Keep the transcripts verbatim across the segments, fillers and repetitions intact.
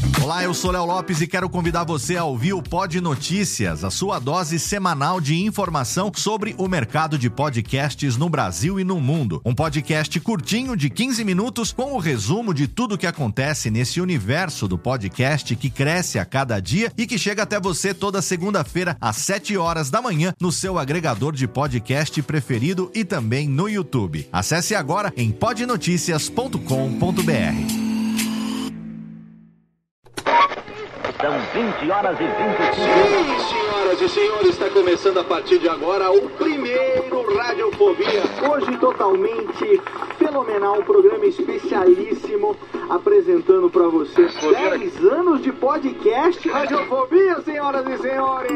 Olá, eu sou Léo Lopes e quero convidar você a ouvir o Pod Notícias, a sua dose semanal de informação sobre o mercado de podcasts no Brasil e no mundo. Um podcast curtinho de quinze minutos com o resumo de tudo que acontece nesse universo do podcast que cresce a cada dia e que chega até você toda segunda-feira às sete horas da manhã no seu agregador de podcast preferido e também no YouTube. Acesse agora em pod noticias ponto com ponto b r. São vinte horas e vinte e cinco. Sim, senhoras e senhores, está começando a partir de agora o primeiro Radiofobia. Hoje totalmente fenomenal, um programa especialíssimo, apresentando para vocês dez anos de podcast Radiofobia, senhoras e senhores.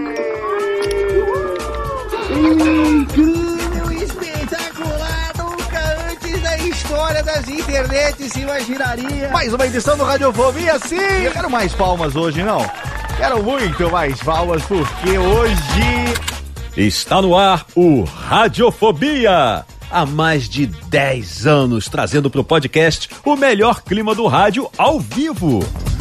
Incrível, espetacular, nunca antes da história das internets se imaginaria. Mais uma edição do Radiofobia, sim! Eu quero mais palmas hoje, não? Quero muito mais palmas, porque hoje... Está no ar o Radiofobia! Há mais de dez anos, trazendo para o podcast o melhor clima do rádio ao vivo.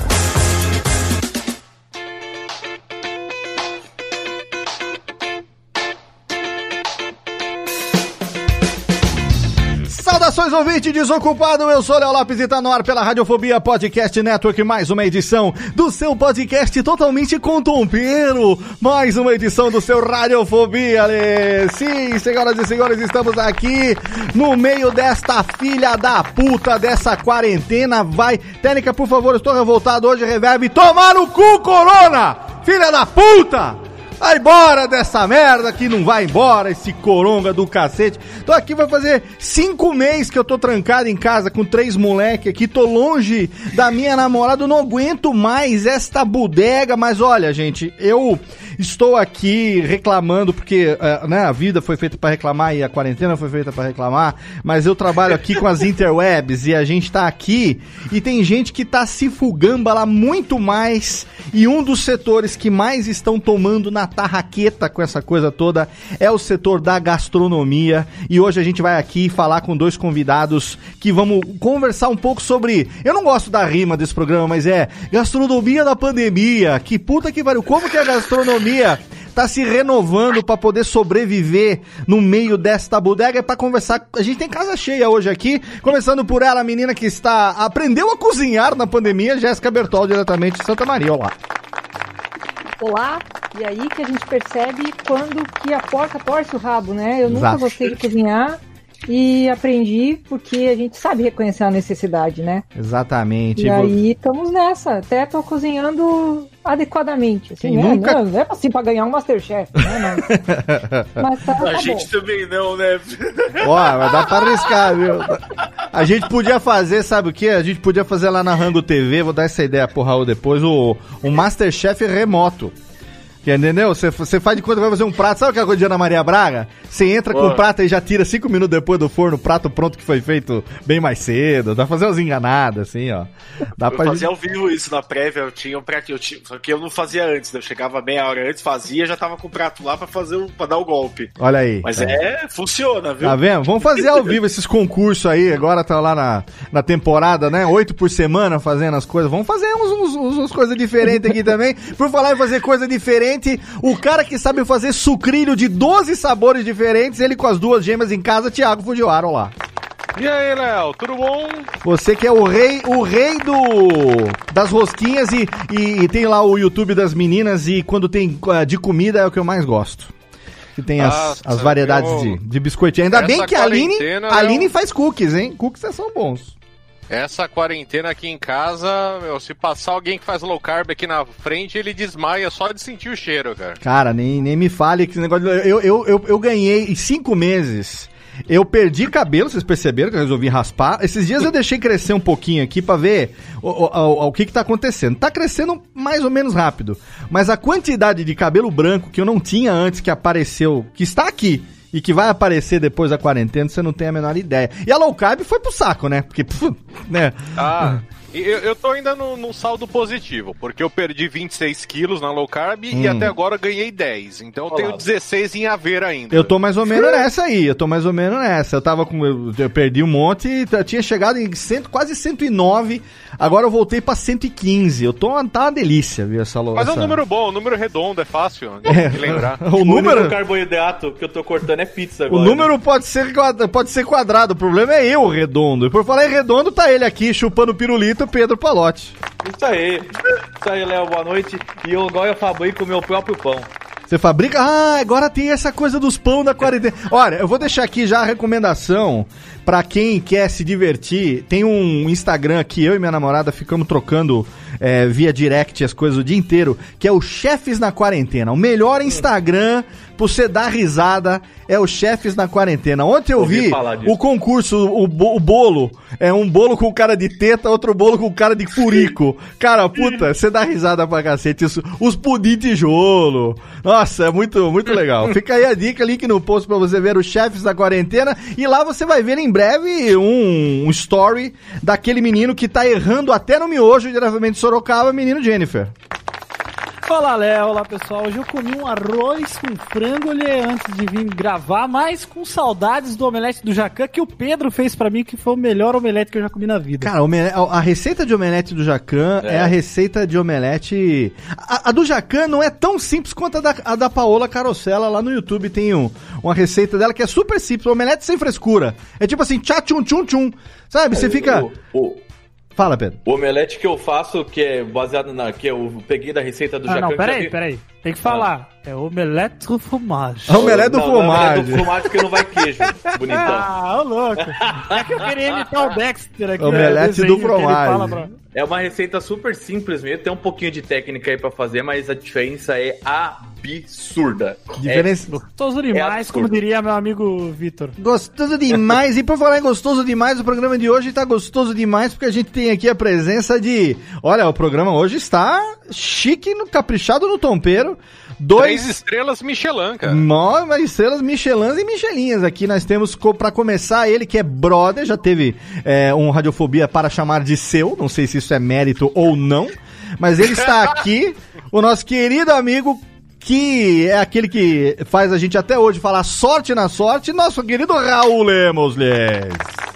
Saudações, ouvinte desocupado, eu sou Léo Lopes e tá no ar pela Radiofobia Podcast Network, mais uma edição do seu podcast totalmente contompeiro, mais uma edição do seu Radiofobia, Ale. Sim, senhoras e senhores, estamos aqui no meio desta filha da puta, dessa quarentena, vai, técnica, por favor, estou revoltado hoje, reverb, tomar no cu, corona, filha da puta! Vai embora dessa merda que não vai embora, esse coronga do cacete. Tô aqui, vai fazer cinco meses que eu tô trancado em casa com três moleque aqui, tô longe da minha namorada, eu não aguento mais esta bodega, mas olha, gente, eu estou aqui reclamando porque, uh, né, a vida foi feita pra reclamar e a quarentena foi feita pra reclamar, mas eu trabalho aqui com as interwebs e a gente tá aqui e tem gente que tá se fugando lá muito mais e um dos setores que mais estão tomando na tarraqueta com essa coisa toda é o setor da gastronomia e hoje a gente vai aqui falar com dois convidados que vamos conversar um pouco sobre, eu não gosto da rima desse programa, mas é gastronomia da pandemia, que puta que pariu, como que a gastronomia tá se renovando pra poder sobreviver no meio desta bodega. É pra conversar, a gente tem casa cheia hoje aqui, começando por ela, a menina que está, aprendeu a cozinhar na pandemia, Jéssica Bertol, diretamente de Santa Maria, olá. Olá, e aí que a gente percebe quando que a porca torce o rabo, né? Eu nunca Exato. gostei de cozinhar e aprendi porque a gente sabe reconhecer a necessidade, né? Exatamente. E aí estamos nessa, até tô cozinhando adequadamente, assim, Quem né? nunca... Não, não é assim pra ganhar um Masterchef, né? Mas, mas tá, tá a bom. gente também não, né? Ó, mas dá pra arriscar, viu? A gente podia fazer, sabe o que? A gente podia fazer lá na Rango T V, vou dar essa ideia pro Raul depois, o, o Masterchef remoto. Que, entendeu? Você, você faz de conta que vai fazer um prato. Sabe aquela coisa de Ana Maria Braga? Você entra com o prato e já tira cinco minutos depois do forno o prato pronto que foi feito bem mais cedo. Dá pra fazer umas enganadas, assim, ó. Dá eu pra fazia gente... ao vivo isso na prévia, eu tinha um prato, eu tinha, só que eu não fazia antes, né? Eu chegava meia hora antes, fazia, já tava com o prato lá pra fazer o, pra dar o golpe. Olha aí. Mas é, é funciona, viu? Tá vendo? Vamos fazer ao vivo esses concursos aí, agora tá lá na, na temporada, né? Oito por semana fazendo as coisas. Vamos fazer uns, uns, uns, uns coisas diferentes aqui também. Por falar em fazer coisa diferente, o cara que sabe fazer sucrilho de doze sabores diferentes, ele com as duas gêmeas em casa, Thiago Fujiwara, olá. E aí, Léo, tudo bom? Você que é o rei, o rei do das rosquinhas e, e, e tem lá o YouTube das meninas e quando tem uh, de comida é o que eu mais gosto. Que tem as, Nossa, as variedades eu... de, de biscoitinho. Ainda Essa bem que a Aline, a Aline eu... faz cookies, hein? Cookies são bons. Essa quarentena aqui em casa, meu, se passar alguém que faz low carb aqui na frente, ele desmaia só de sentir o cheiro, cara. Cara, nem, nem me fale que esse negócio... De... Eu, eu, eu, eu ganhei em cinco meses... Eu perdi cabelo, vocês perceberam que eu resolvi raspar. Esses dias eu deixei crescer um pouquinho aqui pra ver o, o, o, o que que tá acontecendo. Tá crescendo mais ou menos rápido. Mas a quantidade de cabelo branco que eu não tinha antes, que apareceu, que está aqui e que vai aparecer depois da quarentena, você não tem a menor ideia. E a low carb foi pro saco, né? Porque, pff, né? Ah, Eu, eu tô ainda num, num saldo positivo, porque eu perdi vinte e seis quilos na low carb Hum. e até agora eu ganhei dez. Então eu Olá. tenho dezesseis em haver ainda. Eu tô mais ou menos nessa aí, eu tô mais ou menos nessa. Eu tava com. Eu, eu perdi um monte e t- tinha chegado em cem, quase cento e nove, agora eu voltei pra cento e quinze. Eu tô. Tá uma delícia, viu, essa louca. Mas é um número bom, um número redondo, é fácil É. de lembrar. O O número. único carboidrato que eu tô cortando é pizza O agora. número pode ser, quadra- pode ser quadrado, o problema é eu, redondo. E por falar em redondo, tá ele aqui chupando pirulito, Pedro Palotti. Isso aí. Isso aí, Léo, boa noite. E eu agora eu fabrico o meu próprio pão. Você fabrica? Ah, agora tem essa coisa dos pão da quarentena. Olha, eu vou deixar aqui já a recomendação pra quem quer se divertir. Tem um Instagram que eu e minha namorada ficamos trocando é, via direct as coisas o dia inteiro, que é o Chefes na Quarentena. O melhor Instagram pra você dar risada é o Chefes na Quarentena. Ontem eu Ouvi vi falar disso. o concurso, o, bo- o bolo. É um bolo com cara de teta, outro bolo com cara de furico. Cara, puta, você dá risada pra cacete. Isso, os pudim tijolo. Nossa, é muito, muito legal. Fica aí a dica, link no post pra você ver os Chefes da Quarentena. E lá você vai ver em breve um, um story daquele menino que tá errando até no miojo diretamente de Sorocaba, menino Jennifer. Olá, Léo. Olá, pessoal. Hoje eu comi um arroz com frango lhe antes de vir gravar, mas com saudades do omelete do Jacan que o Pedro fez pra mim, que foi o melhor omelete que eu já comi na vida. Cara, omele- a receita de omelete do Jacan é, É. a receita de omelete... A, a do Jacan não é tão simples quanto a da, a da Paola Carosella. Lá no YouTube tem um, uma receita dela que é super simples, omelete sem frescura. É tipo assim, tchá tchum tchum tchum. Sabe, você fica... O, o, Fala, Pedro. o omelete que eu faço, que é baseado na... que eu peguei da receita do Ah, Jacan... não, peraí, que eu- peraí. Tem que falar. É omelete com fromage. A omelete do Não, não, fromage. é do fromage porque não vai queijo, bonitão. Ah, ô louco. É que eu queria imitar o Dexter aqui. Omelete né, do desenho que ele fromage. fala pra- É uma receita super simples mesmo, tem um pouquinho de técnica aí pra fazer, mas a diferença é absurda. Diferença... Gostoso demais, É como absurdo. diria meu amigo Vitor. Gostoso demais. E por falar em gostoso demais, o programa de hoje tá gostoso demais porque a gente tem aqui a presença de... Olha, o programa hoje está chique, no, caprichado no tompeiro. Dois... Três estrelas Michelin, cara. Nove estrelas Michelins e Michelinhas. Aqui nós temos, co- pra começar, ele que é brother, já teve é, um Radiofobia para chamar de seu, não sei se isso é mérito ou não, mas ele está aqui, o nosso querido amigo, que é aquele que faz a gente até hoje falar sorte na sorte, nosso querido Raul Lemos, Lês.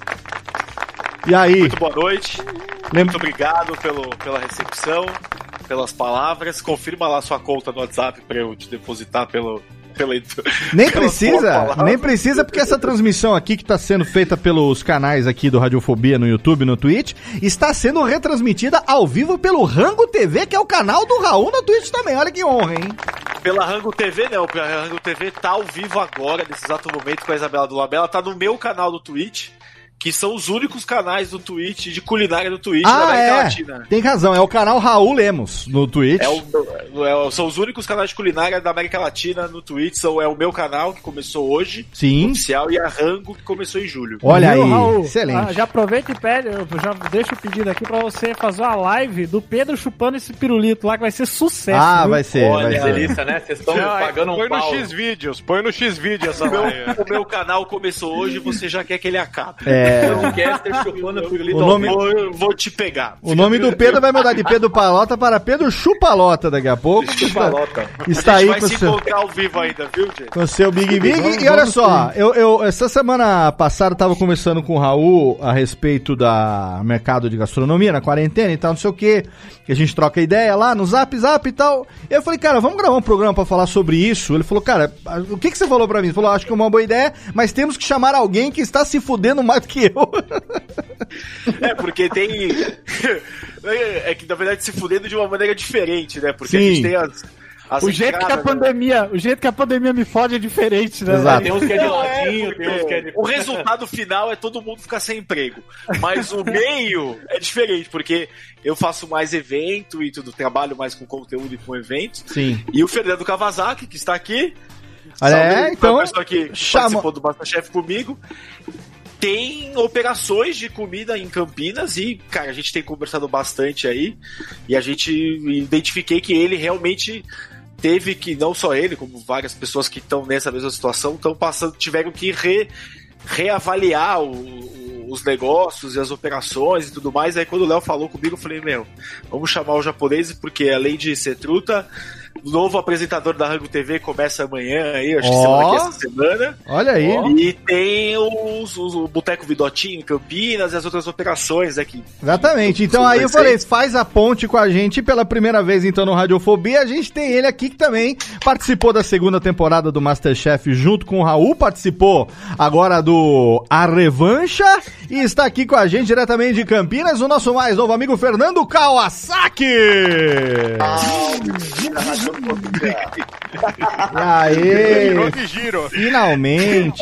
E aí? Muito boa noite. Lem- Muito obrigado pelo, pela recepção, pelas palavras. Confirma lá sua conta no WhatsApp pra eu te depositar pelo. Pela, Nem pelas precisa, boas palavras. nem precisa, porque essa transmissão aqui que está sendo feita pelos canais aqui do Radiofobia no YouTube, no Twitch, está sendo retransmitida ao vivo pelo Rango T V, que é o canal do Raul no Twitch também. Olha que honra, hein? Pela Rango T V, né? O Rango T V tá ao vivo agora, nesse exato momento, com a Isabela do Labela. Tá no meu canal do Twitch, que são os únicos canais do Twitch, de culinária do Twitch da Ah, América é. Latina. Tem razão, é o canal Raul Lemos no Twitch. É o, é o- são os únicos canais de culinária da América Latina no Twitch. São, é o meu canal, que começou hoje, Sim. oficial, e a Rango, que começou em julho. Olha Viu, aí, Raul? excelente. Ah, já aproveita e pede, eu já deixo o pedido aqui pra você fazer uma live do Pedro chupando esse pirulito lá, que vai ser sucesso. Ah, viu? vai ser, vai Olha, ser. delícia, né? Vocês estão Não, é, pagando um põe pau. no X-Vídeos, põe no X-Vídeos essa O meu, live. o meu canal começou hoje e você já quer que ele acabe. É, Podcaster chupando pirulito O ao nome- vivo. Vou, eu vou te pegar. o nome do Pedro vai mudar de Pedro Palota para Pedro Chupalota daqui a pouco. Chupalota. Está a gente aí vai com o se seu... encontrar ao vivo ainda, viu, gente? Com o seu Big Big. Vamos- E olha vamos só, eu, eu, essa semana passada eu tava conversando com o Raul a respeito da mercado de gastronomia na quarentena e tal, não sei o que, que a gente troca ideia lá no Zap Zap e tal. E eu falei, cara, vamos gravar um programa pra falar sobre isso. Ele falou, cara, o que, que você falou pra mim? Ele falou, acho que é uma boa ideia, mas temos que chamar alguém que está se fudendo mais do que eu. É, porque tem. É que na verdade se fudendo de uma maneira diferente, né? Porque Sim. a gente tem as. as O jeito que a entradas, né? pandemia, o jeito que a pandemia me fode é diferente, né? Exato. Tem uns que é de Não, é, ladinho, tem uns que é de... O resultado final é todo mundo ficar sem emprego. Mas o meio é diferente, porque eu faço mais evento e tudo, trabalho mais com conteúdo e com eventos. Sim. E o Fernando Kawasaki, que está aqui. Olha, salve, é, foi então, a pessoa que chama- participou do MasterChef comigo. Tem operações de comida em Campinas e, cara, a gente tem conversado bastante aí. E a gente identifiquei que ele realmente teve que, não só ele, como várias pessoas que estão nessa mesma situação, estão passando, tiveram que re, reavaliar o, o- os negócios e as operações e tudo mais. Aí quando o Léo falou comigo, eu falei, meu, vamos chamar o japonês, porque além de ser truta, o novo apresentador da Rango T V começa amanhã aí, acho que semana aqui essa semana. Olha aí. E tem os, os, o Boteco Vidotinho em Campinas e as outras operações aqui. Exatamente. Então aí eu falei, faz a ponte com a gente pela primeira vez então no Radiofobia. A gente tem ele aqui que também participou da segunda temporada do MasterChef junto com o Raul, participou agora do A Revancha e está aqui com a gente diretamente de Campinas, o nosso mais novo amigo Fernando Kawasaki. Aê! Finalmente!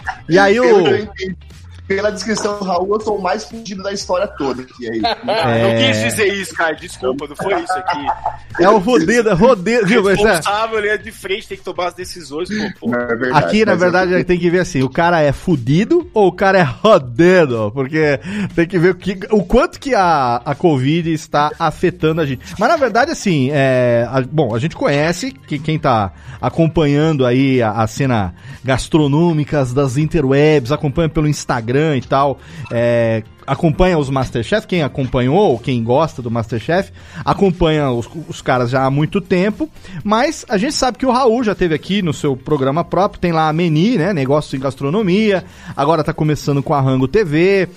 E aí o... Pela descrição do Raul, eu sou o mais fudido da história toda aqui aí. É... Não quis dizer isso, cara. Desculpa, não foi isso aqui. É o rodeiro, rodeiro, viu? O responsável, ele é de frente, tem que tomar as decisões. Pô, pô. É verdade, aqui, na verdade, eu... tem que ver assim, o cara é fudido ou o cara é rodeiro? Porque tem que ver o, que, o quanto que a, a Covid está afetando a gente. Mas, na verdade, assim, é, a, bom, a gente conhece, que quem tá acompanhando aí a, a cena gastronômica das interwebs, acompanha pelo Instagram e tal, é, acompanha os Masterchef, quem acompanhou ou quem gosta do Masterchef, acompanha os, os caras já há muito tempo, mas a gente sabe que o Raul já teve aqui no seu programa próprio, tem lá a Meni, né, negócios em gastronomia, agora tá começando com a Rango T V,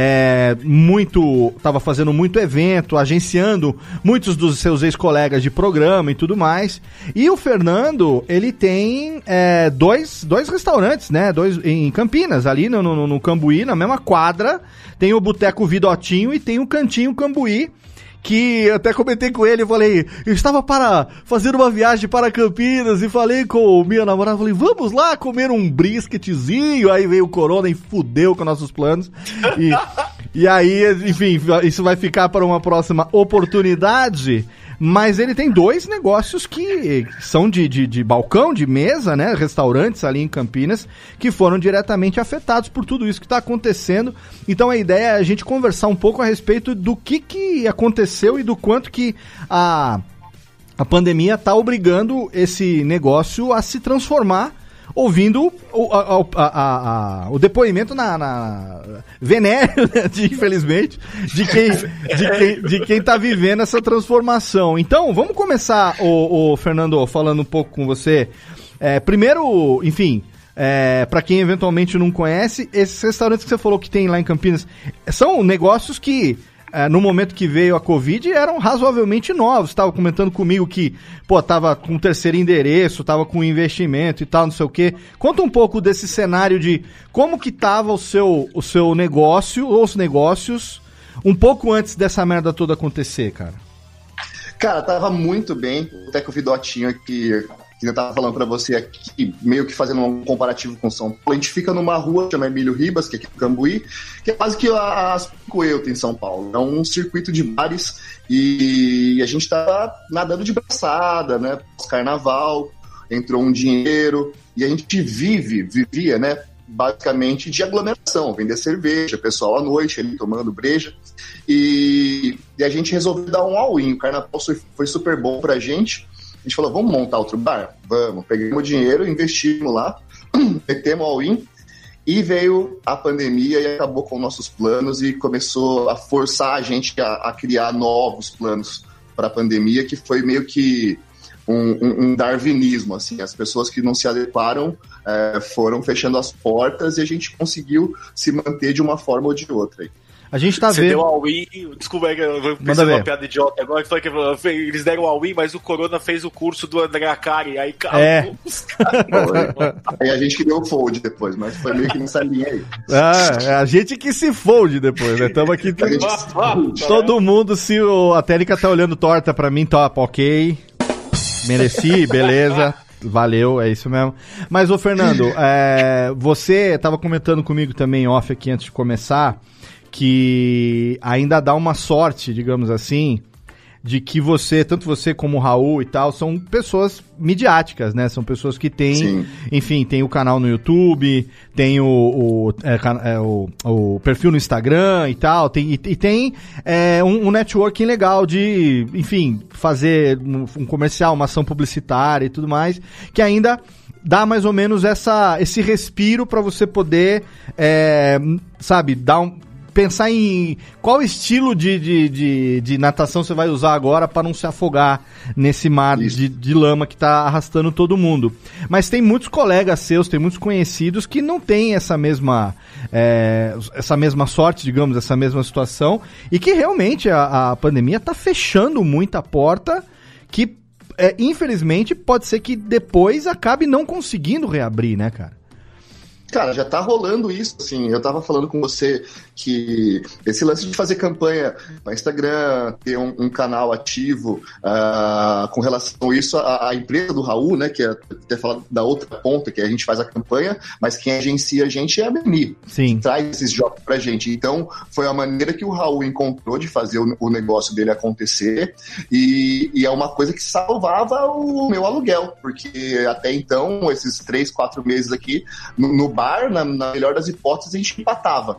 é, muito, tava fazendo muito evento, agenciando muitos dos seus ex-colegas de programa e tudo mais, e o Fernando, ele tem é, dois, dois restaurantes, né, dois em Campinas, ali no, no, no Cambuí, na mesma quadra, tem o Boteco Vidotinho e tem o Cantinho Cambuí, que eu até comentei com ele, eu falei, eu estava para fazer uma viagem para Campinas e falei com minha namorada, falei, vamos lá comer um brisketzinho, aí veio o corona e fudeu com nossos planos, e, e aí, enfim, isso vai ficar para uma próxima oportunidade. Mas ele tem dois negócios que são de, de, de balcão, de mesa, né? Restaurantes ali em Campinas, que foram diretamente afetados por tudo isso que está acontecendo. Então a ideia é a gente conversar um pouco a respeito do que, que aconteceu e do quanto que a, a pandemia está obrigando esse negócio a se transformar, ouvindo o, a, a, a, a, o depoimento na, na venéreo, né, de, infelizmente, de quem, de, quem, de quem tá vivendo essa transformação. Então, vamos começar, o, o Fernando, falando um pouco com você. É, primeiro, enfim, é, para quem eventualmente não conhece, esses restaurantes que você falou que tem lá em Campinas, são negócios que... É, no momento que veio a Covid, eram razoavelmente novos. Estava comentando comigo que, pô, tava com o terceiro endereço, tava com investimento e tal, não sei o quê. Conta um pouco desse cenário de como que tava o seu, o seu negócio, ou os negócios, um pouco antes dessa merda toda acontecer, cara. Cara, tava muito bem. Até que o Vidotinho aqui, que eu tava falando pra você aqui, meio que fazendo um comparativo com São Paulo. A gente fica numa rua, chama Emílio Ribas, que é aqui no Cambuí, que é quase que as Coelho em São Paulo. É um circuito de bares e a gente tá nadando de braçada, né? Pós-carnaval, entrou um dinheiro e a gente vive, vivia, né? Basicamente de aglomeração, vender cerveja, pessoal à noite ali tomando breja. E, e a gente resolveu dar um all-in. O carnaval foi, foi super bom pra gente. A gente falou, vamos montar outro bar? Vamos. Pegamos o dinheiro, investimos lá, metemos all-in e veio a pandemia e acabou com nossos planos e começou a forçar a gente a, a criar novos planos para a pandemia, que foi meio que um, um, um darwinismo, assim. As pessoas que não se adequaram é, foram fechando as portas e a gente conseguiu se manter de uma forma ou de outra aí. A gente tá Você vendo... deu all-in, desculpa, eu vou pensar numa piada idiota agora, que que eles deram all-in, mas o Corona fez o curso do André Akari, aí é. Aí a gente que deu o fold depois, mas foi meio que nessa linha aí. Ah, a gente que se fold depois, né? Estamos aqui, todo, gente... todo mundo, se o, a técnica tá olhando torta pra mim, top, ok, mereci, beleza. Valeu, é isso mesmo. Mas, ô Fernando, é, você tava comentando comigo também off aqui antes de começar, que ainda dá uma sorte, digamos assim, de que você, tanto você como o Raul e tal, são pessoas midiáticas, né? São pessoas que têm, Sim. enfim, tem o canal no YouTube, tem o, o, é, é, o, o perfil no Instagram e tal, tem, e, e tem é, um, um networking legal de, enfim, fazer um, um comercial, uma ação publicitária e tudo mais, que ainda dá mais ou menos essa, esse respiro para você poder, é, sabe, dar um, pensar em qual estilo de, de, de, de natação você vai usar agora para não se afogar nesse mar de, de lama que tá arrastando todo mundo. Mas tem muitos colegas seus, tem muitos conhecidos que não têm essa mesma, é, essa mesma sorte, digamos, essa mesma situação, e que realmente a, a pandemia tá fechando muita porta que, é, infelizmente, pode ser que depois acabe não conseguindo reabrir, né, cara? Cara, já tá rolando isso, assim, eu tava falando com você que esse lance de fazer campanha no Instagram, ter um, um canal ativo uh, com relação a isso, a, a empresa do Raul, né, que é até falar da outra ponta, que a gente faz a campanha, mas quem agencia a gente é a Beni. Sim. Traz esses jogos pra gente. Então, foi a maneira que o Raul encontrou de fazer o, o negócio dele acontecer, e, e é uma coisa que salvava o meu aluguel, porque até então, esses três, quatro meses aqui, no, no bar, na, na melhor das hipóteses, a gente empatava.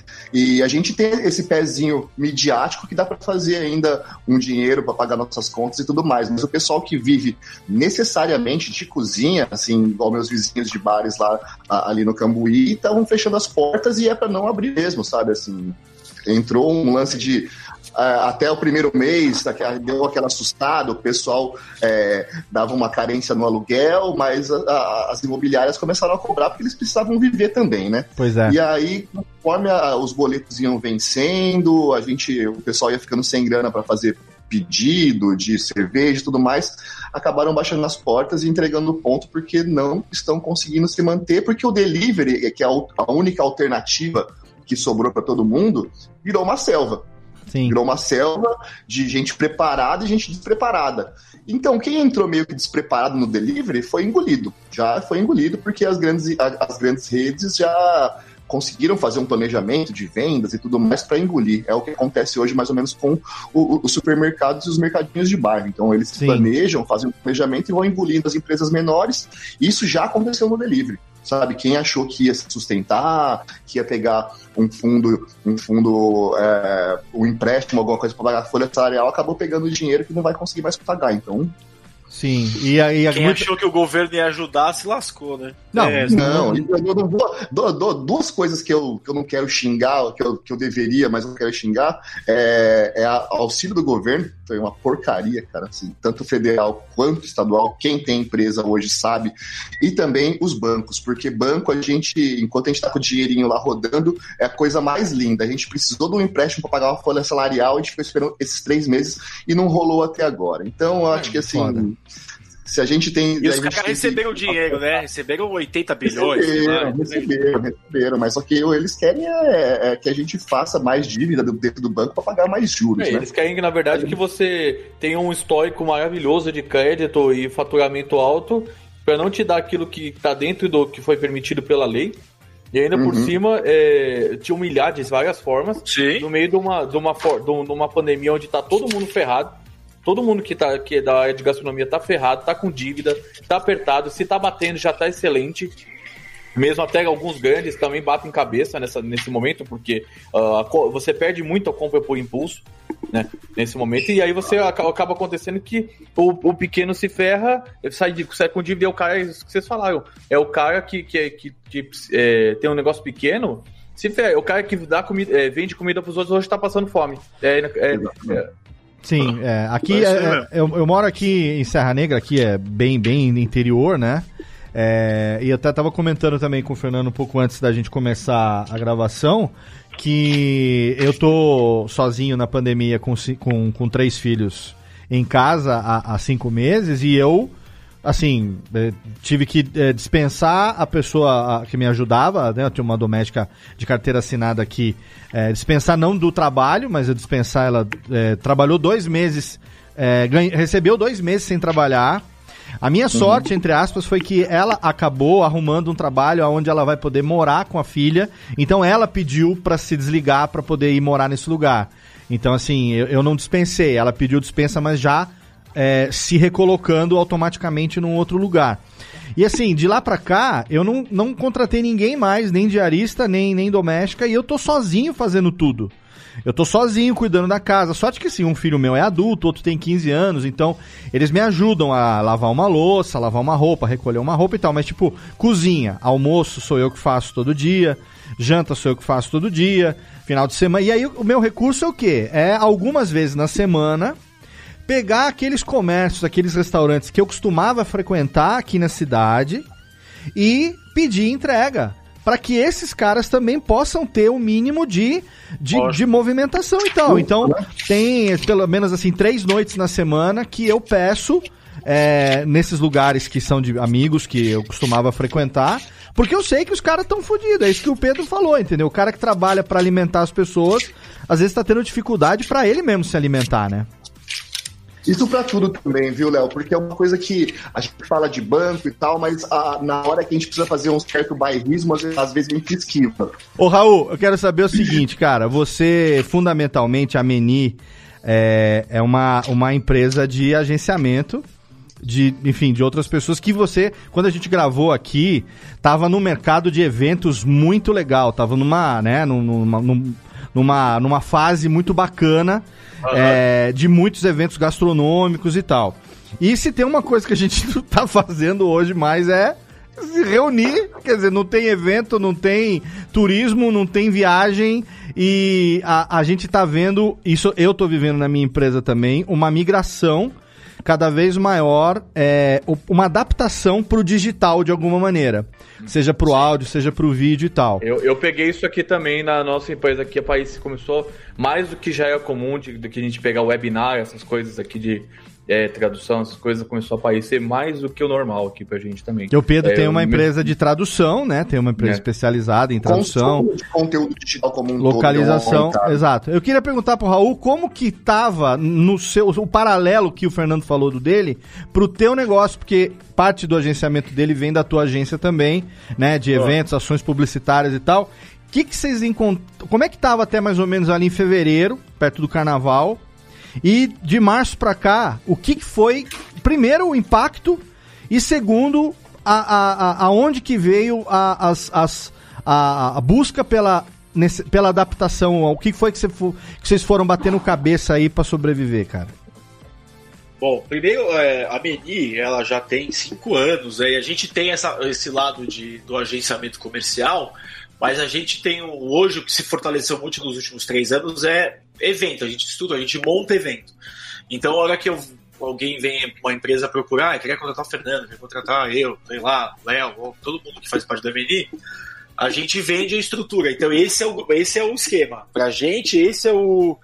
E a gente tem esse pezinho midiático que dá para fazer ainda um dinheiro para pagar nossas contas e tudo mais. Mas o pessoal que vive necessariamente de cozinha, assim, igual meus vizinhos de bares lá ali no Cambuí, estavam fechando as portas e é para não abrir mesmo, sabe? Assim, entrou um lance de Uh, até o primeiro mês, deu aquela assustada, o pessoal é, dava uma carência no aluguel, mas a, a, as imobiliárias começaram a cobrar porque eles precisavam viver também, né? Pois é. E aí, conforme a, os boletos iam vencendo, a gente, o pessoal ia ficando sem grana para fazer pedido de cerveja e tudo mais, acabaram baixando as portas e entregando o ponto porque não estão conseguindo se manter, porque o delivery, que é a única alternativa que sobrou para todo mundo, virou uma selva. Sim. Virou uma selva de gente preparada e gente despreparada. Então, quem entrou meio que despreparado no delivery foi engolido. Já foi engolido porque as grandes, as grandes redes já conseguiram fazer um planejamento de vendas e tudo mais para engolir. É o que acontece hoje mais ou menos com os supermercados e os mercadinhos de bairro. Então, eles Sim. planejam, fazem um planejamento e vão engolindo as empresas menores. Isso já aconteceu no delivery. Sabe, quem achou que ia se sustentar, que ia pegar um fundo, um fundo, é, um empréstimo, alguma coisa para pagar a folha salarial, acabou pegando dinheiro que não vai conseguir mais pagar, então... Sim, e aí... Quem muito... achou que o governo ia ajudar, se lascou, né? Não, é, não, eu não vou... Do, do, duas coisas que eu, que eu não quero xingar, que eu, que eu deveria, mas não quero xingar, é, é a auxílio do governo, foi uma porcaria, cara, assim, tanto federal quanto estadual, quem tem empresa hoje sabe, e também os bancos, porque banco a gente, enquanto a gente tá com o dinheirinho lá rodando, é a coisa mais linda, a gente precisou de um empréstimo para pagar uma folha salarial, a gente ficou esperando esses três meses e não rolou até agora, então eu acho é, que assim... Foda. Se a gente tem... E os caras receberam que... dinheiro, né? Receberam oitenta bilhões. Receberam, receberam, receberam. Mas só que eles querem é, é que a gente faça mais dívida dentro do banco para pagar mais juros, é, né? Eles querem, na verdade, que você tenha um histórico maravilhoso de crédito e faturamento alto para não te dar aquilo que está dentro do que foi permitido pela lei. E ainda por uhum. cima, é, te humilhar de várias formas. Sim. No meio de uma, de uma, de uma pandemia onde está todo mundo ferrado. Todo mundo que, tá, que é da área de gastronomia tá ferrado, tá com dívida, tá apertado. Se tá batendo, já tá excelente. Mesmo até alguns grandes também batem cabeça nessa, nesse momento, porque uh, você perde muito a compra por impulso, né, nesse momento. E aí você acaba acontecendo que o, o pequeno se ferra, sai, de, sai com dívida. É o cara, isso que vocês falaram, é o cara que, que, que, que é, tem um negócio pequeno, se ferra. É o cara que dá comida, é, vende comida pros outros, hoje tá passando fome. É, é, é, Sim, é, aqui é, é, eu, eu moro aqui em Serra Negra, aqui é bem, bem interior, né? É, e eu até tava comentando também com o Fernando um pouco antes da gente começar a gravação que eu tô sozinho na pandemia com, com, com três filhos em casa há, há cinco meses e eu, assim, tive que é, dispensar a pessoa que me ajudava, né? Eu tinha uma doméstica de carteira assinada aqui, é, dispensar não do trabalho, mas eu dispensar ela, é, trabalhou dois meses, é, ganha, recebeu dois meses sem trabalhar. A minha sorte, uhum. entre aspas, foi que ela acabou arrumando um trabalho onde ela vai poder morar com a filha, então ela pediu para se desligar para poder ir morar nesse lugar. Então, assim, eu, eu não dispensei, ela pediu dispensa, mas já É, se recolocando automaticamente num outro lugar. E assim, de lá pra cá, eu não, não contratei ninguém mais, nem diarista, nem, nem doméstica, e eu tô sozinho fazendo tudo. eu tô sozinho cuidando da casa. Sorte que sim, um filho meu é adulto, outro tem quinze anos, então eles me ajudam a lavar uma louça, lavar uma roupa, recolher uma roupa e tal. Mas tipo, cozinha, almoço sou eu que faço todo dia, janta sou eu que faço todo dia, final de semana. E aí o meu recurso é o quê? É algumas vezes na semana pegar aqueles comércios, aqueles restaurantes que eu costumava frequentar aqui na cidade e pedir entrega, para que esses caras também possam ter o um mínimo de, de, de movimentação e tal. Então, tem pelo menos assim três noites na semana que eu peço é, nesses lugares que são de amigos que eu costumava frequentar, porque eu sei que os caras estão fodidos. É isso que o Pedro falou, entendeu? O cara que trabalha para alimentar as pessoas, às vezes tá tendo dificuldade para ele mesmo se alimentar, né? Isso pra tudo também, viu, Léo? Porque é uma coisa que a gente fala de banco e tal, mas a, na hora que a gente precisa fazer um certo bairrismo, às vezes, às vezes a gente esquiva. Ô, Raul, eu quero saber o seguinte, cara. Você, fundamentalmente, a Meni é, é uma, uma empresa de agenciamento, de, enfim, de outras pessoas que você, quando a gente gravou aqui, tava num mercado de eventos muito legal, tava numa, né, numa, numa, numa fase muito bacana. Uhum. É, de muitos eventos gastronômicos e tal. E se tem uma coisa que a gente não tá fazendo hoje mais é se reunir, quer dizer, não tem evento, não tem turismo, não tem viagem e a, a gente tá vendo, isso eu tô vivendo na minha empresa também, uma migração cada vez maior, é, uma adaptação pro digital de alguma maneira. Seja pro áudio, seja pro vídeo e tal. Eu, eu peguei isso aqui também na nossa empresa aqui, a País começou mais do que já é comum, de, de que a gente pegar webinar, essas coisas aqui de é, tradução, essas coisas começou a aparecer mais do que o normal aqui pra gente também. E o Pedro é, tem uma eu... empresa de tradução, né? Tem uma empresa é. especializada em tradução. De conteúdo digital como um localização, todo, exato. Eu queria perguntar pro Raul como que tava no seu, o paralelo que o Fernando falou do dele pro teu negócio, porque parte do agenciamento dele vem da tua agência também, né? De eventos, oh. ações publicitárias e tal. O que que vocês encontraram? Como é que tava até mais ou menos ali em fevereiro, perto do carnaval? E de março para cá, o que foi, primeiro, o impacto e segundo, a, a, a, aonde que veio a, as, as, a, a busca pela, nesse, pela adaptação? O que foi que, você, que vocês foram batendo cabeça aí para sobreviver, cara? Bom, primeiro, é, a Meni, ela já tem cinco anos, né, e a gente tem essa, esse lado de, do agenciamento comercial, mas a gente tem hoje, o que se fortaleceu muito nos últimos três anos é evento, a gente estuda, a gente monta evento. Então, a hora que eu, alguém vem, uma empresa procurar, ah, queria contratar o Fernando, queria contratar eu, sei lá, Léo, todo mundo que faz parte da Meni, a gente vende a estrutura. Então, esse é o, esse é o esquema. Pra gente, esse é o...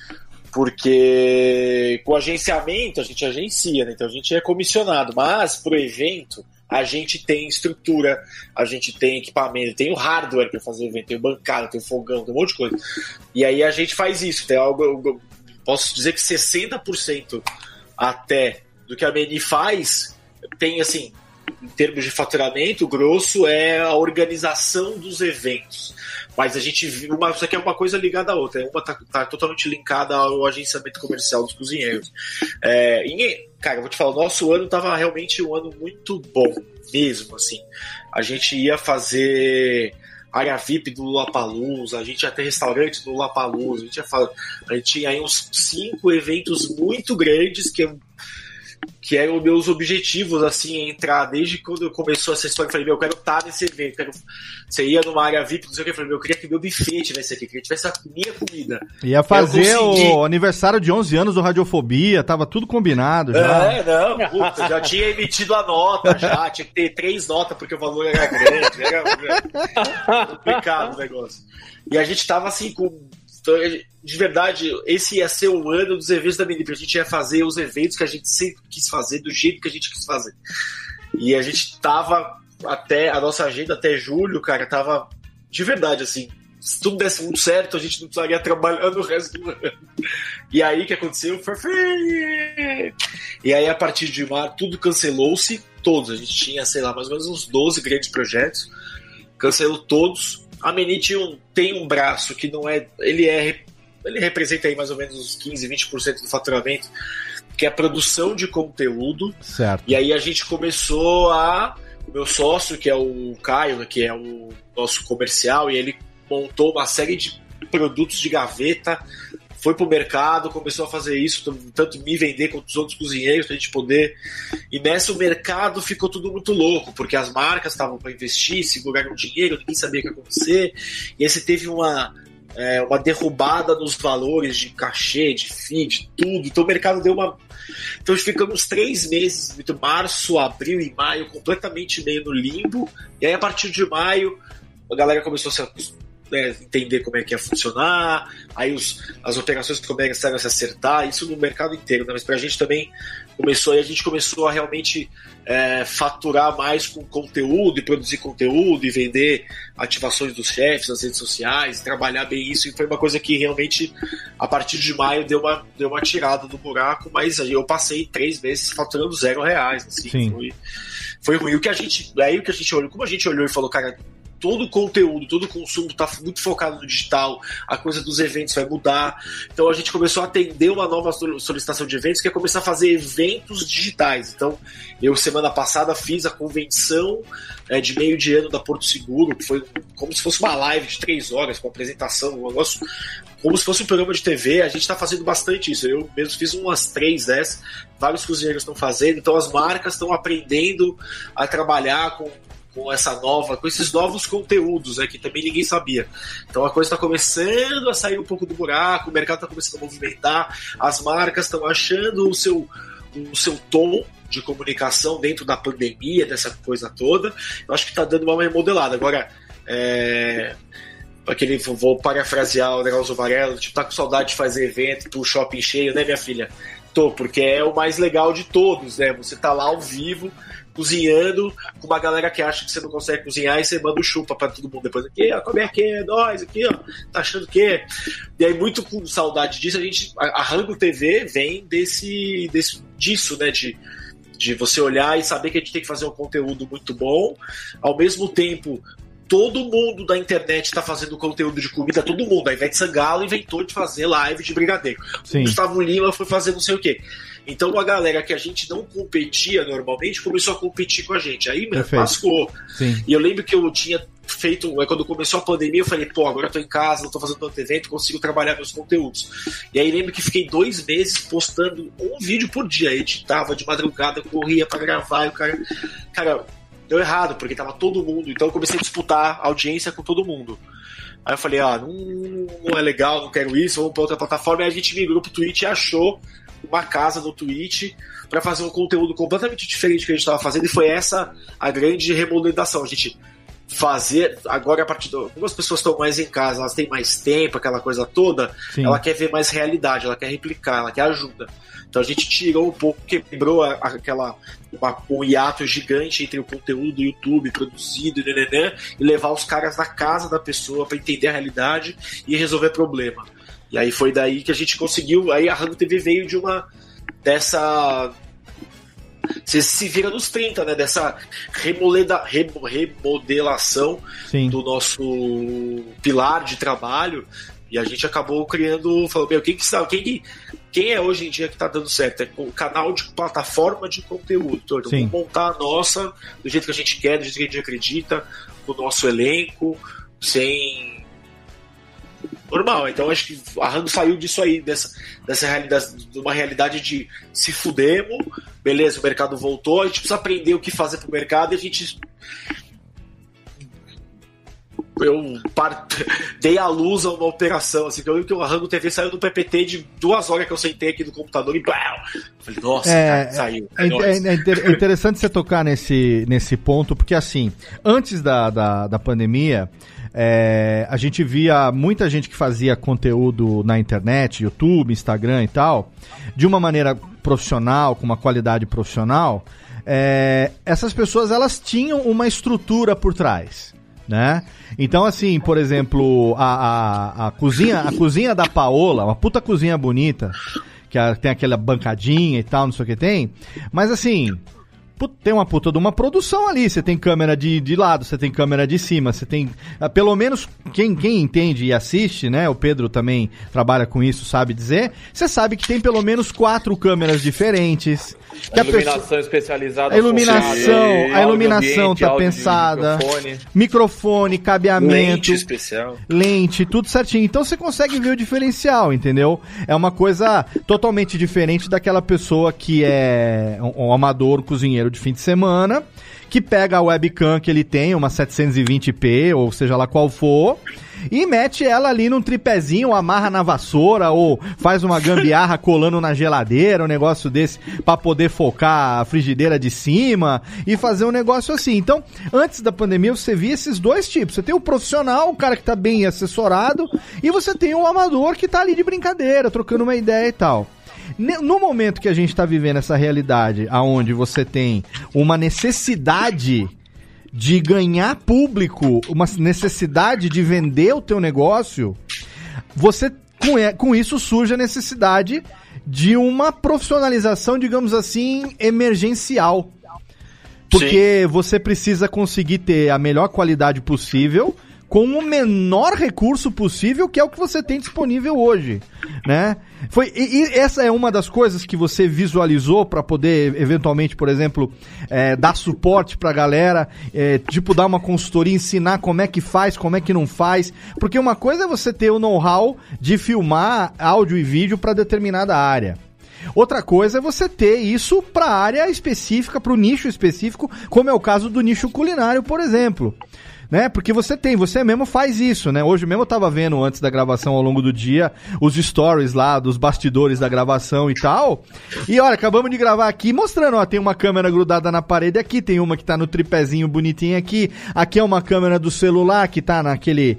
Porque com o agenciamento, a gente agencia, né? Então a gente é comissionado, mas pro evento a gente tem estrutura, a gente tem equipamento, tem o hardware para fazer evento, tem o bancada, tem o fogão, tem um monte de coisa. E aí a gente faz isso. Tem algo, eu posso dizer que sessenta por cento até do que a Meni faz tem, assim, em termos de faturamento, o grosso é a organização dos eventos. Mas a gente viu, uma, isso aqui é uma coisa ligada à outra. Uma tá, tá totalmente linkada ao agenciamento comercial dos cozinheiros. É, e, cara, eu vou te falar, o nosso ano tava realmente um ano muito bom, mesmo, assim. A gente ia fazer área V I P do Lollapalooza, a gente ia ter restaurante do Lollapalooza, a gente, ia fazer, a gente tinha aí uns cinco eventos muito grandes que eu que eram meus objetivos, assim, entrar desde quando começou essa história. Eu falei, meu, eu quero estar nesse evento, quero... você ia numa área V I P, não sei o que, eu falei, meu, eu queria que meu buffet tivesse aqui, eu queria que tivesse a minha comida. Ia fazer o aniversário de onze anos do Radiofobia, tava tudo combinado já. É, não, puta, já tinha emitido a nota, já, tinha que ter três notas porque o valor era grande, era, era complicado o negócio. E a gente tava assim, com... de verdade, esse ia ser o ano dos eventos da Meni, porque a gente ia fazer os eventos que a gente sempre quis fazer, do jeito que a gente quis fazer. E a gente tava até, a nossa agenda até julho, cara, tava de verdade, assim, se tudo desse muito certo, a gente não precisaria trabalhar no resto do ano. E aí o que aconteceu? Foi... E aí a partir de março tudo cancelou-se, todos, a gente tinha, sei lá, mais ou menos uns doze grandes projetos, cancelou todos. A Meni um, tem um braço que não é... Ele é... Ele representa aí mais ou menos uns quinze, vinte por cento do faturamento, que é a produção de conteúdo. Certo. E aí a gente começou a... O meu sócio, que é o Caio, que é o nosso comercial, e ele montou uma série de produtos de gaveta, foi pro mercado, começou a fazer isso, tanto me vender quanto os outros cozinheiros, pra gente poder... E nessa o mercado ficou tudo muito louco, porque as marcas estavam para investir, seguraram dinheiro, ninguém sabia o que ia acontecer, e aí você teve uma, é, uma derrubada nos valores de cachê, de fee, de tudo, então o mercado deu uma... Então ficamos três meses, entre março, abril e maio, completamente meio no limbo, e aí a partir de maio a galera começou a se... Né, entender como é que ia funcionar, aí os, as operações começaram a se acertar, isso no mercado inteiro, né? Mas pra gente também começou, aí a gente começou a realmente é, faturar mais com conteúdo e produzir conteúdo e vender ativações dos chefes nas redes sociais, trabalhar bem isso, e foi uma coisa que realmente a partir de maio deu uma, deu uma tirada do buraco, mas aí eu passei três meses faturando zero reais, assim, Sim. foi, foi ruim. O que a gente, aí o que a gente olhou, como a gente olhou e falou, cara, todo o conteúdo, todo o consumo está muito focado no digital, a coisa dos eventos vai mudar, então a gente começou a atender uma nova solicitação de eventos, que é começar a fazer eventos digitais. Então eu semana passada fiz a convenção é, de meio de ano da Porto Seguro, que foi como se fosse uma live de três horas com apresentação, um negócio como se fosse um programa de T V. A gente está fazendo bastante isso, eu mesmo fiz umas três dessas, vários cozinheiros estão fazendo, então as marcas estão aprendendo a trabalhar com com essa nova, com esses novos conteúdos, né, que também ninguém sabia. Então a coisa está começando a sair um pouco do buraco, o mercado está começando a movimentar, as marcas estão achando o seu, o seu tom de comunicação dentro da pandemia, dessa coisa toda. Eu acho que está dando uma remodelada. Agora, é... aquele, vou parafrasear o Drauzio Varela, tipo, tá com saudade de fazer evento pro shopping cheio, né, minha filha? Tô, porque é o mais legal de todos, né? Você tá lá ao vivo, cozinhando, com uma galera que acha que você não consegue cozinhar, e você manda o chupa pra todo mundo depois. Aqui, ó, come aqui, é nóis, aqui, ó, tá achando que... E aí, muito com saudade disso, a gente, a Rango T V vem desse, desse, disso, né, de, de você olhar e saber que a gente tem que fazer um conteúdo muito bom, ao mesmo tempo... Todo mundo da internet está fazendo conteúdo de comida, todo mundo. A Ivete Sangalo inventou de fazer live de brigadeiro. Sim. O Gustavo Lima foi fazer não sei o quê. Então a galera que a gente não competia normalmente começou a competir com a gente. Aí me lascou. E eu lembro que eu tinha feito, quando começou a pandemia, eu falei, pô, agora eu tô em casa, não tô fazendo tanto evento, consigo trabalhar meus conteúdos. E aí lembro que fiquei dois meses postando um vídeo por dia. Editava de madrugada, corria pra gravar, e o cara... Cara... Deu errado, porque tava todo mundo, então eu comecei a disputar audiência com todo mundo. Aí eu falei, ah, não, não é legal, não quero isso, vamos pra outra plataforma. E a gente migrou pro Twitch e achou uma casa no Twitch para fazer um conteúdo completamente diferente que a gente tava fazendo, e foi essa a grande remodelação. A gente fazer, agora a partir do... Algumas pessoas estão mais em casa, elas têm mais tempo, aquela coisa toda. Sim. Ela quer ver mais realidade, ela quer replicar, ela quer ajuda. Então a gente tirou um pouco, quebrou a, aquela, uma, um hiato gigante entre o conteúdo do YouTube produzido e, nananã, e levar os caras na casa da pessoa para entender a realidade e resolver problema. E aí foi daí que a gente conseguiu. Aí a Rango T V veio de uma dessa... Você se vira nos trinta, né? Dessa remoleda, remodelação Sim. do nosso pilar de trabalho. E a gente acabou criando, falou, meu, quem que sabe, quem, quem é hoje em dia que tá dando certo? É o canal de plataforma de conteúdo. Então Sim. vamos montar a nossa do jeito que a gente quer, do jeito que a gente acredita, no nosso elenco, sem... Normal. Então acho que a Rango saiu disso aí, dessa, dessa realidade, de uma realidade de se fudemos, beleza, o mercado voltou, a gente precisa aprender o que fazer pro mercado, e a gente... Eu part... dei à luz a uma operação, assim, que eu lembro que o Rango T V saiu do P P T de duas horas que eu sentei aqui no computador e blau! Falei, nossa, é, cara, saiu. É, é, é, é interessante você tocar nesse, nesse ponto, porque assim, antes da, da, da pandemia, é, a gente via muita gente que fazia conteúdo na internet, YouTube, Instagram e tal, de uma maneira profissional, com uma qualidade profissional. É, essas pessoas, elas tinham uma estrutura por trás, né? Então, assim, por exemplo, a, a, a, cozinha, a cozinha da Paola, uma puta cozinha bonita, que a, tem aquela bancadinha e tal, não sei o que tem, mas assim, put, tem uma puta de uma produção ali, você tem câmera de, de lado, você tem câmera de cima, você tem, pelo menos quem, quem entende e assiste, né, o Pedro também trabalha com isso, sabe dizer, você sabe que tem pelo menos quatro câmeras diferentes, a iluminação pessoa... especializada. A iluminação, a iluminação ambiente, tá pensada. Microfone. microfone, cabeamento. Lente especial. Lente, tudo certinho. Então você consegue ver o diferencial, entendeu? É uma coisa totalmente diferente daquela pessoa que é um, um amador, um cozinheiro de fim de semana, que pega a webcam que ele tem, uma setecentos e vinte p, ou seja lá qual for, e mete ela ali num tripézinho, amarra na vassoura, ou faz uma gambiarra colando na geladeira, um negócio desse, pra poder focar a frigideira de cima, e fazer um negócio assim. Então, antes da pandemia, você via esses dois tipos. Você tem o profissional, o cara que tá bem assessorado, e você tem o amador que tá ali de brincadeira, trocando uma ideia e tal. No momento que a gente está vivendo essa realidade, onde você tem uma necessidade de ganhar público, uma necessidade de vender o teu negócio, você com, com isso surge a necessidade de uma profissionalização, digamos assim, emergencial. Porque Sim. você precisa conseguir ter a melhor qualidade possível com o menor recurso possível, que é o que você tem disponível hoje, né? Foi, e, e essa é uma das coisas que você visualizou para poder, eventualmente, por exemplo, é, dar suporte pra galera, é, tipo, dar uma consultoria, ensinar como é que faz, como é que não faz, porque uma coisa é você ter o know-how de filmar áudio e vídeo para determinada área. Outra coisa é você ter isso para a área específica, para o nicho específico, como é o caso do nicho culinário, por exemplo. Né? Porque você tem, você mesmo faz isso, né? Hoje mesmo eu tava vendo, antes da gravação, ao longo do dia, os stories lá dos bastidores da gravação e tal. E olha, acabamos de gravar aqui mostrando, ó, tem uma câmera grudada na parede aqui, tem uma que tá no tripézinho bonitinho aqui, aqui é uma câmera do celular que tá naquele,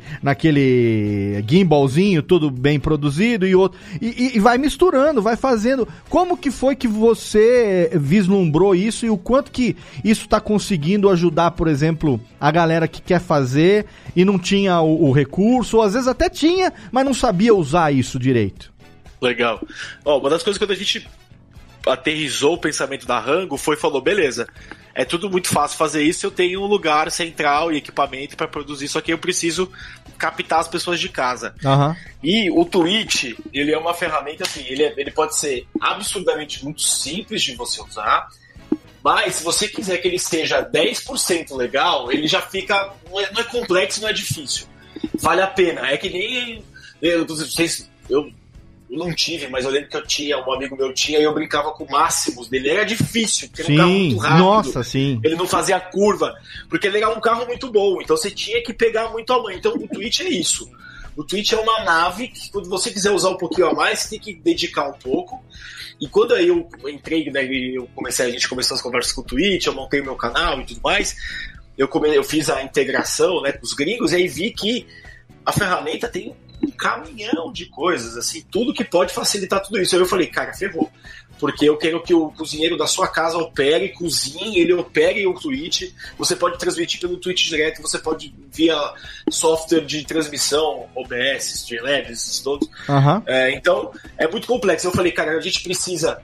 naquele gimbalzinho, tudo bem produzido, e outro. E, e, e vai misturando, vai fazendo. Como que foi que você vislumbrou isso e o quanto que isso tá conseguindo ajudar, por exemplo, a galera que quer fazer e não tinha o, o recurso, ou às vezes até tinha, mas não sabia usar isso direito? Legal. Ó, uma das coisas quando a gente aterrizou o pensamento da Rango foi, falou, beleza, é tudo muito fácil fazer isso, eu tenho um lugar central e equipamento para produzir, só que eu preciso captar as pessoas de casa. Uhum. E o Twitch, ele é uma ferramenta assim, ele, é, ele pode ser absurdamente muito simples de você usar, mas se você quiser que ele seja dez por cento legal, ele já fica... Não é, não é complexo, não é difícil. Vale a pena. É que nem... Eu, vocês, eu não tive, mas eu lembro que eu tinha, um amigo meu tinha, e eu brincava com o Máximos dele. Era difícil, porque sim, era um carro muito rápido. Nossa, sim. Ele não fazia curva, porque ele era um carro muito bom. Então você tinha que pegar muito a mãe. Então o Twitch é isso. O Twitch é uma nave que, quando você quiser usar um pouquinho a mais, você tem que dedicar um pouco. E quando aí eu entrei, né, eu comecei, a gente começou as conversas com o Twitch, eu montei o meu canal e tudo mais, eu, come, eu fiz a integração, né, com os gringos, e aí vi que a ferramenta tem um caminhão de coisas, assim, tudo que pode facilitar tudo isso. Aí eu falei, cara, ferrou. Porque eu quero que o cozinheiro da sua casa opere, cozinhe, ele opere o Twitch. Você pode transmitir pelo Twitch direto, você pode via software de transmissão, O B S, Streamlabs, esses todos. Uhum. É, então, é muito complexo. Eu falei, cara, a gente precisa...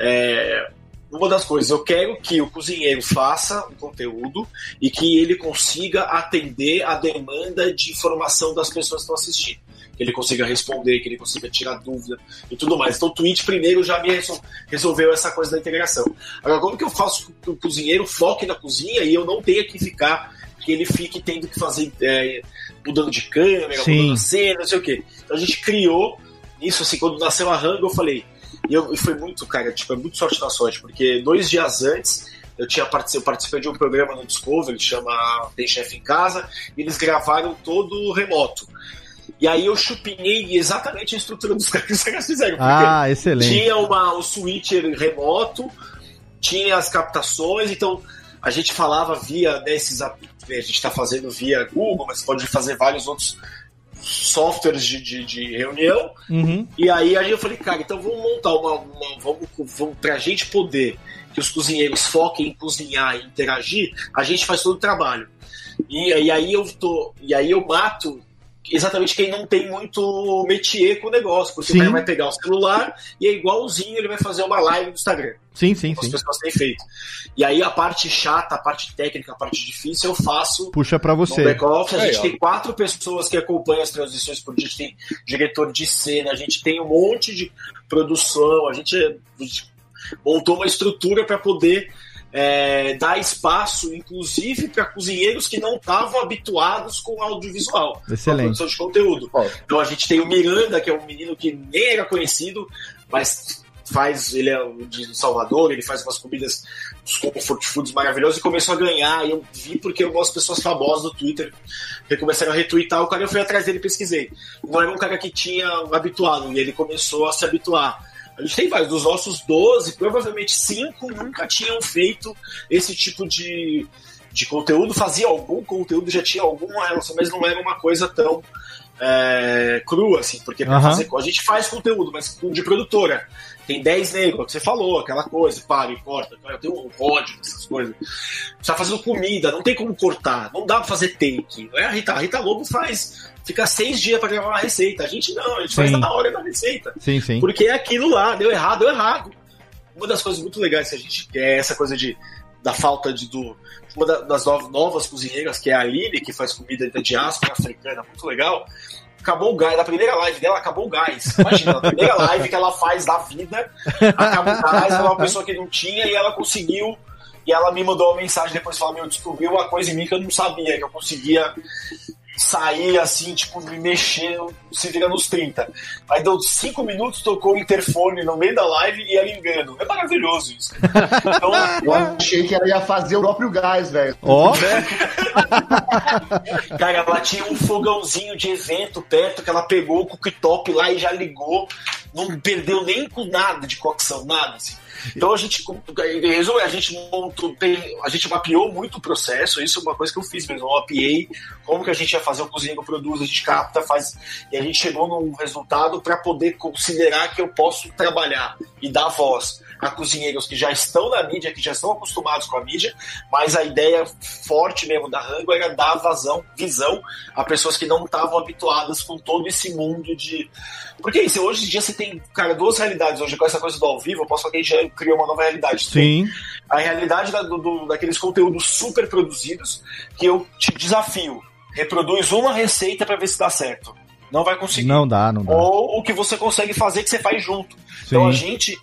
É, uma das coisas, eu quero que o cozinheiro faça um conteúdo e que ele consiga atender a demanda de informação das pessoas que estão assistindo. Que ele consiga responder, que ele consiga tirar dúvida e tudo mais. Então o Twitch primeiro já me resolveu essa coisa da integração. Agora, como que eu faço que o cozinheiro foque na cozinha e eu não tenha que ficar, que ele fique tendo que fazer, é, mudando de câmera, Sim. mudando a cena, não sei o quê. Então a gente criou isso, assim, quando nasceu a Rango, eu falei, e, eu, e foi muito, cara, tipo, é muito sorte na sorte, porque dois dias antes eu, tinha participei, eu participei de um programa no Discovery, que chama Tem Chefe em Casa, e eles gravaram todo remoto. E aí eu chupinhei exatamente a estrutura dos caras que os caras fizeram. Ah, excelente. Tinha uma, o switcher remoto, tinha as captações, então a gente falava via, né, esses, a gente está fazendo via Google, mas pode fazer vários outros softwares de, de, de reunião. Uhum. E aí, aí eu falei, cara, então vamos montar uma... uma vamos, vamos, pra gente poder que os cozinheiros foquem em cozinhar e interagir, a gente faz todo o trabalho. E, e aí eu tô... E aí eu mato exatamente quem não tem muito métier com o negócio, porque sim. o cara vai pegar o celular e é igualzinho, ele vai fazer uma live no Instagram. Sim, sim, as sim. As pessoas têm feito. E aí a parte chata, a parte técnica, a parte difícil eu faço. Puxa pra você. No back-office, a é, gente ó. tem quatro pessoas que acompanham as transições por dia, a gente tem diretor de cena, a gente tem um monte de produção, a gente é... montou uma estrutura para poder é, dar espaço, inclusive para cozinheiros que não estavam habituados com audiovisual, com a produção de conteúdo. Então a gente tem o Miranda, que é um menino que nem era conhecido, mas faz, ele é de Salvador, ele faz umas comidas, uns comfort foods maravilhosos, e começou a ganhar, e eu vi porque algumas pessoas famosas do Twitter que começaram a retweetar o cara, eu fui atrás dele e pesquisei. Não era um cara que tinha habituado, e ele começou a se habituar. A gente tem vários, dos nossos doze, provavelmente cinco nunca tinham feito esse tipo de, de conteúdo, fazia algum conteúdo, já tinha alguma relação, mas não era uma coisa tão é, crua, assim, porque pra Uhum. fazer, a gente faz conteúdo, mas de produtora. Tem dez negros, que você falou, aquela coisa, para e corta, eu tenho um ódio dessas coisas. Você tá fazendo comida, não tem como cortar, não dá pra fazer take. Não é a Rita, a Rita Lobo faz, fica seis dias pra gravar uma receita. A gente não, a gente Sim. faz na hora da receita. Sim, sim. Porque é aquilo lá, deu errado, deu errado. Uma das coisas muito legais que a gente quer é essa coisa de, da falta de. Do, uma das novas, novas cozinheiras, que é a Aline, que faz comida da diáspora africana, muito legal. Acabou o gás, na primeira live dela acabou o gás. Imagina, na primeira live que ela faz da vida, acabou o gás, ela é uma pessoa que não tinha e ela conseguiu. E ela me mandou uma mensagem depois falando: meu, descobriu uma coisa em mim que eu não sabia, que eu conseguia sair assim, tipo, me mexer, se vira nos trinta. Aí deu cinco minutos, tocou o interfone no meio da live e era engano. É maravilhoso isso. Então, eu achei que ela ia fazer o próprio gás, velho. Ó. Cara, ela tinha um fogãozinho de evento perto que ela pegou o cooktop lá e já ligou. Não perdeu nem com nada de cocção, nada assim. Então a gente, a gente montou, a gente mapeou muito o processo, isso é uma coisa que eu fiz mesmo, eu mapeei como que a gente ia fazer, o cozinheiro produz, a gente capta, faz, e a gente chegou num resultado para poder considerar que eu posso trabalhar e dar voz a cozinheiros que já estão na mídia, que já estão acostumados com a mídia, mas a ideia forte mesmo da Rango era dar vazão, visão a pessoas que não estavam habituadas com todo esse mundo de... Porque isso, hoje em dia você tem, cara, duas realidades, hoje com essa coisa do ao vivo, eu posso falar que a gente já criou uma nova realidade. Sim. A realidade da, do, daqueles conteúdos super produzidos que eu te desafio, reproduz uma receita para ver se dá certo. Não vai conseguir. Não dá, não dá. Ou o que você consegue fazer que você faz junto. Sim. Então a gente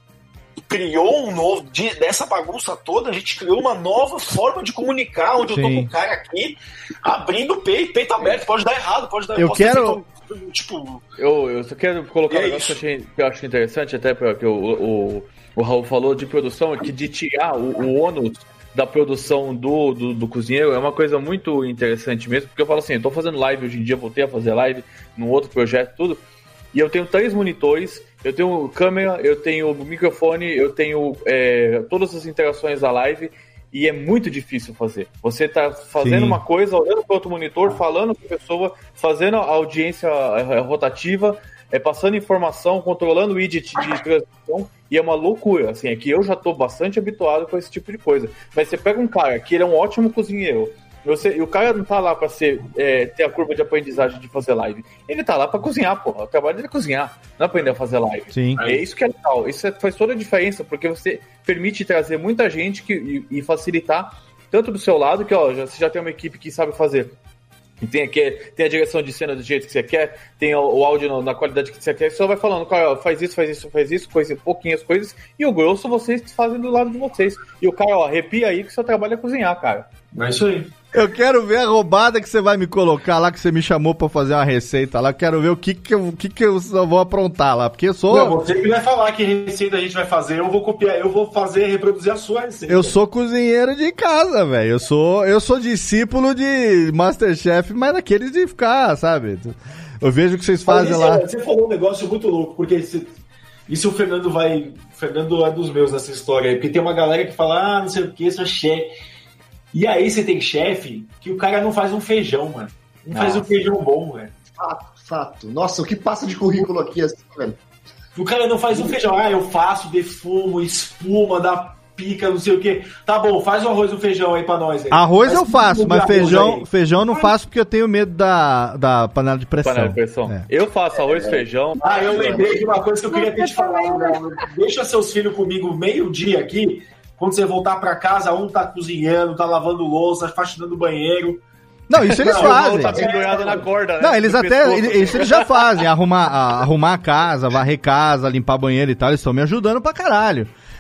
criou um novo, de, dessa bagunça toda, a gente criou uma nova forma de comunicar, onde Sim. eu tô com o cara aqui, abrindo o peito, peito aberto, pode dar errado, pode dar Eu quero... Um, tipo... Eu, eu só quero colocar é um negócio que eu, achei, que eu acho interessante, até porque o, o, o Raul falou de produção, que de tirar o, o ônus da produção do, do, do cozinheiro é uma coisa muito interessante mesmo, porque eu falo assim, eu tô fazendo live hoje em dia, voltei a fazer live num outro projeto, tudo, e eu tenho três monitores, eu tenho câmera, eu tenho microfone, eu tenho é, todas as interações da live, e é muito difícil fazer. Você tá fazendo Sim. uma coisa, olhando para outro monitor, falando com a pessoa, fazendo a audiência rotativa, é, passando informação, controlando o edit de transmissão, e é uma loucura. Assim, é que eu já tô bastante habituado com esse tipo de coisa. Mas você pega um cara que ele é um ótimo cozinheiro, Você, e o cara não tá lá pra ser, é, ter a curva de aprendizagem de fazer live. Ele tá lá pra cozinhar, porra. O trabalho dele é cozinhar, não aprender a fazer live. Sim. É isso que é legal. Isso é, faz toda a diferença, porque você permite trazer muita gente que, e, e facilitar, tanto do seu lado, que ó, já, você já tem uma equipe que sabe fazer. E tem, aqui, tem a direção de cena do jeito que você quer, tem o, o áudio na, na qualidade que você quer, você só vai falando, cara, ó, faz isso, faz isso, faz isso, coisa, pouquinhas coisas, e o grosso vocês fazem do lado de vocês. E o cara, ó, arrepia aí que o seu trabalho é cozinhar, cara. É isso aí. Eu quero ver a roubada que você vai me colocar lá, que você me chamou pra fazer uma receita lá. Eu quero ver o que que eu, que que eu vou aprontar lá, porque eu sou... Não, você que vai falar que receita a gente vai fazer, eu vou copiar, eu vou fazer, reproduzir a sua receita. Eu sou cozinheiro de casa, velho. Eu sou, eu sou discípulo de Masterchef, mas daqueles de ficar, sabe? Eu vejo o que vocês fazem mas, lá. Você falou um negócio muito louco, porque se, isso o Fernando vai... O Fernando é dos meus nessa história aí, porque tem uma galera que fala, ah, não sei o que, sou chefe. E aí você tem chefe que o cara não faz um feijão, mano. Não Nossa. faz um feijão bom, velho. Fato, fato. Nossa, o que passa de currículo aqui assim, velho? O cara não faz um feijão. Ah, eu faço, defumo, espuma, dá pica, não sei o quê. Tá bom, faz o arroz e o feijão aí pra nós. Aí. Arroz faz eu faço, mas feijão, feijão não faço porque eu tenho medo da, da panela de pressão. Panela de pressão. É. Eu faço arroz e é. feijão. Ah, eu lembrei de uma coisa que eu queria ter te falado. Né? Deixa seus filhos comigo meio-dia aqui. Quando você voltar pra casa, um tá cozinhando, tá lavando louça, faxinando o banheiro. Não, isso eles não, fazem. Tá pendurado na corda, né? Não, eles no até, eles, eles, eles já fazem, arrumar a, arrumar a casa, varrer casa, limpar banheiro e tal, eles estão me ajudando pra caralho.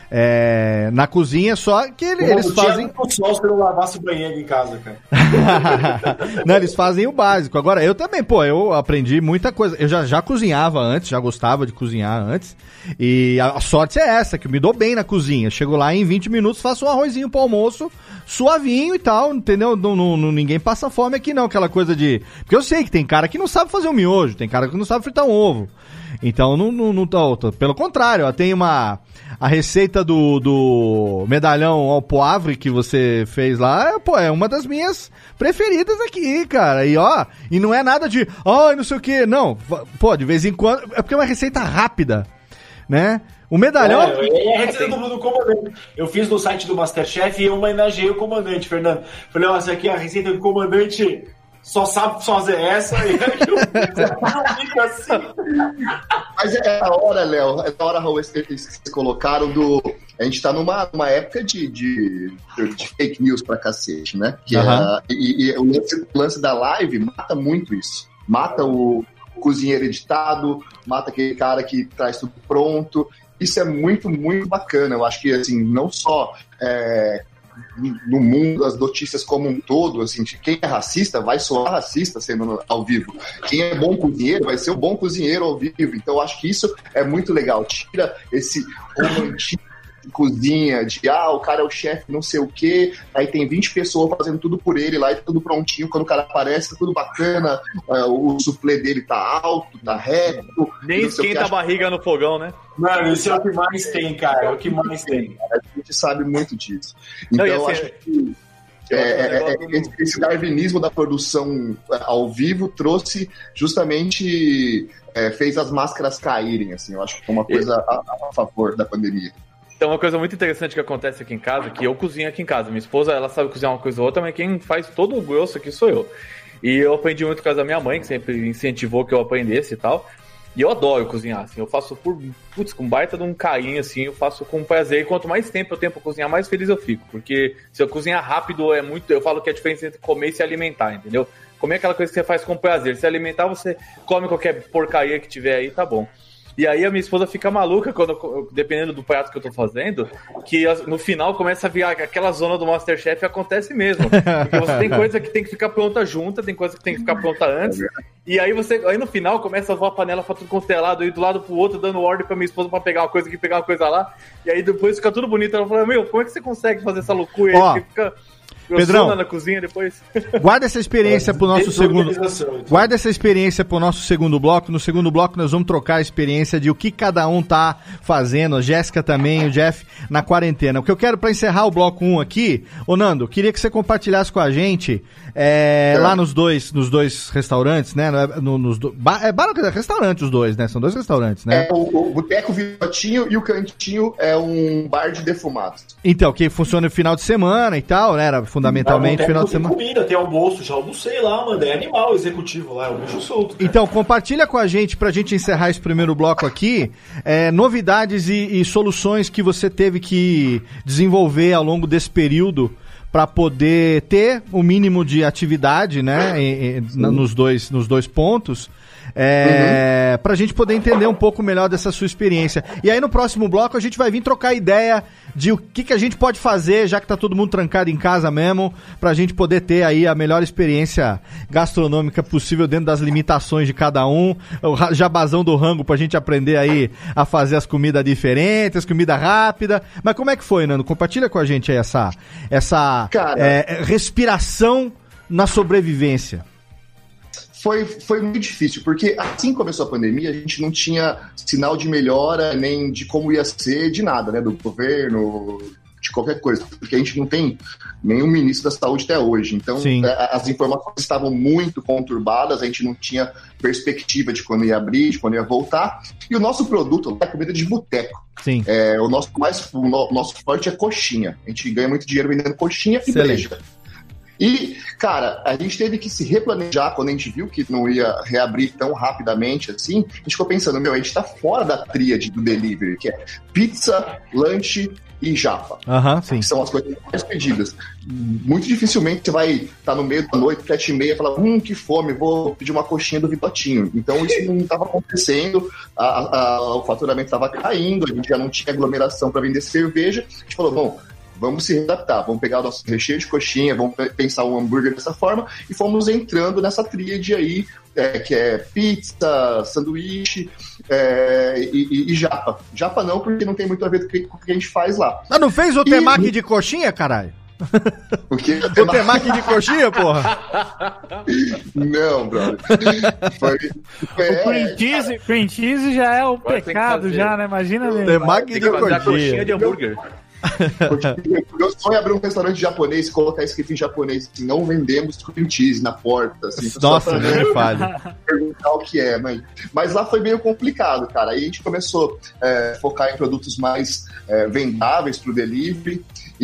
É, na cozinha, só que ele, Pô, eles fazem... Só se eu não lavasse o banheiro em casa, cara. Não, eles fazem o básico. Agora, eu também, pô, eu aprendi muita coisa. Eu já, já cozinhava antes, já gostava de cozinhar antes. E a, a sorte é essa, que eu me dou bem na cozinha. Chego lá em vinte minutos, faço um arrozinho pro almoço, suavinho e tal, entendeu? Não, não, não, ninguém passa fome aqui não, aquela coisa de... Porque eu sei que tem cara que não sabe fazer um miojo, tem cara que não sabe fritar um ovo. Então, não, não, não tô, tô, pelo contrário, ó, tem uma... A receita do, do medalhão ao poivre que você fez lá, é, pô, é uma das minhas preferidas aqui, cara. E ó, e não é nada de, ai, não sei o que, não. Pô, de vez em quando, é porque é uma receita rápida, né? O medalhão... É, é a receita do, do comandante. Eu fiz no site do Masterchef e eu homenageei o comandante, Fernando. Falei, ó, essa aqui é a receita do comandante... Só sabe fazer essa e eu fico assim. Mas é a hora, Léo, é a hora, Raul, que vocês colocaram do... A gente tá numa, numa época de, de, de fake news pra cacete, né? Que uhum. é, e, e o lance, lance da live mata muito isso. Mata o cozinheiro editado, mata aquele cara que traz tudo pronto. Isso é muito, muito bacana. Eu acho que, assim, não só... É, no mundo das notícias como um todo, assim, quem é racista vai soar racista sendo ao vivo. Quem é bom cozinheiro vai ser um bom cozinheiro ao vivo. Então eu acho que isso é muito legal. Tira esse romantismo de cozinha, de ah, o cara é o chefe não sei o quê, aí tem vinte pessoas fazendo tudo por ele lá e tudo prontinho, quando o cara aparece, tá tudo bacana, uh, o suplê dele tá alto, tá reto. Nem esquenta a barriga no fogão, né? Mano, isso é o que mais tem, cara, é o que mais tem. A gente sabe muito disso. Então não, eu acho que é, é, é, esse darwinismo da produção ao vivo trouxe justamente, é, fez as máscaras caírem, assim, eu acho que foi uma coisa a, a favor da pandemia. Então, uma coisa muito interessante que acontece aqui em casa, que eu cozinho aqui em casa. Minha esposa, ela sabe cozinhar uma coisa ou outra, mas quem faz todo o grosso aqui sou eu. E eu aprendi muito por causa da minha mãe, que sempre incentivou que eu aprendesse e tal. E eu adoro cozinhar, assim. Eu faço por, putz, com baita de um carinho, assim, eu faço com prazer. E quanto mais tempo eu tenho pra cozinhar, mais feliz eu fico. Porque se eu cozinhar rápido, é muito... Eu falo que é a diferença entre comer e se alimentar, entendeu? Comer é aquela coisa que você faz com prazer. Se alimentar, você come qualquer porcaria que tiver aí, tá bom. E aí a minha esposa fica maluca, quando, dependendo do prato que eu tô fazendo, que no final começa a vir aquela zona do Masterchef e acontece mesmo. Porque você tem coisa que tem que ficar pronta junta, tem coisa que tem que ficar pronta antes. E aí você aí no final começa a voar a panela pra tudo quanto é lado, ir do lado pro outro, dando ordem pra minha esposa pra pegar uma coisa aqui, pegar uma coisa lá. E aí depois fica tudo bonito. Ela fala, meu, como é que você consegue fazer essa loucura aí? Ó, que fica... Pedrão, na cozinha depois. Guarda essa experiência pro nosso segundo. Guarda essa experiência pro nosso segundo bloco. No segundo bloco nós vamos trocar a experiência de o que cada um tá fazendo. A Jéssica também, o Jeff na quarentena. O que eu quero para encerrar o bloco um aqui, ô Nando, queria que você compartilhasse com a gente é, é. lá nos dois, nos dois restaurantes, né? No, nos do... ba... É bar restaurante os dois, né? São dois restaurantes, né? É, o, o Boteco Vilotinho e o Cantinho é um bar de defumados. Então, que funciona no final de semana e tal, né? Era fundamentalmente final de semana. Tem comida, tem almoço, já almocei lá, mano. É animal executivo lá, é um bicho solto. Cara. Então, compartilha com a gente, pra gente encerrar esse primeiro bloco aqui, é, novidades e, e soluções que você teve que desenvolver ao longo desse período para poder ter o mínimo de atividade, né, em, em, nos, dois, nos dois pontos. É, uhum. Pra gente poder entender um pouco melhor dessa sua experiência. E aí no próximo bloco a gente vai vir trocar ideia de o que, que a gente pode fazer, já que tá todo mundo trancado em casa mesmo, pra gente poder ter aí a melhor experiência gastronômica possível dentro das limitações de cada um. O jabazão do rango pra gente aprender aí a fazer as comidas diferentes, comida rápida. Mas como é que foi, Nando? Compartilha com a gente aí essa, essa é, respiração na sobrevivência. Foi, foi muito difícil, porque assim que começou a pandemia, a gente não tinha sinal de melhora, nem de como ia ser, de nada, né? Do governo, de qualquer coisa. Porque a gente não tem nenhum ministro da saúde até hoje. Então, Sim. as informações estavam muito conturbadas, a gente não tinha perspectiva de quando ia abrir, de quando ia voltar. E o nosso produto é comida de boteco. Sim. É, o nosso, mais, o nosso forte é coxinha. A gente ganha muito dinheiro vendendo coxinha e breja. E, cara, a gente teve que se replanejar quando a gente viu que não ia reabrir tão rapidamente assim. A gente ficou pensando, meu, a gente tá fora da tríade do delivery, que é pizza, lanche e japa. Aham, sim. Que são as coisas mais pedidas. Muito dificilmente você vai estar no meio da noite, sete e meia, e falar, hum, que fome, vou pedir uma coxinha do Vitotinho. Então isso não estava acontecendo, a, a, o faturamento estava caindo, a gente já não tinha aglomeração para vender cerveja. A gente falou, bom, vamos se adaptar, vamos pegar o nosso recheio de coxinha, vamos pensar um hambúrguer dessa forma, e fomos entrando nessa tríade aí, é, que é pizza, sanduíche é, e, e, e japa. Japa não, porque não tem muito a ver com o que a gente faz lá. Ah, não fez o E- temaki de coxinha, caralho? O quê? O temaki de coxinha, porra? Não, brother. Foi, foi, O cream cheese, cream cheese já é o Agora tem que pecado, fazer. já, né? Imagina mesmo. Temaki Tem de que fazer a coxinha coxinha. de hambúrguer. Meu sonho é abrir um restaurante japonês e colocar escrito em japonês assim, não vendemos cream cheese na porta. Assim, Nossa, só pra nem me fale. perguntar o que é, mas, mas lá foi meio complicado, cara. Aí a gente começou a focar em produtos mais é, vendáveis pro delivery.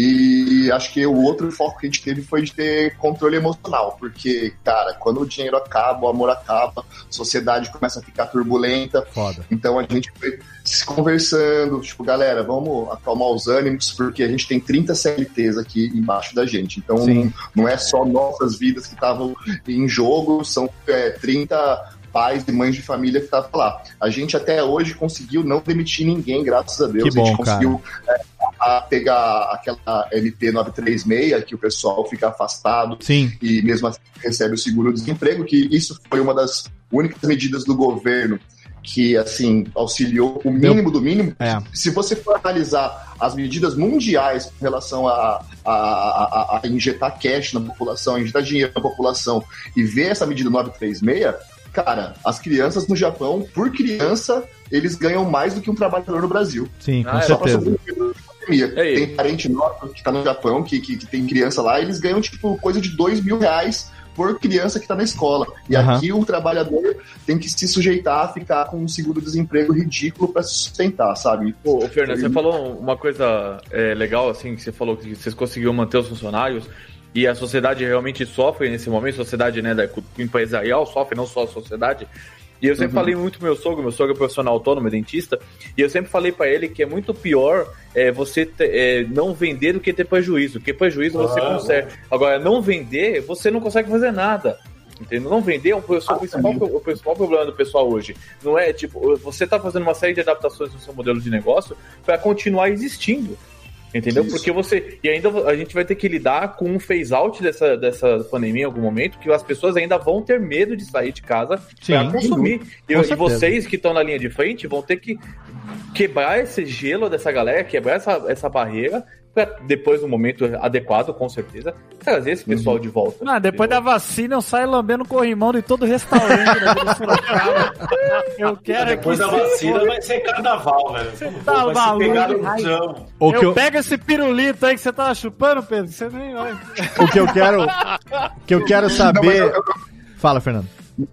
E acho que o outro foco que a gente teve foi de ter controle emocional, porque, cara, quando o dinheiro acaba, o amor acaba, a sociedade começa a ficar turbulenta. Foda. Então a gente foi se conversando, tipo, galera, vamos acalmar os ânimos, porque a gente tem trinta C L Ts aqui embaixo da gente. Então Sim. não é só nossas vidas que estavam em jogo, são é, trinta pais e mães de família que estavam lá. A gente até hoje conseguiu não demitir ninguém, graças a Deus. Que bom, a gente conseguiu é, a pegar aquela L P novecentos e trinta e seis, que o pessoal fica afastado Sim. e mesmo assim recebe o seguro-desemprego, que isso foi uma das únicas medidas do governo que, assim, auxiliou o mínimo do mínimo. É. Se você for analisar as medidas mundiais com relação a, a, a, a injetar cash na população, a injetar dinheiro na população e ver essa medida novecentos e trinta e seis, cara, as crianças no Japão, por criança, eles ganham mais do que um trabalhador no Brasil. Sim, com Ah, é, Só pra certeza. sobreviver da pandemia. Ei. Tem parente nosso que tá no Japão, que, que, que tem criança lá, eles ganham, tipo, coisa de dois mil reais por criança que tá na escola. E Aham. aqui o trabalhador tem que se sujeitar a ficar com um seguro-desemprego ridículo pra se sustentar, sabe? Ô, ô, Fernando, você falou uma coisa é, legal, assim, que você falou que vocês conseguiram manter os funcionários e a sociedade realmente sofre nesse momento, a sociedade, né, da, o empresarial sofre, não só a sociedade. E eu sempre Uhum. falei muito pro meu sogro, meu sogro é profissional autônomo, é dentista, e eu sempre falei pra ele que é muito pior é, você ter, é, não vender do que ter prejuízo, porque prejuízo você Ah, consegue. Agora, não vender, você não consegue fazer nada. Entendeu? Não vender é o principal, o principal problema do pessoal hoje. Não é tipo, você tá fazendo uma série de adaptações no seu modelo de negócio para continuar existindo. Entendeu? Isso. Porque você. E ainda a gente vai ter que lidar com um phase out dessa, dessa pandemia em algum momento, que as pessoas ainda vão ter medo de sair de casa para Sim. consumir. E, Com e certeza. vocês que estão na linha de frente vão ter que quebrar esse gelo dessa galera, quebrar essa, essa barreira, para depois, no momento adequado, com certeza, trazer esse pessoal de volta. Ah, depois da vacina eu saio lambendo o corrimão de todo restaurante da Vila Sorocaba. Eu quero Depois da aqui vacina se- vai ser carnaval, velho. tá vai maluco, se pegar no ai. chão. O que eu eu, pego esse pirulito aí que você tava chupando, Pedro. Você nem vai. o que eu quero, o que eu quero Não, mas saber... eu- eu- Fala, Fernando.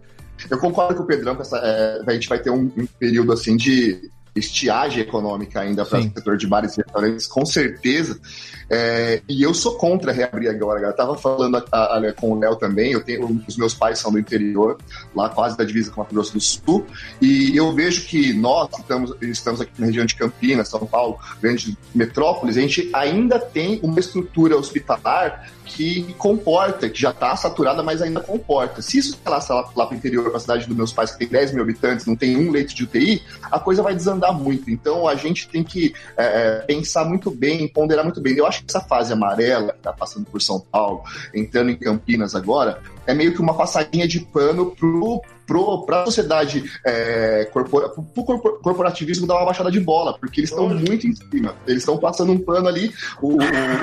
Eu concordo com o Pedrão que essa, é, a gente vai ter um, um período assim de estiagem econômica ainda para o Sim. setor de bares e restaurantes, com certeza. É, e eu sou contra reabrir agora. Eu tava falando a, a, a, com o Léo também. Eu tenho, os meus pais são do interior, lá quase da divisa com Mato Grosso do Sul, e eu vejo que nós que estamos, estamos aqui na região de Campinas, São Paulo, grandes metrópoles, a gente ainda tem uma estrutura hospitalar que comporta, que já está saturada, mas ainda comporta. Se isso lá, lá, lá para o interior, para a cidade dos meus pais, que tem dez mil habitantes, não tem um leito de U T I, a coisa vai desandar muito. Então a gente tem que é, pensar muito bem, ponderar muito bem. Eu acho que essa fase amarela que está passando por São Paulo, entrando em Campinas agora, é meio que uma passadinha de pano pro para a sociedade, é, corpora, pro corporativismo dar uma baixada de bola, porque eles estão muito em cima, eles estão passando um pano ali, o, o,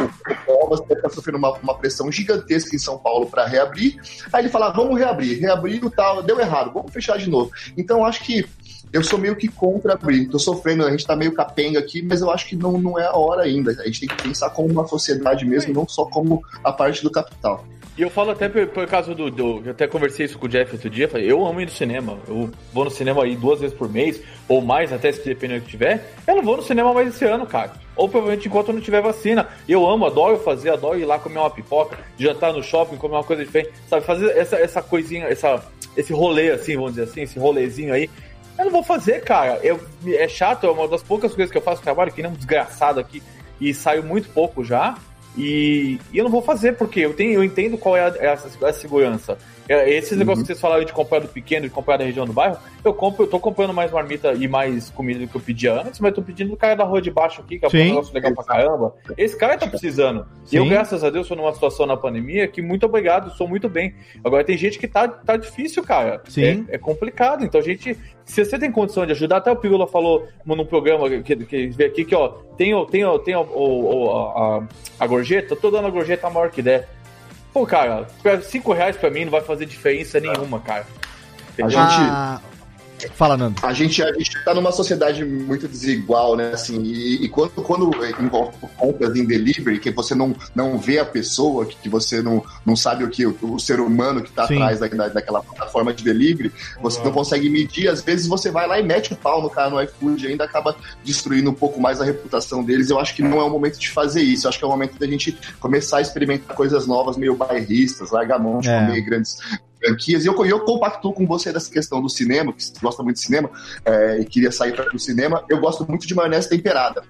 o Covas está sofrendo uma, uma pressão gigantesca em São Paulo para reabrir, aí ele fala, vamos reabrir, reabrir o tal, deu errado, vamos fechar de novo. Então, acho que eu sou meio que contra abrir, tô sofrendo, a gente tá meio capenga aqui, mas eu acho que não, não é a hora ainda, a gente tem que pensar como uma sociedade mesmo, não só como a parte do capital. E eu falo até por, por causa do, do. Eu até conversei isso com o Jeff outro dia. Falei, eu amo ir no cinema. Eu vou no cinema aí duas vezes por mês, ou mais, até se dependendo do que tiver. Eu não vou no cinema mais esse ano, cara. Ou provavelmente enquanto não tiver vacina. Eu amo, adoro fazer, adoro ir lá comer uma pipoca, jantar no shopping, comer uma coisa diferente. Sabe, fazer essa, essa coisinha, essa, esse rolê assim, vamos dizer assim, esse rolezinho aí. Eu não vou fazer, cara. Eu, é chato, é uma das poucas coisas que eu faço no trabalho, que nem um desgraçado aqui. e saio muito pouco já. E, e eu não vou fazer, porque eu, tenho, eu entendo qual é a, a, a segurança. Esses uhum. negócios que vocês falaram de comprar do pequeno e comprar da região do bairro, eu compro, eu tô comprando mais marmita e mais comida do que eu pedia antes, mas tô pedindo do cara da rua de baixo aqui, que é um negócio legal pra caramba. Esse cara tá precisando. Sim. E eu, graças a Deus, tô numa situação na pandemia que, muito obrigado, sou muito bem. Agora tem gente que tá, tá difícil, cara. Sim. É, é complicado. Então, a gente, se você tem condição de ajudar, até o Pirula falou num programa que, que veio aqui, que ó, tem, tem, tem o, o, a, a gorjeta, eu tô dando a gorjeta maior que der. Pô, cara, cinco reais pra mim não vai fazer diferença nenhuma, cara. A gente... Ah, fala, Nando. A gente, a gente tá numa sociedade muito desigual, né? Assim, e, e quando, quando envolve compras em delivery, que você não, não vê a pessoa, que, que você não, não sabe o que o, o ser humano que tá Sim. atrás da, daquela plataforma de delivery, você uhum. não consegue medir. Às vezes você vai lá e mete o pau no cara no iFood e ainda acaba destruindo um pouco mais a reputação deles. Eu acho que não é o momento de fazer isso. Eu acho que é o momento da gente começar a experimentar coisas novas, meio bairristas, largar a mão de é. comer grandes franquias. E eu, eu compactuo com você dessa questão do cinema, que você gosta muito de cinema, é, e queria sair para o cinema. Eu gosto muito de maionese temperada.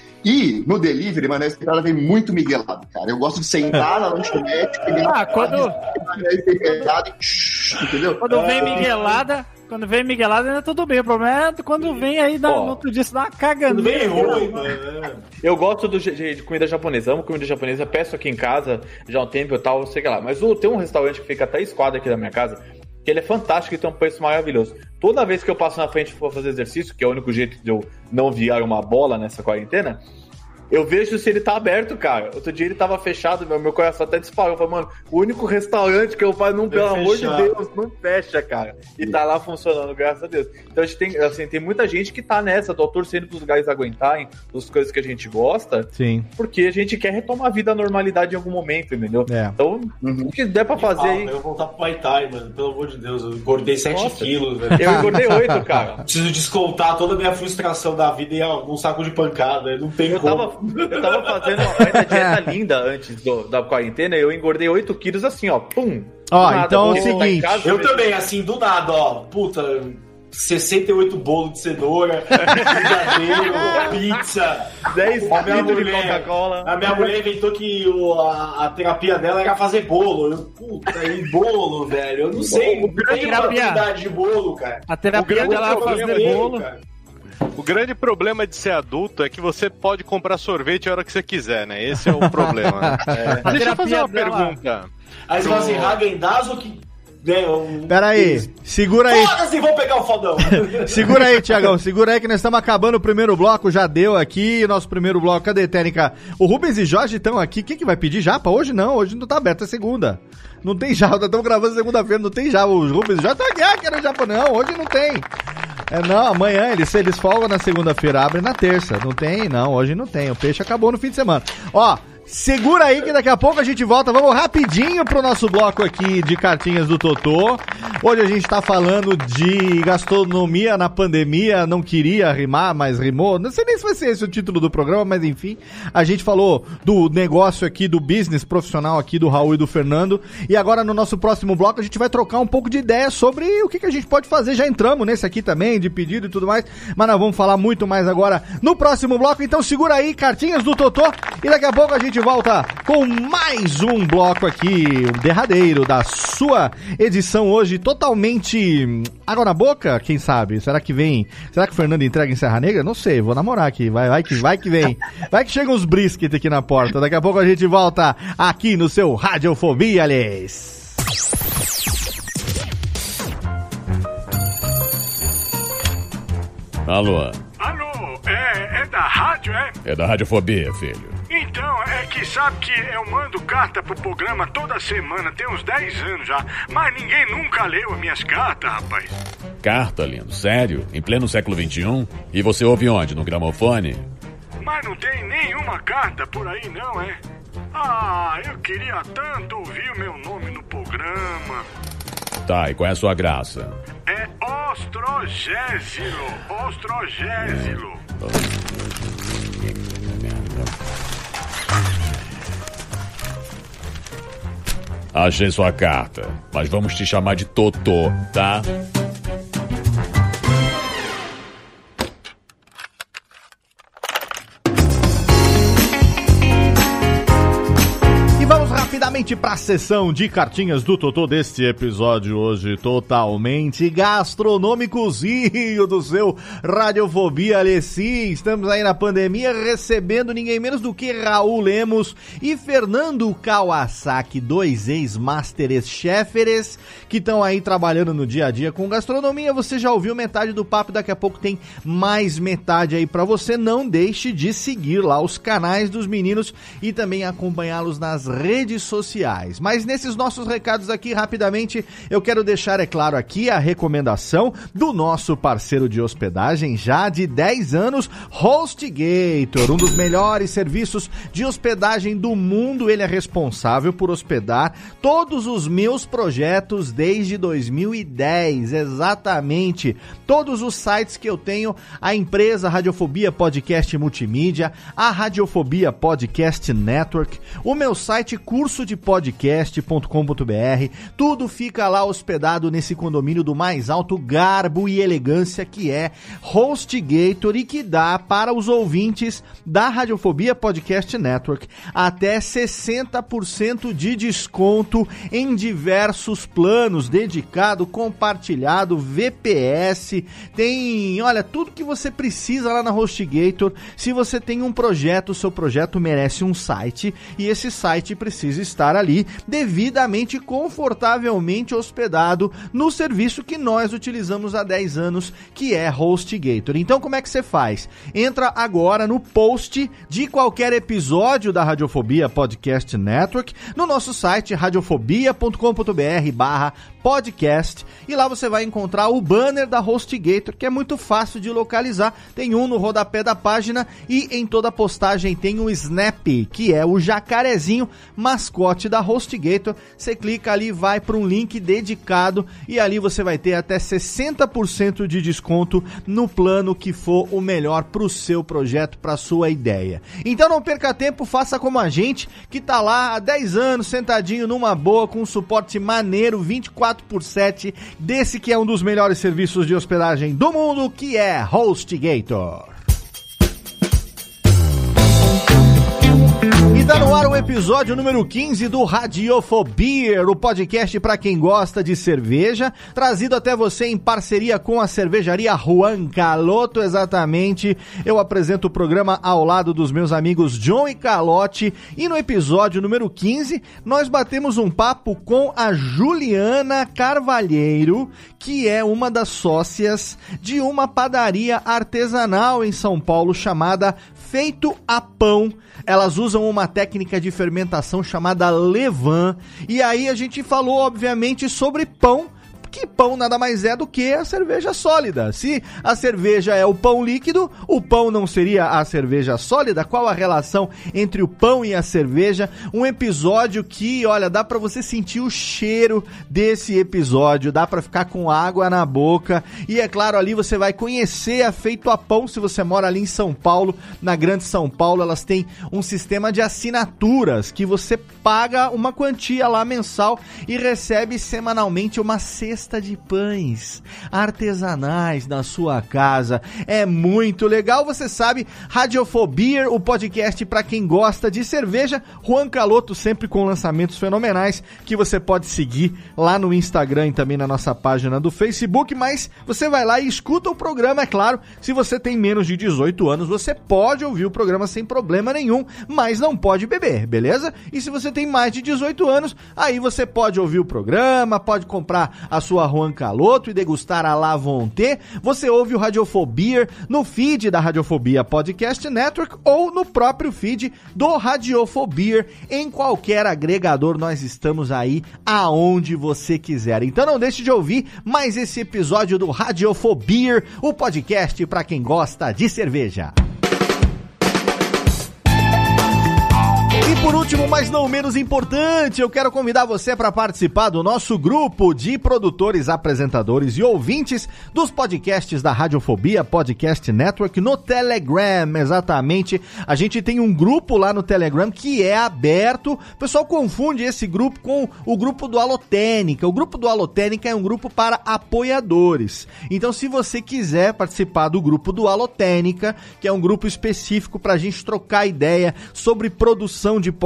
E no delivery, maionese temperada vem muito miguelado, cara. Eu gosto de sentar na lanchonete, pegar ah, quando... maionese temperada e... Entendeu? Quando vem miguelada... Quando vem miguelada ainda tudo bem, o problema é quando vem aí dá, oh, no outro dia você dá uma cagando. Bem ruim, mano. Eu gosto do, de, de comida japonesa, amo comida japonesa, peço aqui em casa já há um tempo e tal, sei lá. Mas o, tem um restaurante que fica até esquadra aqui da minha casa, que ele é fantástico e tem um preço maravilhoso. Toda vez que eu passo na frente e for fazer exercício, que é o único jeito de eu não virar uma bola nessa quarentena, eu vejo se ele tá aberto, cara. Outro dia ele tava fechado, meu, meu coração até disparou. Eu falei, mano, o único restaurante que eu faço, não, pelo amor de Deus, não fecha, cara. E tá lá funcionando, graças a Deus. Então a gente tem, assim, tem muita gente que tá nessa, tô torcendo pros lugares aguentarem as coisas que a gente gosta. Sim. Porque a gente quer retomar a vida à normalidade em algum momento, entendeu? É. Então, uhum. o que der pra fazer aí. Eu vou voltar pro Muay Thai, mano, pelo amor de Deus. Eu engordei sete quilos, velho. Eu engordei oito, cara. Preciso descontar toda a minha frustração da vida em algum saco de pancada. Não tem eu como. Tava, eu tava fazendo uma baita dieta linda antes do, da quarentena, eu engordei oito quilos assim, ó, pum. Ó, nada, então é o seguinte... Casa, eu também, assim, do nada, ó, puta, sessenta e oito bolos de cenoura, brigadeiro, pizza, dez litros de Coca-Cola. A minha mulher inventou que o, a, a terapia dela era fazer bolo. Eu, puta, e bolo, velho, eu não sei, não tem quantidade de bolo, cara. A terapia dela era fazer bolo, cara. O grande problema de ser adulto é que você pode comprar sorvete a hora que você quiser, né? Esse é o problema. Né? É. Deixa eu fazer uma dela... pergunta. Aí você fala assim, Häagen-Dazs ou que... Né, um... Pera aí, segura aí. Foda-se, vou pegar o fodão. Segura aí, Tiagão, segura aí que nós estamos acabando o primeiro bloco, já deu aqui, nosso primeiro bloco. Cadê, Técnica? O Rubens e Jorge estão aqui, quem que vai pedir japa? Hoje não, hoje não tá aberto, é segunda. Não tem japa, nós estamos gravando segunda-feira, não tem japa. Os Rubens já estão aqui, ah, quero japa, não, hoje não tem. É, não, amanhã eles, eles folgam na segunda-feira, abrem na terça. Não tem, não, hoje não tem. O peixe acabou no fim de semana. Ó, segura aí que daqui a pouco a gente volta. Vamos rapidinho pro nosso bloco aqui de cartinhas do Totô. Hoje a gente tá falando de gastronomia na pandemia. Não queria rimar, mas rimou. Não sei nem se vai ser esse o título do programa, mas enfim. A gente falou do negócio aqui, do business profissional aqui do Raul e do Fernando. E agora no nosso próximo bloco a gente vai trocar um pouco de ideia sobre o que, que a gente pode fazer. Já entramos nesse aqui também, de pedido e tudo mais. Mas nós vamos falar muito mais agora no próximo bloco. Então segura aí, cartinhas do Totô. E daqui a pouco a gente volta com mais um bloco aqui, o derradeiro da sua edição hoje, totalmente água na boca, quem sabe? Será que vem? Será que o Fernando entrega em Serra Negra? Não sei, vou namorar aqui, vai, vai que vai que vem. Vai que chegam os brisket aqui na porta. Daqui a pouco a gente volta aqui no seu Radiofobia, aliás. Alô? Alô, é, é da rádio, é? É da Radiofobia, filho. Então, é que sabe que eu mando carta pro programa toda semana, tem uns dez anos já, mas ninguém nunca leu as minhas cartas, rapaz. Carta, lindo? Sério? Em pleno século vinte e um? E você ouve onde? No gramofone? Mas não tem nenhuma carta por aí não, é? Ah, eu queria tanto ouvir o meu nome no programa. Tá, e qual é a sua graça? É Ostrogésilo, Ostrogésilo. Achei sua carta, mas vamos te chamar de Totô, tá? rapidamente para a sessão de cartinhas do Totô deste episódio hoje totalmente gastronômicozinho do seu Radiofobia Alessi. Estamos aí na pandemia recebendo ninguém menos do que Raul Lemos e Fernando Kawasaki, dois ex-Masterchefs que estão aí trabalhando no dia a dia com gastronomia. Você já ouviu metade do papo, daqui a pouco tem mais metade aí para você. Não deixe de seguir lá os canais dos meninos e também acompanhá-los nas redes sociais. Mas nesses nossos recados aqui, rapidamente, eu quero deixar, é claro, aqui a recomendação do nosso parceiro de hospedagem já de dez anos, HostGator, um dos melhores serviços de hospedagem do mundo. Ele é responsável por hospedar todos os meus projetos desde dois mil e dez, exatamente. Todos os sites que eu tenho, a empresa Radiofobia Podcast Multimídia, a Radiofobia Podcast Network, o meu site curso de podcast ponto com ponto b r, tudo fica lá hospedado nesse condomínio do mais alto garbo e elegância que é HostGator e que dá para os ouvintes da Radiofobia Podcast Network até sessenta por cento de desconto em diversos planos, dedicado, compartilhado, V P S, tem, olha, tudo que você precisa lá na HostGator. Se você tem um projeto, o seu projeto merece um site e esse site precisa estar ali devidamente, confortavelmente hospedado no serviço que nós utilizamos há dez anos, que é HostGator. Então como é que você faz? Entra agora no post de qualquer episódio da Radiofobia Podcast Network no nosso site radiofobia ponto com ponto b r barra podcast e lá você vai encontrar o banner da HostGator, que é muito fácil de localizar. Tem um no rodapé da página e em toda postagem tem o Snap, que é o jacarezinho mascote da HostGator. Você clica ali, vai para um link dedicado e ali você vai ter até sessenta por cento de desconto no plano que for o melhor para o seu projeto, para a sua ideia. Então não perca tempo, faça como a gente, que tá lá há dez anos sentadinho numa boa, com um suporte maneiro, vinte e quatro por sete, desse que é um dos melhores serviços de hospedagem do mundo, que é HostGator. E tá no ar o episódio número quinze do Radiofobia, o podcast para quem gosta de cerveja, trazido até você em parceria com a cervejaria Juan Caloto, exatamente. Eu apresento o programa ao lado dos meus amigos John e Calote, e no episódio número quinze nós batemos um papo com a Juliana Carvalheiro, que é uma das sócias de uma padaria artesanal em São Paulo chamada Feito a Pão. Elas usam uma técnica de fermentação chamada levain. E aí a gente falou, obviamente, sobre pão, que pão nada mais é do que a cerveja sólida. Se a cerveja é o pão líquido, o pão não seria a cerveja sólida? Qual a relação entre o pão e a cerveja? Um episódio que, olha, dá pra você sentir o cheiro desse episódio, dá pra ficar com água na boca. E é claro, ali você vai conhecer a Feito a Pão. Se você mora ali em São Paulo, na Grande São Paulo, elas têm um sistema de assinaturas que você paga uma quantia lá mensal e recebe semanalmente uma cesta de pães artesanais na sua casa. É muito legal, você sabe. Radiofobia, o podcast para quem gosta de cerveja. Juan Caloto sempre com lançamentos fenomenais que você pode seguir lá no Instagram e também na nossa página do Facebook, mas você vai lá e escuta o programa, é claro. Se você tem menos de dezoito anos, você pode ouvir o programa sem problema nenhum, mas não pode beber, beleza? E se você tem mais de dezoito anos, aí você pode ouvir o programa, pode comprar a sua Juan Caloto e degustar a La Vonté. Você ouve o Radiofobia no feed da Radiofobia Podcast Network ou no próprio feed do Radiofobia. Em qualquer agregador nós estamos aí aonde você quiser. Então não deixe de ouvir mais esse episódio do Radiofobia, o podcast para quem gosta de cerveja. E por último, mas não menos importante, eu quero convidar você para participar do nosso grupo de produtores, apresentadores e ouvintes dos podcasts da Radiofobia Podcast Network no Telegram, exatamente. A gente tem um grupo lá no Telegram que é aberto. O pessoal confunde esse grupo com o grupo do Alotênica. O grupo do Alotênica é um grupo para apoiadores. Então, se você quiser participar do grupo do Alotênica, que é um grupo específico para a gente trocar ideia sobre produção de podcast,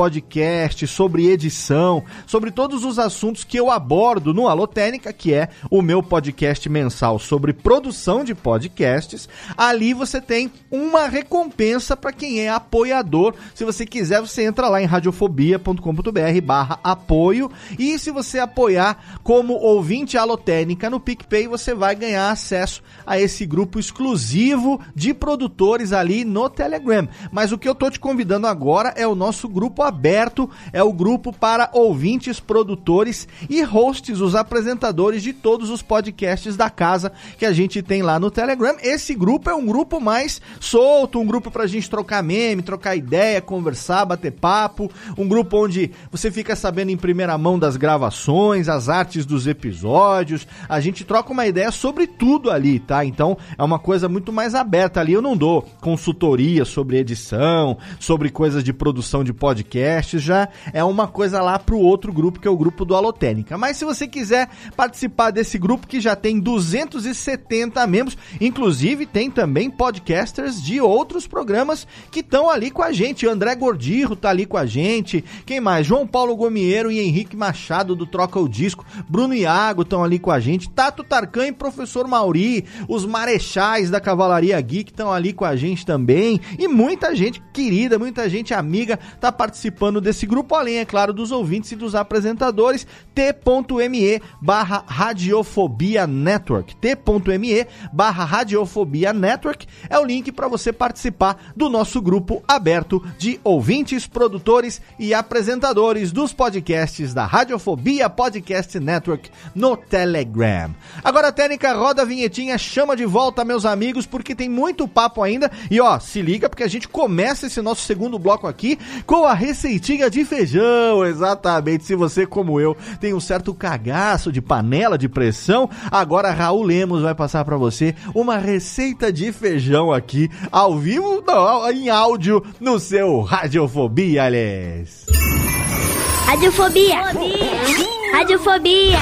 podcast, sobre edição, sobre todos os assuntos que eu abordo no Alotênica, que é o meu podcast mensal sobre produção de podcasts. Ali você tem uma recompensa para quem é apoiador. Se você quiser, você entra lá em radiofobia ponto com ponto br barra apoio, e se você apoiar como ouvinte Alotênica no PicPay, você vai ganhar acesso a esse grupo exclusivo de produtores ali no Telegram. Mas o que eu tô te convidando agora é o nosso grupo aberto, é o grupo para ouvintes, produtores e hosts, os apresentadores de todos os podcasts da casa que a gente tem lá no Telegram. Esse grupo é um grupo mais solto, um grupo pra gente trocar meme, trocar ideia, conversar, bater papo, um grupo onde você fica sabendo em primeira mão das gravações, as artes dos episódios, a gente troca uma ideia sobre tudo ali, tá? Então é uma coisa muito mais aberta ali. Eu não dou consultoria sobre edição, sobre coisas de produção de podcasts, já é uma coisa lá pro outro grupo, que é o grupo do Alotênica. Mas se você quiser participar desse grupo, que já tem duzentos e setenta membros, inclusive tem também podcasters de outros programas que estão ali com a gente. O André Gordirro tá ali com a gente, quem mais? João Paulo Gomieiro e Henrique Machado do Troca o Disco, Bruno Iago estão ali com a gente, Tato Tarkan e Professor Mauri, os marechais da Cavalaria Geek estão ali com a gente também, e muita gente querida, muita gente amiga tá participando desse grupo, além, é claro, dos ouvintes e dos apresentadores. T.me barra Radiofobia Network, T.me barra Radiofobia Network é o link para você participar do nosso grupo aberto de ouvintes, produtores e apresentadores dos podcasts da Radiofobia Podcast Network no Telegram. Agora, Técnica, roda a vinhetinha, chama de volta, meus amigos, porque tem muito papo ainda. E ó, se liga, porque a gente começa esse nosso segundo bloco aqui com a receitinha de feijão. Exatamente, se você, como eu, tem um certo cagaço de panela de pressão, agora Raul Lemos vai passar pra você uma receita de feijão aqui, ao vivo, não, em áudio, no seu Radiofobia, aliás. Radiofobia! Radiofobia!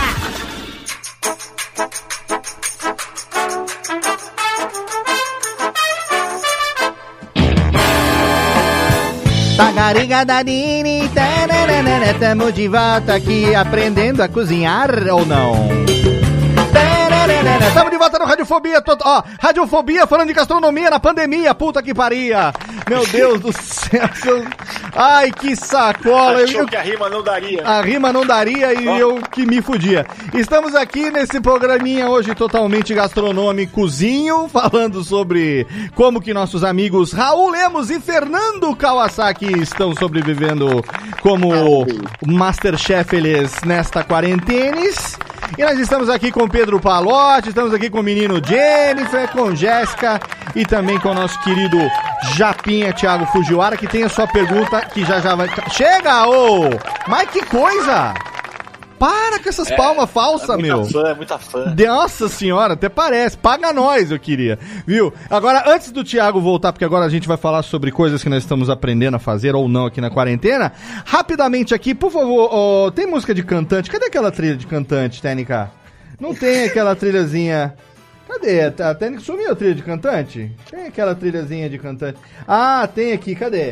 Tagarigadarini, tamo de volta aqui aprendendo a cozinhar ou não? Estamos de volta no Radiofobia, tô, ó, Radiofobia falando de gastronomia na pandemia, puta que paria. Meu Deus do céu. Ai, que sacola. Achou eu, que a rima não daria. A rima não daria e oh. eu que me fudia. Estamos aqui nesse programinha hoje totalmente gastronômicozinho, falando sobre como que nossos amigos Raul Lemos e Fernando Kawasaki estão sobrevivendo como Masterchef eles nesta quarentena. E nós estamos aqui com Pedro Palotti, estamos aqui com o menino Jennifer, com Jéssica e também com o nosso querido Japinha Thiago Fujiwara, que tem a sua pergunta que já já vai... Chega, ô! Mas que coisa! Para com essas é, palmas falsas, é meu. Fã, é muita fã. Nossa senhora, até parece. Paga nós, eu queria. Viu? Agora, antes do Thiago voltar, porque agora a gente vai falar sobre coisas que nós estamos aprendendo a fazer ou não aqui na quarentena, rapidamente aqui, por favor, oh, tem música de cantante? Cadê aquela trilha de cantante, Técnica? Não tem aquela trilhazinha... Cadê? A Técnica sumiu a trilha de cantante? Tem aquela trilhazinha de cantante? Ah, tem aqui, cadê?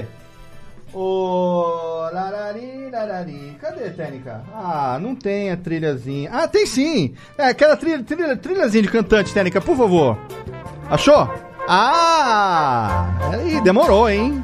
Ô, larari, larari. Cadê, Técnica? Ah, não tem a trilhazinha. Ah, tem sim. É, aquela trilha, trilha, trilhazinha de cantante, Técnica, por favor. Achou? Ah! Aí, demorou, hein?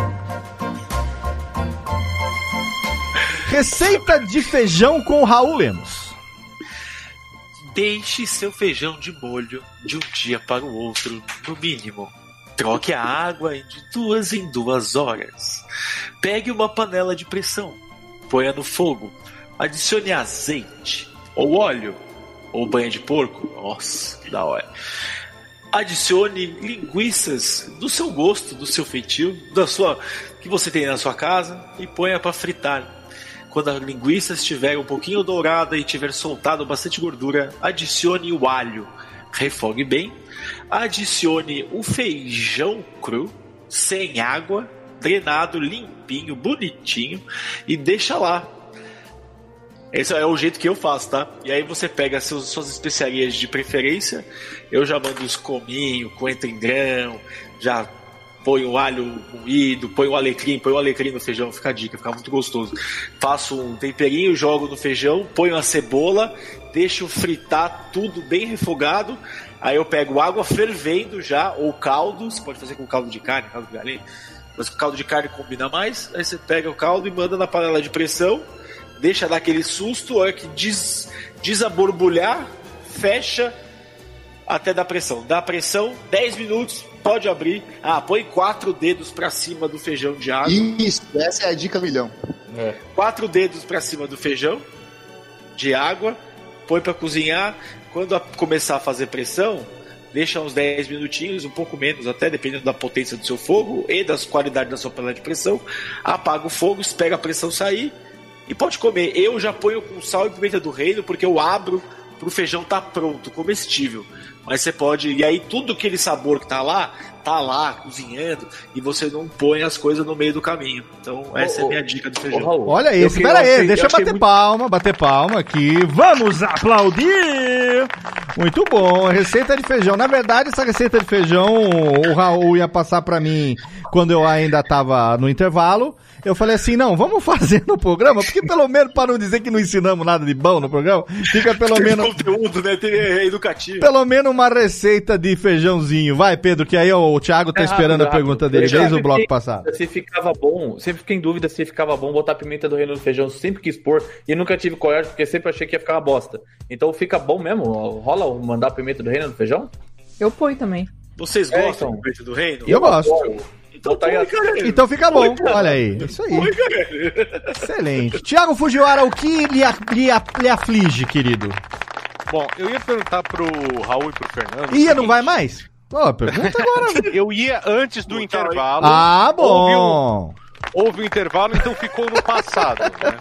Receita de feijão com Raul Lemos. Deixe seu feijão de molho de um dia para o outro, no mínimo. Troque a água de duas em duas horas. Pegue uma panela de pressão, ponha no fogo, adicione azeite, ou óleo, ou banha de porco. Nossa, que da hora. Adicione linguiças do seu gosto, do seu feitio, da sua, que você tem na sua casa, e ponha para fritar. Quando a linguiça estiver um pouquinho dourada e tiver soltado bastante gordura, adicione o alho. Refogue bem. Adicione o feijão cru, sem água, drenado, limpinho, bonitinho, e deixa lá. Esse é o jeito que eu faço, tá? E aí você pega seus, suas especiarias de preferência. Eu já mando os cominho, coentro em grão, já põe o alho moído, põe o alecrim, põe o alecrim no feijão, fica a dica, fica muito gostoso. Faço um temperinho, jogo no feijão, ponho a cebola, deixo fritar tudo bem refogado, aí eu pego água fervendo já, ou caldo, você pode fazer com caldo de carne, caldo de galinha, mas com caldo de carne combina mais, aí você pega o caldo e manda na panela de pressão, deixa dar aquele susto, a hora que des, desaborbulhar, fecha até dar pressão. Dá pressão, dez minutos, pode abrir. Ah, põe quatro dedos pra cima do feijão de água. Isso, essa é a dica milhão. É. Quatro dedos pra cima do feijão de água, põe pra cozinhar. Quando a, começar a fazer pressão, deixa uns dez minutinhos, um pouco menos até, dependendo da potência do seu fogo e das qualidades da sua panela de pressão. Apaga o fogo, espera a pressão sair e pode comer. Eu já ponho com sal e pimenta do reino, porque eu abro pro feijão tá pronto, comestível. Mas você pode... E aí tudo aquele sabor que tá lá, tá lá, cozinhando, e você não põe as coisas no meio do caminho. Então essa oh, é a minha dica do feijão. Oh, Olha aí, espera aí, achei, deixa eu bater muito... palma, bater palma aqui. Vamos aplaudir! Muito bom, a receita de feijão. Na verdade, essa receita de feijão, o Raul ia passar pra mim quando eu ainda tava no intervalo. Eu falei assim, não, vamos fazer no programa, porque pelo menos, para não dizer que não ensinamos nada de bom no programa, fica pelo tem menos... conteúdo, né? Tem, é educativo. Pelo menos uma receita de feijãozinho. Vai, Pedro, que aí ó, o Thiago tá é esperando rápido, a pergunta rápido. dele desde o bloco passado. Se ficava bom, sempre fiquei em dúvida se ficava bom botar pimenta do reino no feijão, sempre quis pôr, e nunca tive coragem, porque sempre achei que ia ficar uma bosta. Então fica bom mesmo? Rola mandar pimenta do reino no feijão? Eu ponho também. Vocês gostam é, então. de pimenta do reino? Eu gosto. Então, tá aí, então fica bom, olha aí, isso aí. Excelente. Thiago Fujiwara, o que lhe, lhe, lhe aflige, querido? Bom, eu ia perguntar pro Raul e pro Fernando. Ia, não vai mais? Ó, pergunta agora. Eu ia antes do intervalo. Ah, bom. Houve um, houve um intervalo, então ficou no passado, né?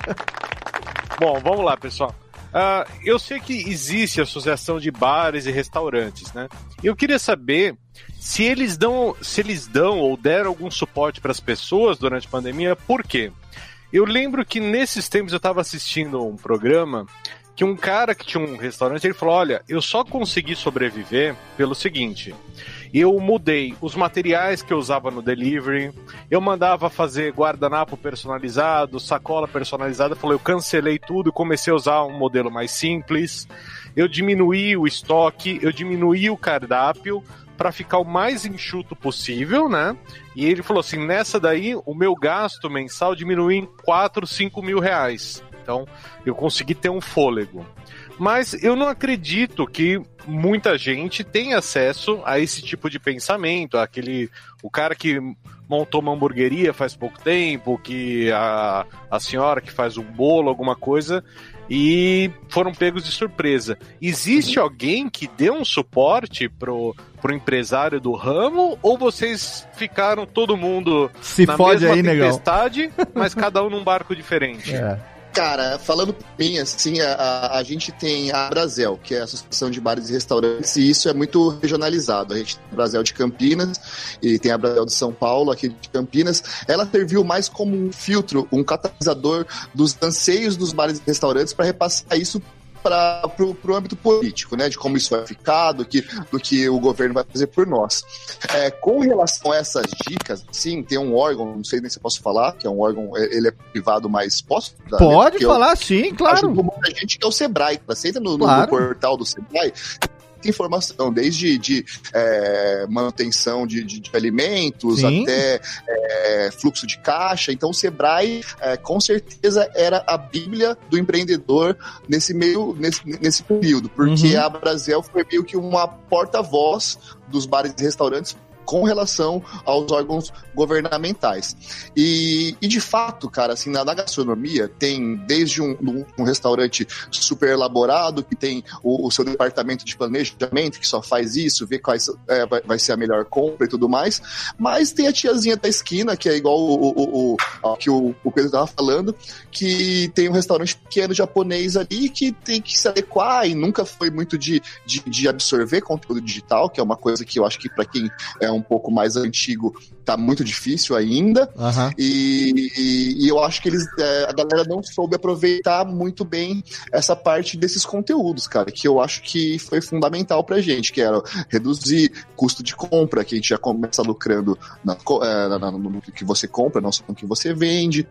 Bom, vamos lá, pessoal. Uh, eu sei que existe a associação de bares e restaurantes, né? Eu queria saber se eles dão, se eles dão ou deram algum suporte para as pessoas durante a pandemia. Por quê? Eu lembro que nesses tempos eu estava assistindo um programa que um cara que tinha um restaurante, ele falou, olha, eu só consegui sobreviver pelo seguinte, eu mudei os materiais que eu usava no delivery, eu mandava fazer guardanapo personalizado, sacola personalizada, falou, eu cancelei tudo e comecei a usar um modelo mais simples, eu diminuí o estoque, eu diminuí o cardápio para ficar o mais enxuto possível, né? E ele falou assim, nessa daí, o meu gasto mensal diminuiu em quatro, cinco mil reais. Então, eu consegui ter um fôlego. Mas eu não acredito que muita gente tenha acesso a esse tipo de pensamento. Aquele, o cara que montou uma hamburgueria faz pouco tempo, que a, a senhora que faz um bolo, alguma coisa, e foram pegos de surpresa. Existe uhum. alguém que dê um suporte pro, pro empresário do ramo, ou vocês ficaram todo mundo Se na fode mesma aí, tempestade, negão. Mas cada um num barco diferente? É. Cara, falando por mim, assim, a, a gente tem a Brasel, que é a Associação de Bares e Restaurantes, e isso é muito regionalizado. A gente tem a Brasel de Campinas e tem a Brasel de São Paulo, aqui de Campinas. Ela serviu mais como um filtro, um catalisador dos anseios dos bares e restaurantes para repassar isso para o âmbito político, né, de como isso vai ficar, do que, do que o governo vai fazer por nós. É, com relação a essas dicas, sim, tem um órgão, não sei nem se eu posso falar, que é um órgão, ele é privado, mas posso? Pode né, falar, eu, sim, claro. Ajuda muita gente, que é o Sebrae. Você entra no, claro. no portal do Sebrae, informação, desde de, é, manutenção de, de, de alimentos Sim. até é, fluxo de caixa. Então o Sebrae é, com certeza era a bíblia do empreendedor nesse meio, nesse, nesse período, porque uhum. a Brasel foi meio que uma porta-voz dos bares e restaurantes com relação aos órgãos governamentais. E, e de fato, cara, assim, na, na gastronomia tem desde um, um, um restaurante super elaborado, que tem o, o seu departamento de planejamento, que só faz isso, vê quais é, vai, vai ser a melhor compra e tudo mais, mas tem a tiazinha da esquina, que é igual o, o, o, o que o, o Pedro estava falando, que tem um restaurante pequeno japonês ali que tem que se adequar e nunca foi muito de, de, de absorver conteúdo digital, que é uma coisa que eu acho que para quem é um um pouco mais antigo, tá muito difícil ainda. Uhum. E, e, e eu acho que eles, é, a galera não soube aproveitar muito bem essa parte desses conteúdos, cara, que eu acho que foi fundamental pra gente, que era reduzir custo de compra, que a gente já começa lucrando na, na, na, no que você compra, não só no que você vende.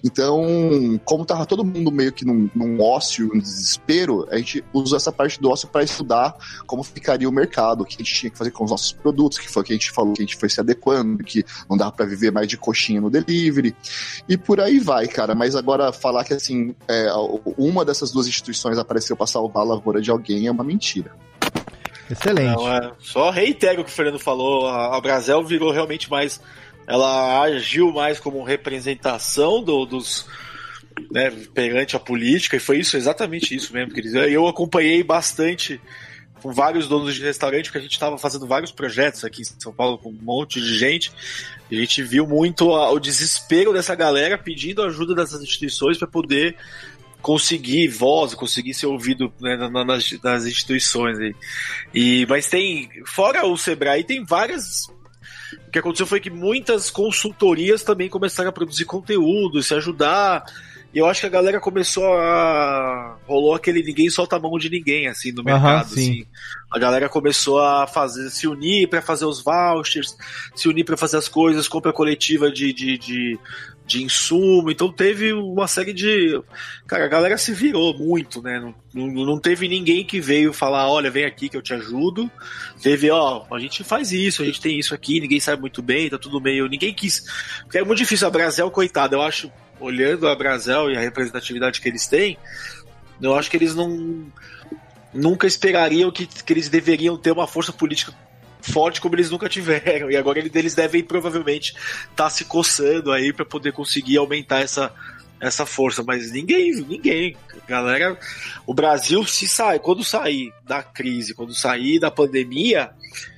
Então, como tava todo mundo meio que num, num ócio, num desespero, a gente usou essa parte do ócio para estudar como ficaria o mercado, o que a gente tinha que fazer com os nossos produtos, que foi o que a gente falou, que a gente foi se adequando, que não dava para viver mais de coxinha no delivery, e por aí vai, cara. Mas agora falar que, assim, é, uma dessas duas instituições apareceu para salvar a lavoura de alguém é uma mentira. Excelente. Não, é, só reitero o que o Fernando falou, a, a Brasel virou realmente mais, ela agiu mais como representação do, dos, né, perante a política, e foi isso, exatamente isso mesmo, querido. Eu acompanhei bastante com vários donos de restaurante, porque a gente estava fazendo vários projetos aqui em São Paulo com um monte de gente, e a gente viu muito a, o desespero dessa galera pedindo ajuda dessas instituições para poder conseguir voz, conseguir ser ouvido, né, nas, nas instituições aí. E, mas tem, fora o Sebrae, tem várias. O que aconteceu foi que muitas consultorias também começaram a produzir conteúdo, se ajudar. E eu acho que a galera começou a... rolou aquele ninguém solta a mão de ninguém, assim, no mercado, uhum, assim. A galera começou a fazer, se unir para fazer os vouchers, se unir para fazer as coisas, compra coletiva de, de, de, de insumo. Então teve uma série de... Cara, a galera se virou muito, né? Não, não, não teve ninguém que veio falar, olha, vem aqui que eu te ajudo. Teve, ó, a gente faz isso, a gente tem isso aqui, ninguém sabe muito bem, tá tudo meio... Ninguém quis... Porque é muito difícil, a Brasel, coitada, eu acho... Olhando a Brasel e a representatividade que eles têm, eu acho que eles não nunca esperariam que, que eles deveriam ter uma força política forte como eles nunca tiveram, e agora eles devem provavelmente estar tá se coçando aí para poder conseguir aumentar essa, essa força, mas ninguém, ninguém, galera, o Brasil se sai, quando sair da crise, quando sair da pandemia,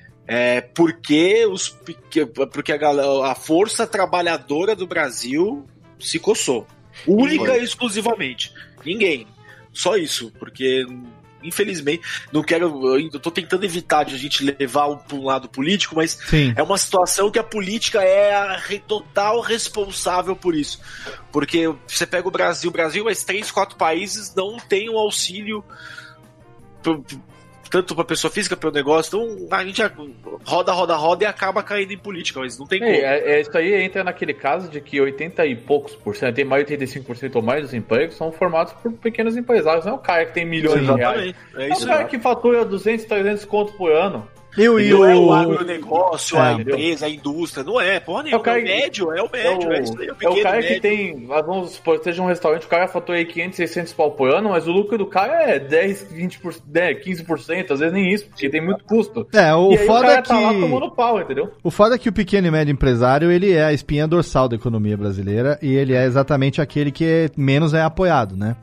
é porque, os, porque a, galera, a força trabalhadora do Brasil se coçou. Única e exclusivamente. Ninguém. Só isso. Porque, infelizmente, não quero. Eu tô tentando evitar de a gente levar um, para um lado político, mas Sim. é uma situação que a política é a total responsável por isso. Porque você pega o Brasil, o Brasil, mas três, quatro países não tem um auxílio. Pro, tanto para pessoa física, para o negócio, então a gente roda, roda, roda e acaba caindo em política, mas não tem como. É, é, isso aí entra naquele caso de que oitenta e poucos por cento, tem mais de oitenta e cinco por cento ou mais dos empregos são formados por pequenos empresários, não é o cara que tem milhões Sim, de reais. É, é o cara que fatura duzentos, trezentos contos por ano. E o, não é o agronegócio, é, a empresa, a indústria, não é, porra nenhuma, é o, cara, é o médio, é o médio, é, o, é isso aí, é o pequeno, é o cara médio. Que tem, vamos supor, seja um restaurante, o cara fatura aí quinhentos, seiscentos pau por ano, mas o lucro do cara é dez, vinte por cento, dez, quinze por cento, às vezes nem isso, porque tem muito custo. É, o e aí foda o cara é que... tá lá tomando pau, entendeu? O foda é que o pequeno e médio empresário, ele é a espinha dorsal da economia brasileira, e ele é exatamente aquele que é, menos é apoiado, né?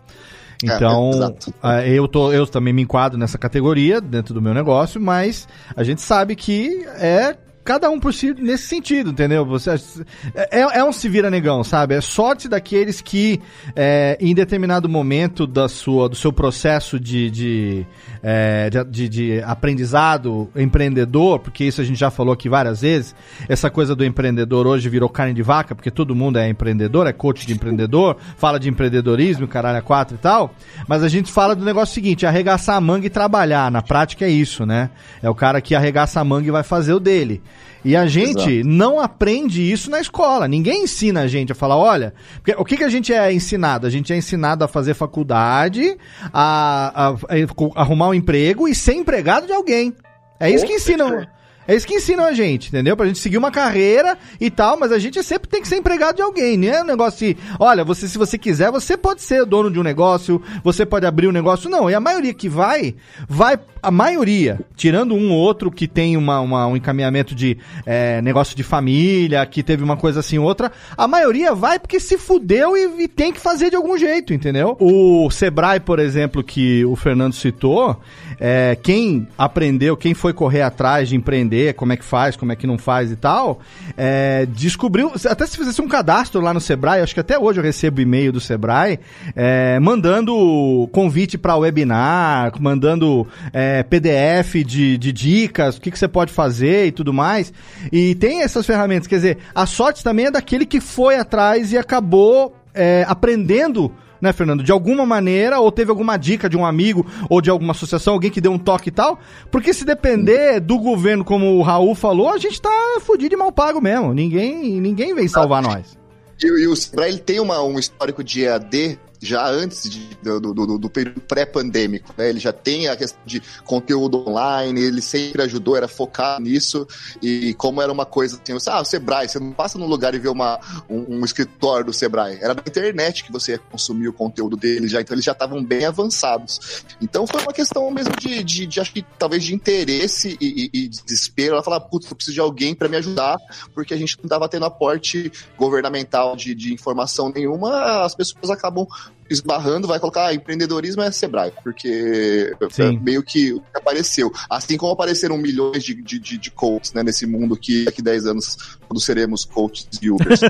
Então, é, eu, tô, eu também me enquadro nessa categoria dentro do meu negócio, mas a gente sabe que é cada um por si nesse sentido, entendeu? Você, é, é um se vira negão, sabe? É sorte daqueles que é, em determinado momento da sua, do seu processo de, de, é, de, de aprendizado empreendedor, porque isso a gente já falou aqui várias vezes, essa coisa do empreendedor hoje virou carne de vaca, porque todo mundo é empreendedor, é coach de empreendedor, fala de empreendedorismo, caralho, a quatro e tal, mas a gente fala do negócio seguinte, arregaçar a manga e trabalhar, na prática é isso, né? É o cara que arregaça a manga e vai fazer o dele. E a gente Exato. Não aprende isso na escola. Ninguém ensina a gente a falar, olha... Porque, o que, que a gente é ensinado? A gente é ensinado a fazer faculdade, a, a, a arrumar um emprego e ser empregado de alguém. É isso que ensinam... É isso que ensinam a gente, entendeu? Pra gente seguir uma carreira e tal, mas a gente sempre tem que ser empregado de alguém, não é um negócio de, olha, você, se você quiser, você pode ser dono de um negócio, você pode abrir um negócio, não, e a maioria que vai, vai, a maioria, tirando um ou outro que tem uma, uma, um encaminhamento de é, negócio de família, que teve uma coisa assim, outra, a maioria vai porque se fudeu e, e tem que fazer de algum jeito, entendeu? O Sebrae, por exemplo, que o Fernando citou, é, quem aprendeu, quem foi correr atrás de empreender, entender como é que faz, como é que não faz e tal, é, descobriu, até se fizesse um cadastro lá no Sebrae, acho que até hoje eu recebo e-mail do Sebrae, é, mandando convite para webinar, mandando é, P D F de, de dicas, o que, que você pode fazer e tudo mais. E tem essas ferramentas, quer dizer, a sorte também é daquele que foi atrás e acabou é, aprendendo, né, Fernando, de alguma maneira, ou teve alguma dica de um amigo ou de alguma associação, alguém que deu um toque e tal, porque se depender do governo, como o Raul falou, a gente tá fudido e mal pago mesmo, ninguém, ninguém vem salvar nós. E, e o Sebrae, ele tem uma, um histórico de E A D já antes de, do, do, do período pré-pandêmico, né? Ele já tem a questão de conteúdo online, ele sempre ajudou, era focar nisso, e como era uma coisa assim, você, ah, o Sebrae, você não passa num lugar e vê uma, um, um escritório do Sebrae, era na internet que você ia consumir o conteúdo deles, já, então eles já estavam bem avançados. Então foi uma questão mesmo de, de, de acho que talvez de interesse e, e, e desespero, ela falava, putz, eu preciso de alguém para me ajudar, porque a gente não estava tendo aporte governamental de, de informação nenhuma, as pessoas acabam esbarrando, vai colocar ah, empreendedorismo é Sebrae, porque é meio que apareceu. Assim como apareceram milhões de, de, de, de coaches, né, nesse mundo que daqui a dez anos todos seremos coaches e Ubers.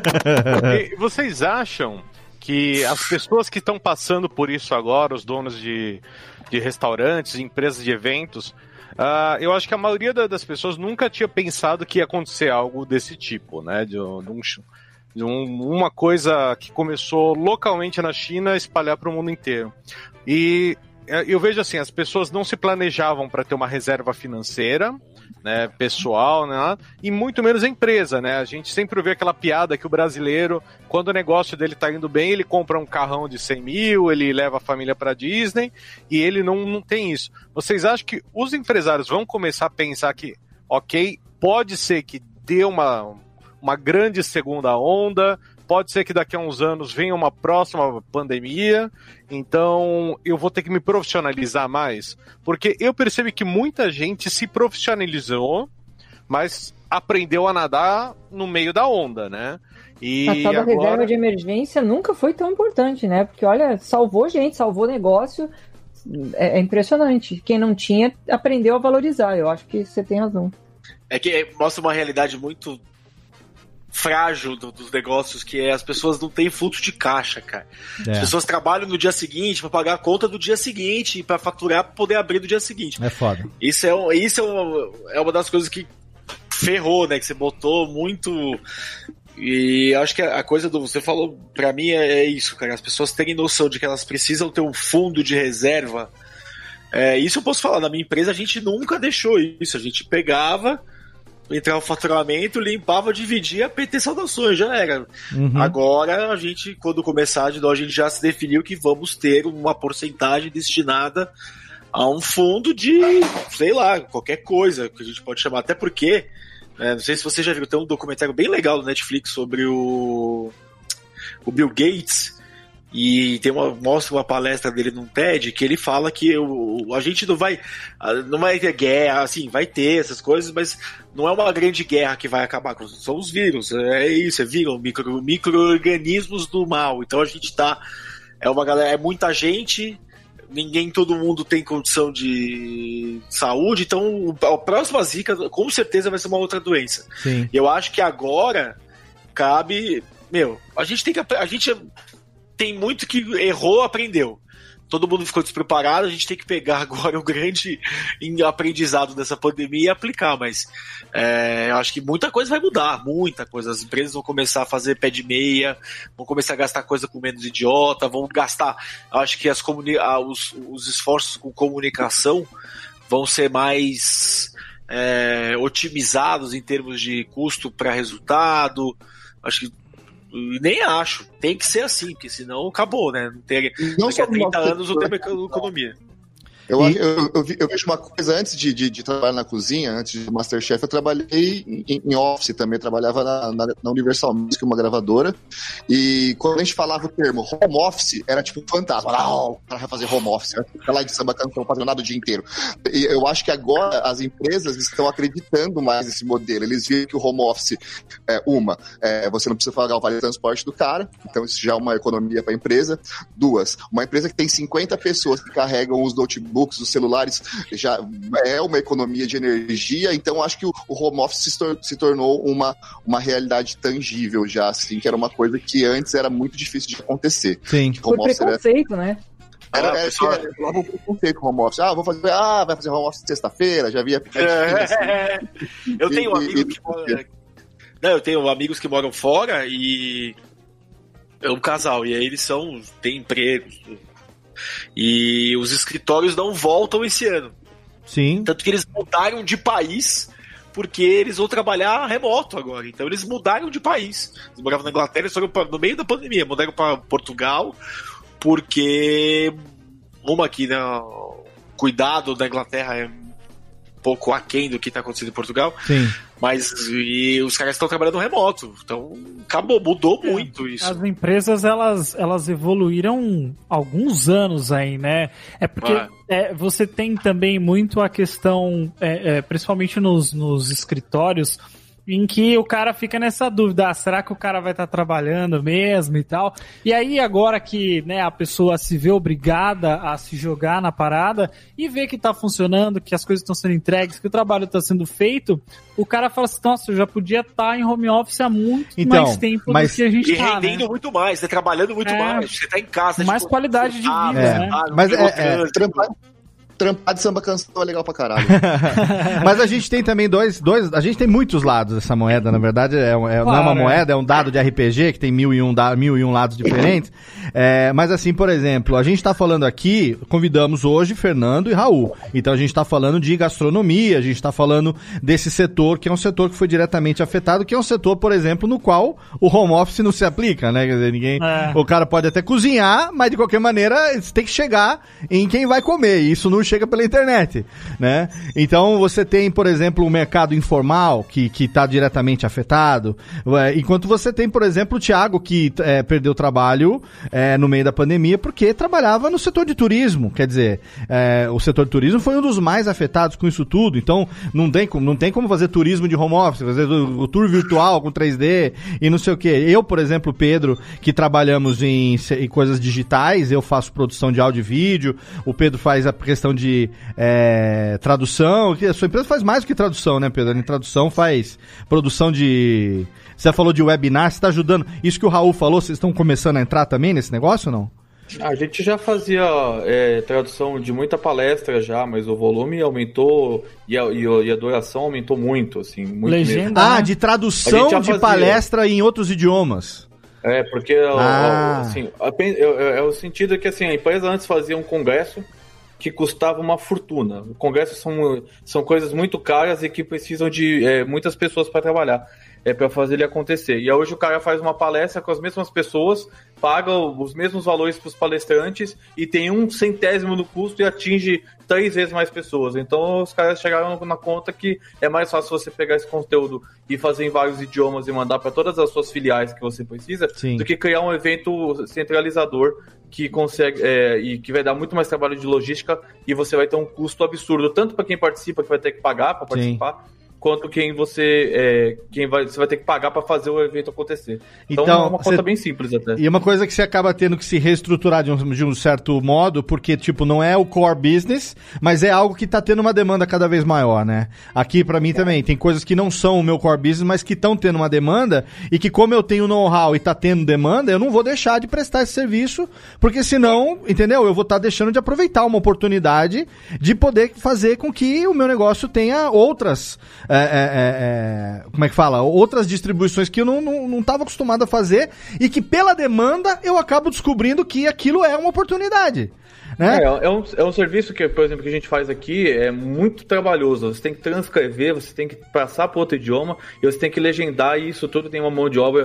E vocês acham que as pessoas que estão passando por isso agora, os donos de, de restaurantes, empresas de eventos, uh, eu acho que a maioria das pessoas nunca tinha pensado que ia acontecer algo desse tipo, né, de, de um... de um, uma coisa que começou localmente na China a espalhar para o mundo inteiro. E eu vejo assim, as pessoas não se planejavam para ter uma reserva financeira, né, pessoal, né, e muito menos a empresa, né? A gente sempre vê aquela piada que o brasileiro, quando o negócio dele tá indo bem, ele compra um carrão de cem mil, ele leva a família para Disney, e ele não, não tem isso. Vocês acham que os empresários vão começar a pensar que, ok, pode ser que dê uma... uma grande segunda onda, pode ser que daqui a uns anos venha uma próxima pandemia, então eu vou ter que me profissionalizar mais, porque eu percebi que muita gente se profissionalizou, mas aprendeu a nadar no meio da onda, né? E a tal da agora... reserva de emergência nunca foi tão importante, né? Porque, olha, salvou gente, salvou negócio, é, é impressionante. Quem não tinha, aprendeu a valorizar, eu acho que você tem razão. É que mostra uma realidade muito frágil do, dos negócios, que é as pessoas não têm fluxo de caixa, cara. É. As pessoas trabalham no dia seguinte para pagar a conta do dia seguinte, para faturar para poder abrir do dia seguinte. É foda. Isso é, um, isso é, uma, é uma das coisas que ferrou, né? Que você botou muito. E acho que a coisa do você falou, para mim é, é isso, cara. As pessoas terem noção de que elas precisam ter um fundo de reserva. É, isso eu posso falar, na minha empresa a gente nunca deixou isso. A gente pegava, entrava o faturamento, limpava, dividia, P T saudações, já era. Uhum. Agora, a gente, quando começar de novo, a gente já se definiu que vamos ter uma porcentagem destinada a um fundo de, sei lá, qualquer coisa que a gente pode chamar. Até porque, é, não sei se você já viu, tem um documentário bem legal no Netflix sobre o, o Bill Gates. E tem uma, mostra uma palestra dele num TED que ele fala que o, a gente não vai não vai ter guerra, assim, vai ter essas coisas, mas não é uma grande guerra que vai acabar, são os vírus, é isso, é vírus, micro, micro-organismos do mal. Então a gente tá, é uma galera, é muita gente, ninguém, todo mundo tem condição de saúde, então a próxima zika com certeza vai ser uma outra doença. Sim. E eu acho que agora cabe, meu, a gente tem que, a gente tem muito que errou, aprendeu. Todo mundo ficou despreparado, a gente tem que pegar agora o grande aprendizado dessa pandemia e aplicar, mas é, eu acho que muita coisa vai mudar, muita coisa. As empresas vão começar a fazer pé de meia, vão começar a gastar coisa com menos idiota, vão gastar, eu acho que as comuni- os, os esforços com comunicação vão ser mais é, otimizados em termos de custo para resultado. Acho que nem acho, tem que ser assim, porque senão acabou, né? Não tem, não daqui a trinta anos não tem economia. Eu, eu, eu, eu, eu vejo uma coisa, antes de, de, de trabalhar na cozinha, antes de Masterchef, eu trabalhei em, em office também, eu trabalhava na, na, na Universal Music, uma gravadora, e quando a gente falava o termo home office, era tipo um fantasma, ah, o cara vai fazer home office, fica lá de samba canção, fazendo nada o dia inteiro. E eu acho que agora as empresas estão acreditando mais nesse modelo, eles viram que o home office, é, uma, é, você não precisa pagar o vale transporte do cara, então isso já é uma economia para a empresa. Duas, uma empresa que tem cinquenta pessoas que carregam os notebooks notebooks, os celulares, já é uma economia de energia, então acho que o, o home office se, tor- se tornou uma, uma realidade tangível já, assim, que era uma coisa que antes era muito difícil de acontecer. Sim. Por preconceito, era... né? Era, Ah, é, pessoal... que falava um preconceito com home office. Ah, vou fazer, ah, vai fazer home office sexta-feira, já via É, assim. eu tenho E- amigos e- que moram... Não, eu tenho amigos que moram fora e é um casal, e aí eles são, têm empregos. E os escritórios não voltam esse ano. Sim. Tanto que eles mudaram de país porque eles vão trabalhar remoto agora. Então eles mudaram de país. Eles moravam na Inglaterra, eles foram pra, no meio da pandemia, mudaram para Portugal, porque uma aqui, né, o cuidado da Inglaterra é um pouco aquém do que está acontecendo em Portugal. Sim. Mas e os caras estão trabalhando remoto. Então acabou, mudou É, muito isso. As empresas, elas, elas evoluíram alguns anos aí, né? É porque Ah. é, você tem também muito a questão, é, é, principalmente nos, nos escritórios, em que o cara fica nessa dúvida, ah, será que o cara vai estar trabalhando mesmo e tal? E aí agora que, né, a pessoa se vê obrigada a se jogar na parada e vê que tá funcionando, que as coisas estão sendo entregues, que o trabalho está sendo feito, o cara fala assim, nossa, eu já podia estar em home office há muito Então, mais tempo mas- do que a gente E tá, rendendo né? muito mais, né? Trabalhando muito É. mais. Você tá em casa. Mais tipo, qualidade de vida, ah, né? ah, não Mas pegou é- é, trânsito. Trampar, trampar de samba canção é legal pra caralho. Mas a gente tem também dois, dois. A gente tem muitos lados dessa moeda, na verdade. É, um- é- não é uma Claro, é. moeda, é um dado de R P G que tem mil e um, da- mil e um lados diferentes. É, mas assim, por exemplo, a gente tá falando aqui, convidamos hoje Fernando e Raul. Então a gente tá falando de gastronomia, a gente tá falando desse setor, que é um setor que foi diretamente afetado, que é um setor, por exemplo, no qual o home office não se aplica, né? Quer dizer, ninguém. É. O cara pode até cozinhar, mas de qualquer maneira você tem que chegar em quem vai comer. E isso não chega pela internet, né? Então você tem, por exemplo, o mercado informal que que está diretamente afetado, é, enquanto você tem, por exemplo, o Thiago que é, perdeu o trabalho é, no meio da pandemia porque trabalhava no setor de turismo. Quer dizer, é, o setor de turismo foi um dos mais afetados com isso tudo. Então não tem como, não tem como fazer turismo de home office, fazer o, o tour virtual com três D e não sei o que. Eu, por exemplo, Pedro, que trabalhamos em, em coisas digitais, eu faço produção de áudio e vídeo, o Pedro faz a questão de é, tradução, que a sua empresa faz mais do que tradução, né, Pedro? Em tradução faz produção de... Você já falou de webinar, você está ajudando. Isso que o Raul falou, vocês estão começando a entrar também nesse negócio ou não? A gente já fazia é, tradução de muita palestra já, mas o volume aumentou e a, e a, e a duração aumentou muito, assim. Muito Legenda, mesmo. Ah, né? de A tradução gente já de fazia. palestra em outros idiomas. É, porque Ah. assim, é, é o sentido que assim, a empresa antes fazia um congresso que custava uma fortuna. Congressos são, são coisas muito caras e que precisam de é, muitas pessoas para trabalhar, é, para fazer ele acontecer. E hoje o cara faz uma palestra com as mesmas pessoas, paga os mesmos valores para os palestrantes e tem um centésimo do custo e atinge três vezes mais pessoas. Então os caras chegaram na conta que é mais fácil você pegar esse conteúdo e fazer em vários idiomas e mandar para todas as suas filiais que você precisa, Sim. do que criar um evento centralizador que consegue é, e que vai dar muito mais trabalho de logística e você vai ter um custo absurdo, tanto para quem participa, que vai ter que pagar para participar, quanto quem você é, quem vai, você vai ter que pagar para fazer o evento acontecer. Então, Então, é uma conta cê- bem simples até. E é uma coisa que você acaba tendo que se reestruturar de um, de um certo modo, porque, tipo, não é o core business, mas é algo que tá tendo uma demanda cada vez maior, né? Aqui, pra mim também, tem coisas que não são o meu core business, mas que estão tendo uma demanda, e que como eu tenho know-how e tá tendo demanda, eu não vou deixar de prestar esse serviço, porque senão, entendeu? Eu vou estar deixando de aproveitar uma oportunidade de poder fazer com que o meu negócio tenha outras... É, é, é, é, como é que fala? Outras distribuições que eu não, não, não tava acostumado a fazer e que pela demanda eu acabo descobrindo que aquilo é uma oportunidade. Né? É, é, um, é um serviço que, por exemplo, que a gente faz aqui é muito trabalhoso. Você tem que transcrever, você tem que passar para outro idioma e você tem que legendar, e isso tudo tem uma mão de obra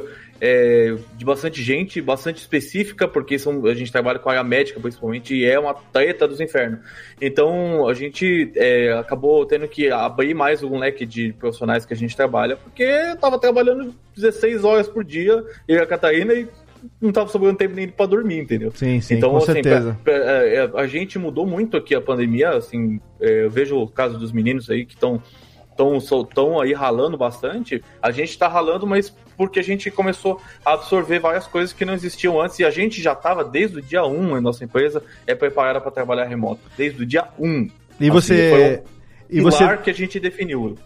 é, de bastante gente, bastante específica, porque são, a gente trabalha com a área médica principalmente, e é uma treta dos infernos. Então a gente é, acabou tendo que abrir mais um leque de profissionais que a gente trabalha, porque eu tava trabalhando dezesseis horas por dia, eu e a Catarina, e não tava sobrando tempo nem pra dormir, entendeu? Sim, sim, então, com assim, certeza. pra- pra- é, a gente mudou muito aqui a pandemia, assim, é, eu vejo o caso dos meninos aí que estão estão aí ralando bastante, a gente está ralando, mas porque a gente começou a absorver várias coisas que não existiam antes, e a gente já estava desde o dia um, a nossa empresa é preparada para trabalhar remoto, desde o dia um. E você... Assim, foi um e você... que a gente definiu.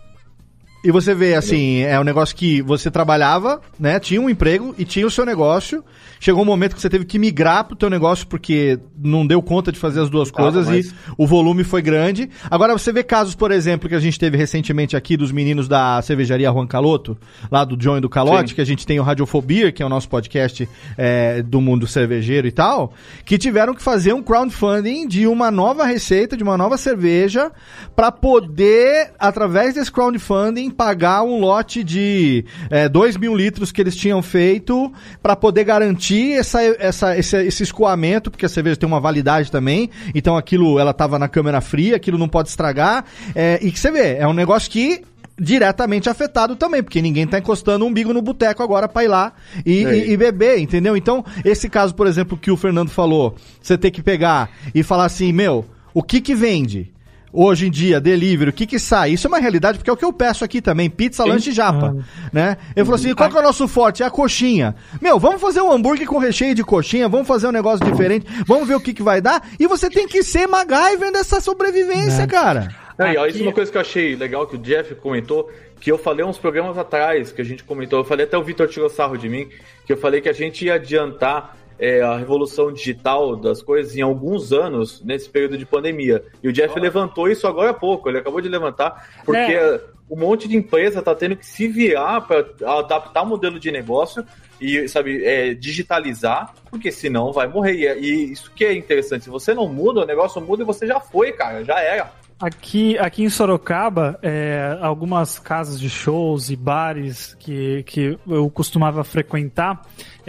E você vê, assim, é um negócio que você trabalhava, né, tinha um emprego e tinha o seu negócio, chegou um momento que você teve que migrar pro teu negócio porque não deu conta de fazer as duas coisas ah, mas... e o volume foi grande. Agora você vê casos, por exemplo, que a gente teve recentemente aqui dos meninos da cervejaria Juan Caloto, lá do John e do Calote, Sim. que a gente tem o Radiofobia, que é o nosso podcast é, do mundo cervejeiro e tal, que tiveram que fazer um crowdfunding de uma nova receita, de uma nova cerveja, para poder, através desse crowdfunding, pagar um lote de dois mil litros que eles tinham feito para poder garantir essa, essa, esse, esse escoamento, porque a cerveja tem uma validade também, então aquilo, ela tava na câmara fria, aquilo não pode estragar, é, e que você vê, é um negócio que diretamente afetado também, porque ninguém tá encostando um umbigo no boteco agora pra ir lá e, e, e beber, entendeu? Então, esse caso, por exemplo, que o Fernando falou, você tem que pegar e falar assim, meu, o que que vende? Hoje em dia, delivery, o que que sai? Isso é uma realidade, porque é o que eu peço aqui também, pizza, Sim. lanche e japa, ah. né? Ele falou assim, qual que é o nosso forte? É a coxinha. Meu, vamos fazer um hambúrguer com recheio de coxinha, vamos fazer um negócio diferente, vamos ver o que que vai dar, e você tem que ser MacGyver dessa sobrevivência, é. cara. É, e isso é uma coisa que eu achei legal, que o Jeff comentou, que eu falei uns programas atrás, que a gente comentou, eu falei até o Vitor tirou sarro de mim, que eu falei que a gente ia adiantar É, a revolução digital das coisas em alguns anos, nesse período de pandemia. E o Jeff oh. levantou isso agora há pouco, ele acabou de levantar, porque é. um monte de empresa está tendo que se virar para adaptar o modelo de negócio e, sabe, é, digitalizar, porque senão vai morrer. E isso que é interessante, se você não muda, o negócio muda e você já foi, cara, já era. Aqui, aqui em Sorocaba, é, algumas casas de shows e bares que, que eu costumava frequentar,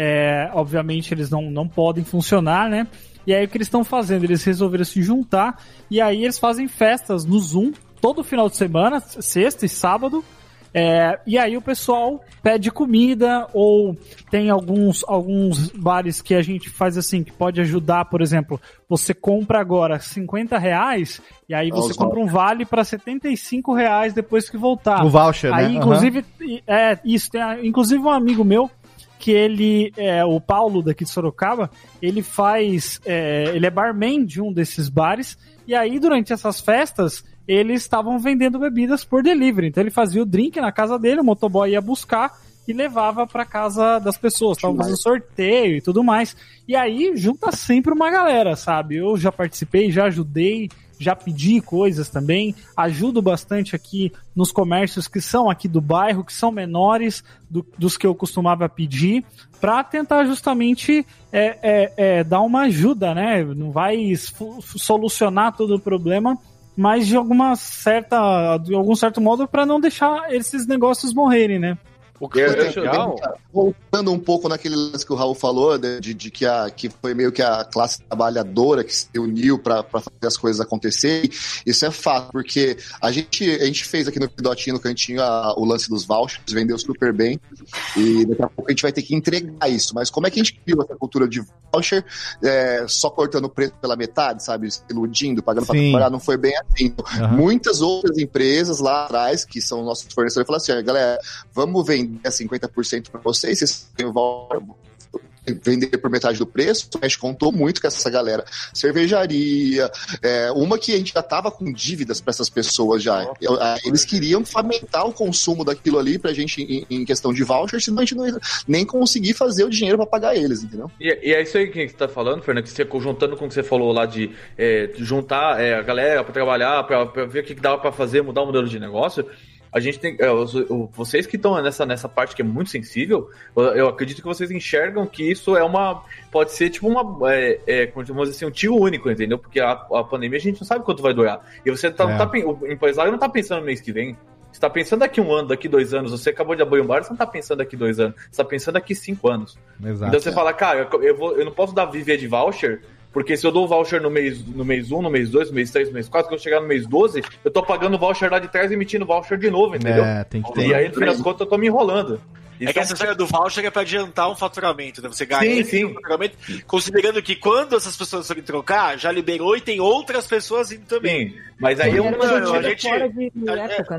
é, obviamente eles não, não podem funcionar, né? E aí o que eles estão fazendo? Eles resolveram se juntar e aí eles fazem festas no Zoom todo final de semana, sexta e sábado. É, e aí o pessoal pede comida, ou tem alguns, alguns bares que a gente faz assim, que pode ajudar, por exemplo, você compra agora cinquenta reais e aí você compra um vale para setenta e cinco reais depois que voltar. O voucher, aí, né? Inclusive, uhum. é, isso, tem, inclusive um amigo meu, que ele, é, o Paulo daqui de Sorocaba, ele faz, é, ele é barman de um desses bares, e aí durante essas festas, eles estavam vendendo bebidas por delivery. Então ele fazia o drink na casa dele, o motoboy ia buscar e levava para casa das pessoas. Estavam fazendo sorteio e tudo mais. E aí junta sempre uma galera, sabe? Eu já participei, já ajudei, já pedi coisas também. Ajudo bastante aqui nos comércios que são aqui do bairro, que são menores do, dos que eu costumava pedir, para tentar justamente é, é, é, dar uma ajuda, né? Não vai solucionar todo o problema, mas de alguma certa, de algum certo modo, para não deixar esses negócios morrerem, né? O que é legal. Voltando um pouco naquele lance que o Raul falou, de, de, de que, a, que foi meio que a classe trabalhadora que se uniu para fazer as coisas acontecerem, isso é fato, porque a gente, a gente fez aqui no Pidotinho, no cantinho, a, o lance dos vouchers, vendeu super bem, e daqui a pouco a gente vai ter que entregar isso, mas como é que a gente criou essa cultura de voucher é, só cortando o preço pela metade, sabe, se iludindo, pagando para trabalhar, não foi bem assim. Uhum. Muitas outras empresas lá atrás, que são nossos fornecedores, falaram assim, galera, vamos vender a cinquenta por cento para vocês, vocês têm o valor, vender por metade do preço, a gente contou muito com essa galera. Cervejaria, é, uma que a gente já tava com dívidas para essas pessoas já. Eu, a, eles queriam fomentar o consumo daquilo ali pra gente em, em questão de voucher, senão a gente não ia nem conseguir fazer o dinheiro para pagar eles, entendeu? E, e é isso aí que você tá falando, Fernando, que você juntando com o que você falou lá de é, juntar é, a galera para trabalhar, para ver o que dava para fazer, mudar o modelo de negócio. A gente tem. É, os, vocês que estão nessa, nessa parte que é muito sensível, eu acredito que vocês enxergam que isso é uma. Pode ser tipo uma. É, é, como vamos dizer assim, um tiro único, entendeu? Porque a, a pandemia a gente não sabe quanto vai durar. E você tá, é. não tá, o empresário não tá pensando no mês que vem. Você tá pensando daqui um ano, daqui dois anos. Você acabou de abrir um bar, você não tá pensando daqui dois anos. Você tá pensando daqui cinco anos. Exato. Então você fala, cara, eu, vou, eu não posso dar viver de voucher. Porque se eu dou o voucher no mês, no mês um, no mês dois, no mês três, no mês quatro, quando eu chegar no mês doze, eu tô pagando o voucher lá de trás e emitindo o voucher de novo, entendeu? É, tem que ter. E aí, no fim das contas, eu tô me enrolando. É então, que essa história do voucher é pra adiantar um faturamento, né? Você ganha sim, sim. um faturamento, considerando que quando essas pessoas forem trocar, já liberou e tem outras pessoas indo também. Sim, mas aí é uma a gente fora de época, né?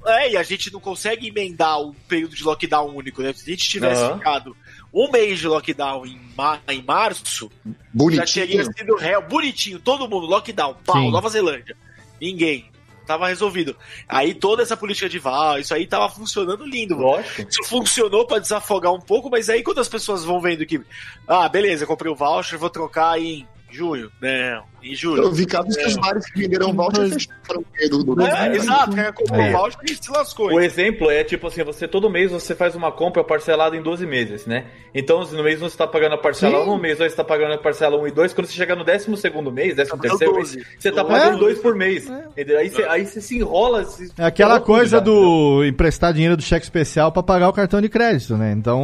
É, e a gente não consegue emendar o período de lockdown único, né? Se a gente tivesse uhum. ficado um mês de lockdown em, ma- em março, bonitinho. Já teria sido real, bonitinho, todo mundo, lockdown, pau, Sim. Nova Zelândia. Ninguém. Tava resolvido. Aí toda essa política de val, isso aí tava funcionando lindo. Lógico. Isso funcionou pra desafogar um pouco, mas aí quando as pessoas vão vendo que, ah, beleza, eu comprei o voucher, vou trocar em junho, né? Em julho. Eu vi casos que os bares que venderam voucher fecharam do, do, do é, exato, o cara comprou o voucher e se lascou. O exemplo é tipo assim, você todo mês você faz uma compra parcelada em doze meses, né? Então no mês um você tá pagando a parcela um, no mês dois você tá pagando a parcela um e dois, quando você chegar no décimo segundo mês, décimo terceiro mês, você tá pagando é. dois por mês. É. Aí, você, aí você se enrola. Se é aquela coisa do emprestar dinheiro do cheque especial pra pagar o cartão de crédito, né? Então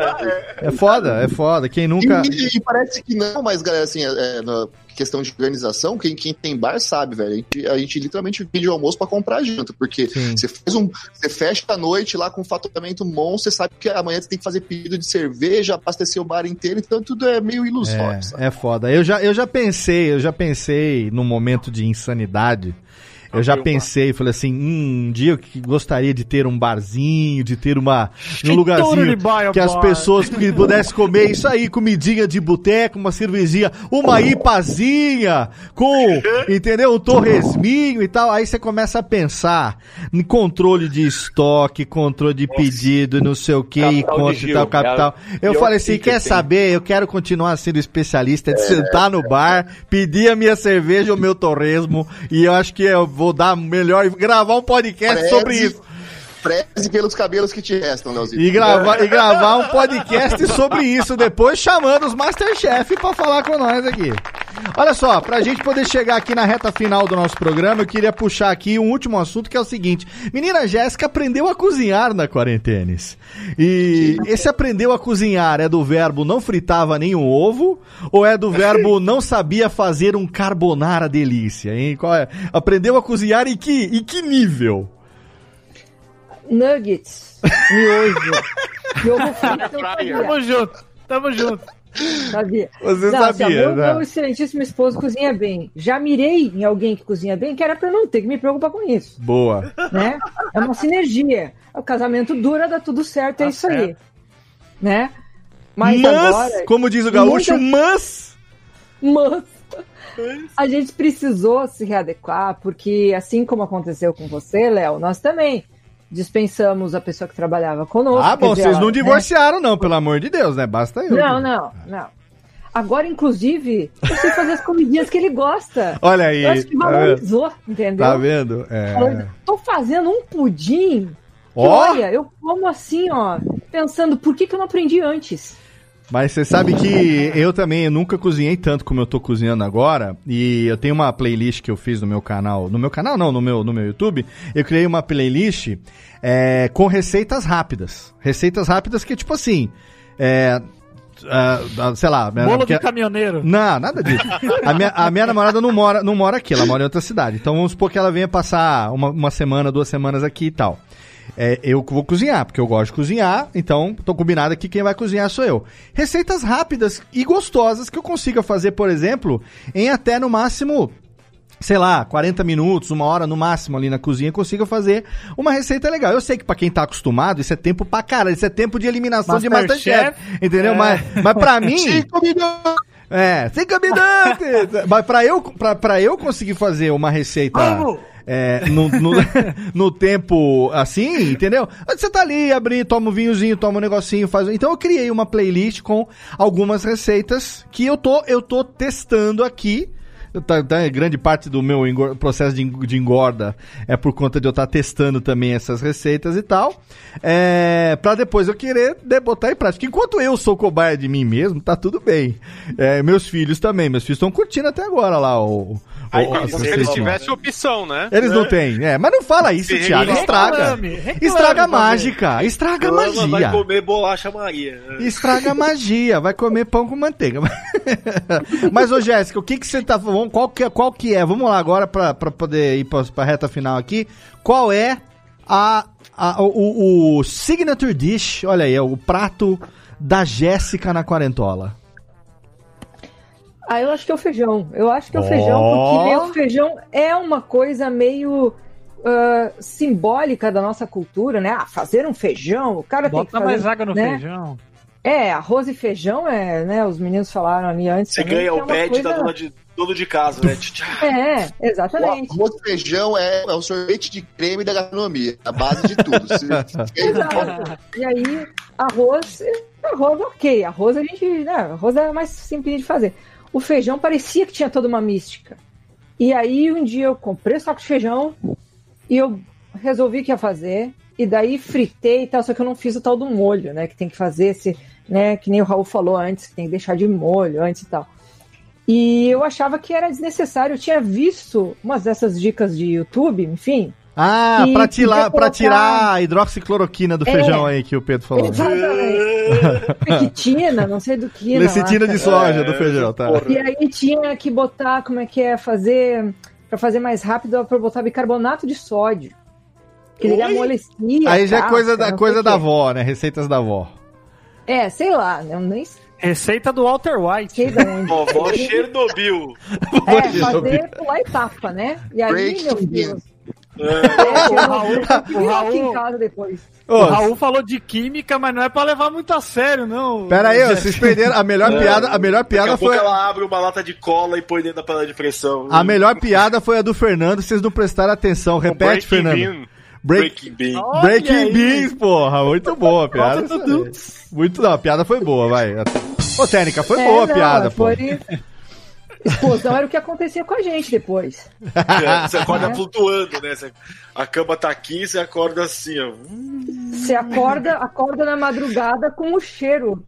é foda, é foda. Quem nunca... E, e parece que não, mas galera, assim, é, na questão de organização, quem, quem tem bar sabe, velho. A gente, a gente literalmente vende o almoço pra comprar janta, porque você faz um. Você fecha a noite lá com um faturamento bom, você sabe que amanhã você tem que fazer pedido de cerveja, abastecer o bar inteiro, então tudo é meio ilusório. É, sabe? é foda. Eu já, eu já pensei, eu já pensei num momento de insanidade. Eu já pensei, falei assim, hum, um dia eu gostaria de ter um barzinho, de ter uma um lugarzinho que as pessoas que pudessem comer isso aí, comidinha de boteco, uma cervejinha, uma ipazinha, com, entendeu, um torresminho e tal. Aí você começa a pensar em controle de estoque, controle de pedido, não sei o que, e conta e tal, capital. Eu falei assim, quer saber, eu quero continuar sendo especialista, de sentar no bar, pedir a minha cerveja, o meu torresmo, e eu acho que eu vou dar melhor, gravar um podcast preze, sobre isso. Preze pelos cabelos que te restam, Leozito. E gravar, e gravar um podcast sobre isso depois, chamando os Masterchef pra falar com nós aqui. Olha só, pra gente poder chegar aqui na reta final do nosso programa, eu queria puxar aqui um último assunto, que é o seguinte. Menina Jéssica aprendeu a cozinhar na quarentena. E esse aprendeu a cozinhar é do verbo não fritava nenhum ovo, ou é do verbo não sabia fazer um carbonara delícia, hein? Qual é? Aprendeu a cozinhar em que, em que nível? Nuggets, miojo, miojo frito. Tamo junto, tamo junto. Sabia. Você não, sabia, assim, meu, né? meu excelentíssimo esposo cozinha bem. Já mirei em alguém que cozinha bem, que era pra eu não ter que me preocupar com isso. Boa. Né? É uma sinergia. O casamento dura, dá tudo certo, tá é isso certo. Aí. Né? Mas, mas agora, como diz o gaúcho, muita... mas... Mas... A gente precisou se readequar, porque assim como aconteceu com você, Léo, nós também dispensamos a pessoa que trabalhava conosco. Ah, bom, dizer, vocês ela, não né? divorciaram não, pelo amor de Deus, né? Basta eu. Não, não, não. Agora, inclusive, eu sei fazer as comidinhas que ele gosta. Olha aí. Eu acho que valorizou, tá entendeu? Tá vendo? É... Tô fazendo um pudim que, oh! olha, eu como assim, ó, pensando, por que que eu não aprendi antes? Mas você sabe que eu também eu nunca cozinhei tanto como eu tô cozinhando agora. E eu tenho uma playlist que eu fiz no meu canal. No meu canal não, no meu, no meu YouTube. Eu criei uma playlist é, com receitas rápidas. Receitas rápidas que, tipo assim... É, uh, sei lá... Bolo porque... de caminhoneiro. Não, nada disso. A minha, a minha namorada não mora, não mora aqui, ela mora em outra cidade. Então vamos supor que ela venha passar uma, uma semana, duas semanas aqui e tal. É, eu vou cozinhar, porque eu gosto de cozinhar, então tô combinado aqui, quem vai cozinhar sou eu. Receitas rápidas e gostosas que eu consiga fazer, por exemplo, em até no máximo, sei lá, quarenta minutos, uma hora no máximo ali na cozinha, consiga fazer uma receita legal. Eu sei que pra quem tá acostumado, isso é tempo pra caralho, isso é tempo de eliminação Master de Masterchef, entendeu? É. Mas, mas pra mim... Cinco minutos! É, cinco minutos! Mas pra eu, pra, pra eu conseguir fazer uma receita... Vamos! É, no, no, no tempo assim, entendeu? Você tá ali, abre, toma um vinhozinho, toma um negocinho, faz. Então eu criei uma playlist com algumas receitas que eu tô, eu tô testando aqui. Tá, tá, grande parte do meu engor- processo de, de engorda é por conta de eu estar tá testando também essas receitas e tal, é, pra depois eu querer de, botar em prática. Enquanto eu sou cobaia de mim mesmo, tá tudo bem. É, meus filhos também, meus filhos estão curtindo até agora lá o... Aí, o, se eles tivessem opção, né? Eles é. não têm, é, mas não fala isso, se Thiago, estraga. Reclame, reclame, estraga a mágica, estraga a magia. Vai comer bolacha Maria. Estraga a magia, vai comer pão com manteiga. Mas, ô Jéssica, o que que você tá falando? Qual que, qual que é? Vamos lá agora pra, pra poder ir pra, pra reta final aqui. Qual é a, a, o, o signature dish, olha aí, é o prato da Jéssica na quarentola? Ah, eu acho que é o feijão. Eu acho que é o oh. feijão, porque meu feijão é uma coisa meio uh, simbólica da nossa cultura, né? Ah, fazer um feijão, o cara Bota tem que fazer... mais água no né? feijão. É, arroz e feijão, é, né? Os meninos falaram ali antes. Você também, ganha que é o uma badge coisa- da dona de, dono de casa, né? É, exatamente. O arroz e feijão é, é o sorvete de creme da gastronomia, a base de tudo. Se- Exato. E aí, arroz, arroz ok. Arroz a gente, né, arroz é mais simples de fazer. O feijão parecia que tinha toda uma mística. E aí, um dia eu comprei o saco de feijão e eu resolvi que ia fazer. E daí fritei e tal, só que eu não fiz o tal do molho, né? Que tem que fazer esse, né? Que nem o Raul falou antes, que tem que deixar de molho antes e tal. E eu achava que era desnecessário. Eu tinha visto umas dessas dicas de YouTube, enfim. Ah, que pra podia tirar, pra colocar- tirar a hidroxicloroquina do É. feijão aí que o Pedro falou. Exatamente. Pequitina, não sei do que. Lecitina de soja do feijão, tá? E aí tinha que botar, como é que é, fazer, pra fazer mais rápido, pra botar bicarbonato de sódio. Que ele amolecia. Aí já é a coisa casca, da, não coisa sei o da quê. avó, né? Receitas da avó. É, sei lá, né? Eu nem Receita do Walter White. sei de onde. Vovó Chernobyl. É, fazer pular etapa, né? E aí, Breaking meu Deus. O Raul, o Eu aqui em Raul, casa depois. o Raul falou de química, mas não é pra levar muito a sério, não. Pera aí, ó, vocês perderam. A melhor piada, a melhor Daqui piada a pouco foi. ela abre uma lata de cola e põe dentro da panela de pressão. A melhor piada foi a do Fernando, vocês não prestaram atenção. Repete, Fernando. Bean. Break- Breaking Bean. Olha Breaking aí. Beans, porra. Muito boa a piada. Nossa, Dudu. Muito não, a piada foi boa, vai. Ô, Técnica, foi É, boa a não, piada, pô. foi... Explosão era o que acontecia com a gente depois. É, você acorda É. flutuando, né? Você- a cama tá aqui, você acorda assim, ó. Você acorda, acorda na madrugada com o cheiro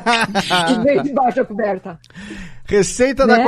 que veio debaixo da coberta. Receita Né? da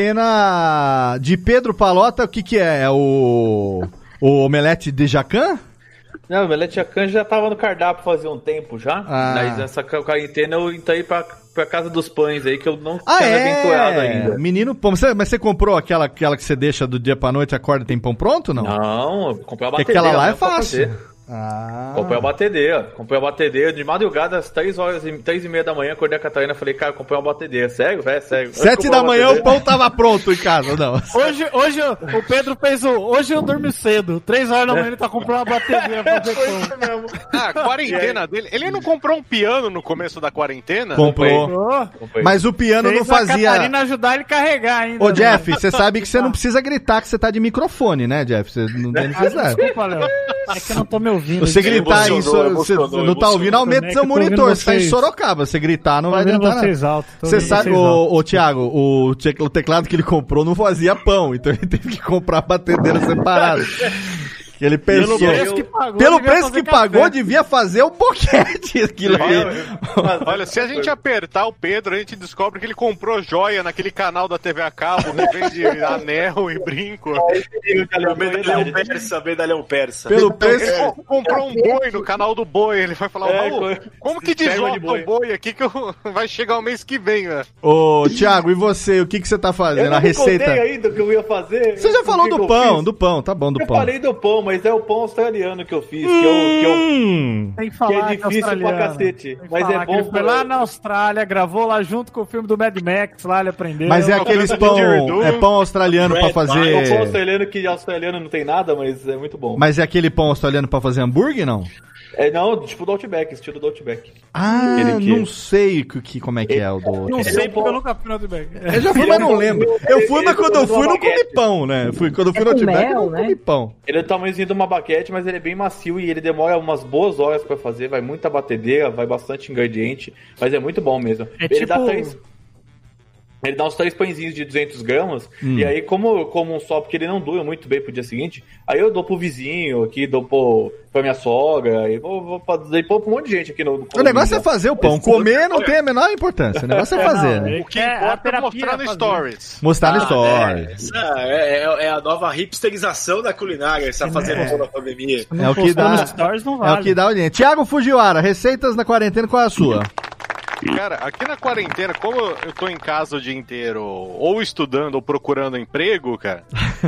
quarentena de Pedro Palota, o que que é? É o... O omelete de jacan? Não, o Omelete Jacan já tava no cardápio fazia um tempo já. Ah. Mas nessa quarentena eu entrei pra, pra casa dos pães aí, que eu não Ah, tinha me aventurado é? ainda. Menino pão. Mas você, mas você comprou aquela, aquela que você deixa do dia pra noite e acorda e tem pão pronto, não? Não, eu comprei a Porque batedeira. aquela lá é mesmo pra fácil. fazer. Ah. Comprei a batedeira. Comprei a batedeira de madrugada, às três horas e três e meia da manhã, acordei a Catarina e falei, cara, comprei uma batedeira. Sério? É, sério. Sete da manhã o pão tava pronto em casa, não. Hoje, hoje o o Pedro fez o. Hoje eu dormi cedo. Três horas da manhã ele tá comprando uma bateria pra fazer pão. Ah, a quarentena dele. Ele não comprou um piano no começo da quarentena? Comprou. Mas o piano não Fez a fazia... Catarina ajudar ele a carregar ainda. Ô, né? Jeff, você sabe que você não precisa gritar que você tá de microfone, né, Jeff? Você não tem Ah, necessidade. desculpa, Léo. É que eu não tô me ouvindo. Você gritar aí, Emocionou, você emocionou, não tá ouvindo, aumenta Também seu que eu tô ouvindo monitor. Você tá em vocês. Sorocaba, você gritar não Tô vai ouvindo adiantar nada. vocês alto, tô Você ouvindo sabe, vocês alto. ô, ô Thiago, o, te- o teclado que ele comprou não fazia pão, então ele teve que comprar batedeira separada. Que ele pensou. Pelo preço que pagou, Pelo devia preço fazer que pagou, café. devia fazer um boquete aquilo ali. Olha, se a gente apertar o Pedro, a gente descobre que ele comprou joia naquele canal da T V a cabo que vende anel e brinco. Medalhão persa, medalhão persa. Pelo Ele preço. co- comprou um boi no canal do boi. Ele vai falar, É, "Ô, co- como que Pega de desota boi." o boi aqui que eu- vai chegar o mês que vem, né? Ô, Thiago, e você? O que, que você tá Eu fazendo? não A me receita. contei ainda o que eu ia fazer. Você já O falou que que do eu pão, fiz. do pão, tá bom, do Eu pão. falei do pão, mas é o pão australiano que eu fiz, que, eu, que, eu, Hum. Tem que que falar é que difícil pra australiano. cacete. Tem que Mas falar é que bom. Ele foi lá na Austrália, gravou lá junto com o filme do Mad Max, lá ele aprendeu. Mas é aqueles pão, é pão australiano pra É um pão fazer. australiano que australiano não tem nada, mas é muito bom. Mas é aquele pão australiano pra fazer hambúrguer, não? É, não, tipo do Outback, estilo do Outback. Ah, Aquele que- não sei que, que- como é que é o do. Não Ele sei é um porque eu pão- nunca fui no Outback. Eu já fui, mas não lembro. Eu fui, mas quando eu fui, não comi pão, né? Eu fui, quando eu fui É no com Outback, eu mel, não né? comi pão. Ele é do tamanhozinho de uma baquete, mas ele é bem macio e ele demora umas boas horas pra fazer. Vai muita batedeira, vai bastante ingrediente, mas é muito bom mesmo. É ele dá tipo- três. Ele dá uns três pãezinhos de duzentos gramas, Hum. e aí, como eu como um só, porque ele não dura muito bem pro dia seguinte, aí eu dou pro vizinho aqui, dou pro, pra minha sogra, e vou, vou pra, dei pro um monte de gente aqui no, no O negócio é fazer o pão. Esse- Comer não tem a menor importância. O negócio é fazer, né? O que importa é mostrar no Stories. Mostrar no Ah, stories. É, é, é- é a nova hipsterização da culinária, essa fazendo É. da pandemia. É o que dá. Stories não É vale. o que dá audiência. Tiago Fujiwara, receitas na quarentena, qual é a sua? Cara, aqui na quarentena, como eu tô em casa o dia inteiro, ou estudando ou procurando emprego, cara,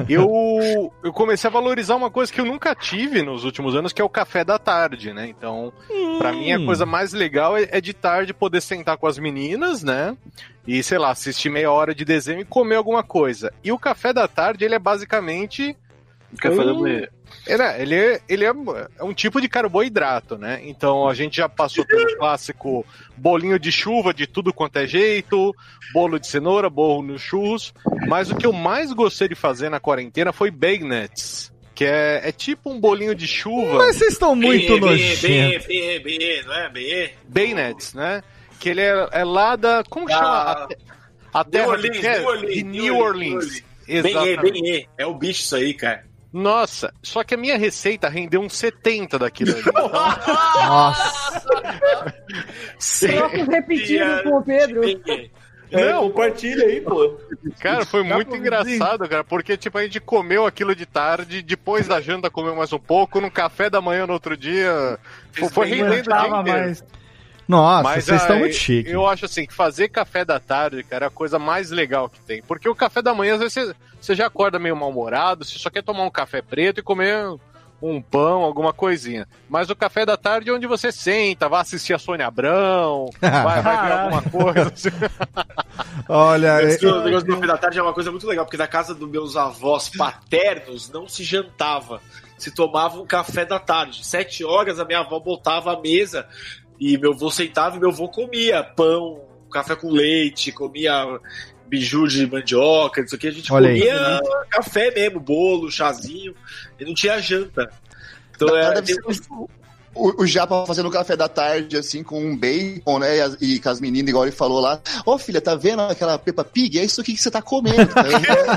eu, eu comecei a valorizar uma coisa que eu nunca tive nos últimos anos, que é o café da tarde, né? Então, pra mim, a coisa mais legal é, é de tarde poder sentar com as meninas, né? E, sei lá, assistir meia hora de desenho e comer alguma coisa. E o café da tarde, ele é basicamente Café da manhã. Ele, é, ele, é, ele é, é um tipo de carboidrato, né? Então a gente já passou pelo clássico bolinho de chuva de tudo quanto é jeito, bolo de cenoura, bolo no churros. Mas o que eu mais gostei de fazer na quarentena foi bagnets, que é, é tipo um bolinho de chuva. Mas vocês estão muito nojentos. B, B, não é? B? Bagnets, né? Que ele é, é lá da... Como Ah, chama? A, a terra Orleans, que é, New Orleans, de New New Orleans, Orleans. Bem, bem, é. É o bicho isso aí, cara. Nossa, só que a minha receita rendeu uns setenta daquilo ali. Então... Nossa. Troca os repetidos com o Pedro. É, não, compartilha aí, pô. Cara, foi muito engraçado, cara, porque tipo, a gente comeu aquilo de tarde, depois da janta comeu mais um pouco, no café da manhã no outro dia, foi, foi rendendo o dia inteiro. mais. Nossa, Mas, vocês estão aí, muito chiques. Eu acho assim, que fazer café da tarde, cara, é a coisa mais legal que tem. Porque o café da manhã, às vezes, você, você já acorda meio mal-humorado, você só quer tomar um café preto e comer um pão, alguma coisinha. Mas o café da tarde é onde você senta, vai assistir a Sônia Abrão, vai, vai ver alguma coisa. Assim. Olha, o negócio do café da tarde é uma coisa muito legal, porque na casa dos meus avós paternos não se jantava, se tomava um café da tarde. Sete horas a minha avó botava a mesa e meu avô sentava e meu avô comia pão, café com leite, comia biju de mandioca, isso aqui a gente Olha comia aí. café mesmo, bolo, chazinho, e não tinha janta. Então Deve era ser o, o Japa fazendo café da tarde, assim, com um bacon, né? E, as, e com as meninas, igual ele falou lá. Ô, oh, filha, tá vendo aquela Peppa Pig? É isso aqui que você tá comendo. Tá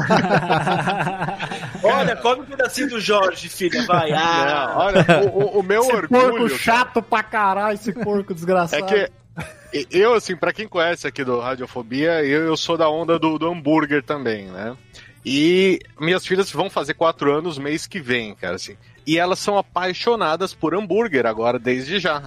Olha, come um pedacinho do Jorge, filha, vai. Ah, Não, olha, o, o meu esse orgulho... porco chato pra caralho, esse porco desgraçado. É que eu, assim, pra quem conhece aqui do Radiofobia, eu, eu sou da onda do, do hambúrguer também, né? E minhas filhas vão fazer quatro anos mês que vem, cara, assim. E elas são apaixonadas por hambúrguer agora, desde já.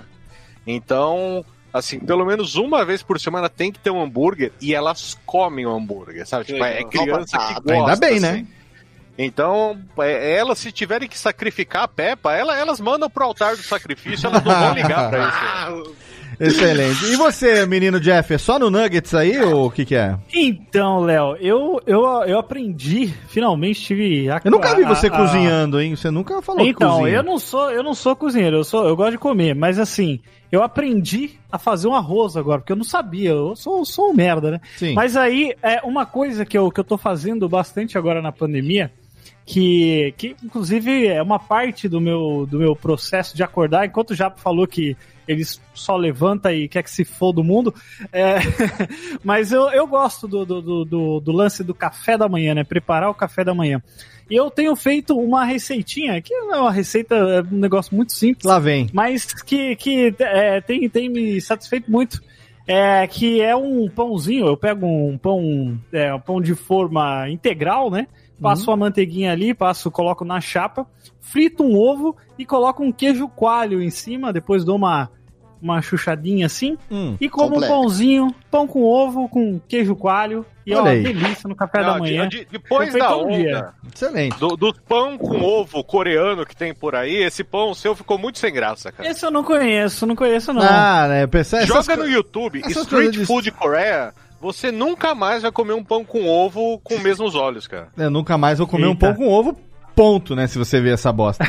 Então, assim, pelo menos uma vez por semana tem que ter um hambúrguer e elas comem o hambúrguer, sabe? Tipo, é criança que gosta, ainda bem, assim. né? Então, é, elas, se tiverem que sacrificar a Peppa, ela, elas mandam pro altar do sacrifício, elas não vão ligar pra isso. Excelente. E você, menino Jeff, é só no Nuggets aí ou o que que é? Então, Léo, eu, eu, eu aprendi, finalmente tive... A, Eu nunca vi você a, cozinhando, hein? Você nunca falou que Então, cozinha. eu não sou, eu não sou cozinheiro, eu, sou, eu gosto de comer, mas assim, eu aprendi a fazer um arroz agora, porque eu não sabia, eu sou, sou um merda, né? Sim. Mas aí, é uma coisa que eu, que eu tô fazendo bastante agora na pandemia, que, que inclusive é uma parte do meu, do meu processo de acordar, enquanto o Japo falou que eles só levanta e quer que se for do mundo, é, mas eu, eu gosto do, do, do, do lance do café da manhã, né? Preparar o café da manhã. E eu tenho feito uma receitinha, que não é uma receita, é um negócio muito simples. Lá vem. Mas que, que é, tem, tem me satisfeito muito. É, que é um pãozinho, eu pego um pão, é, um pão de forma integral, né? Passo Uhum. a manteiguinha ali, passo, coloco na chapa, frito um ovo e coloco um queijo coalho em cima, depois dou uma, uma chuchadinha assim, Hum, e como completo. um pãozinho, pão com ovo, com queijo coalho, e Olha ó, aí. delícia no café Não, da manhã. de- de- depois Foi feito da um onda, dia. Excelente. do, do pão com ovo coreano que tem por aí, esse pão seu ficou muito sem graça, cara. Esse eu não conheço, não conheço não. Ah, né? Pensei, essas Joga co- no YouTube, essas coisas Street de- Food Coreia, você nunca mais vai comer um pão com ovo com os mesmos olhos, cara. Eu nunca mais vou comer um Eita. pão com ovo, ponto, né? Se você ver essa bosta.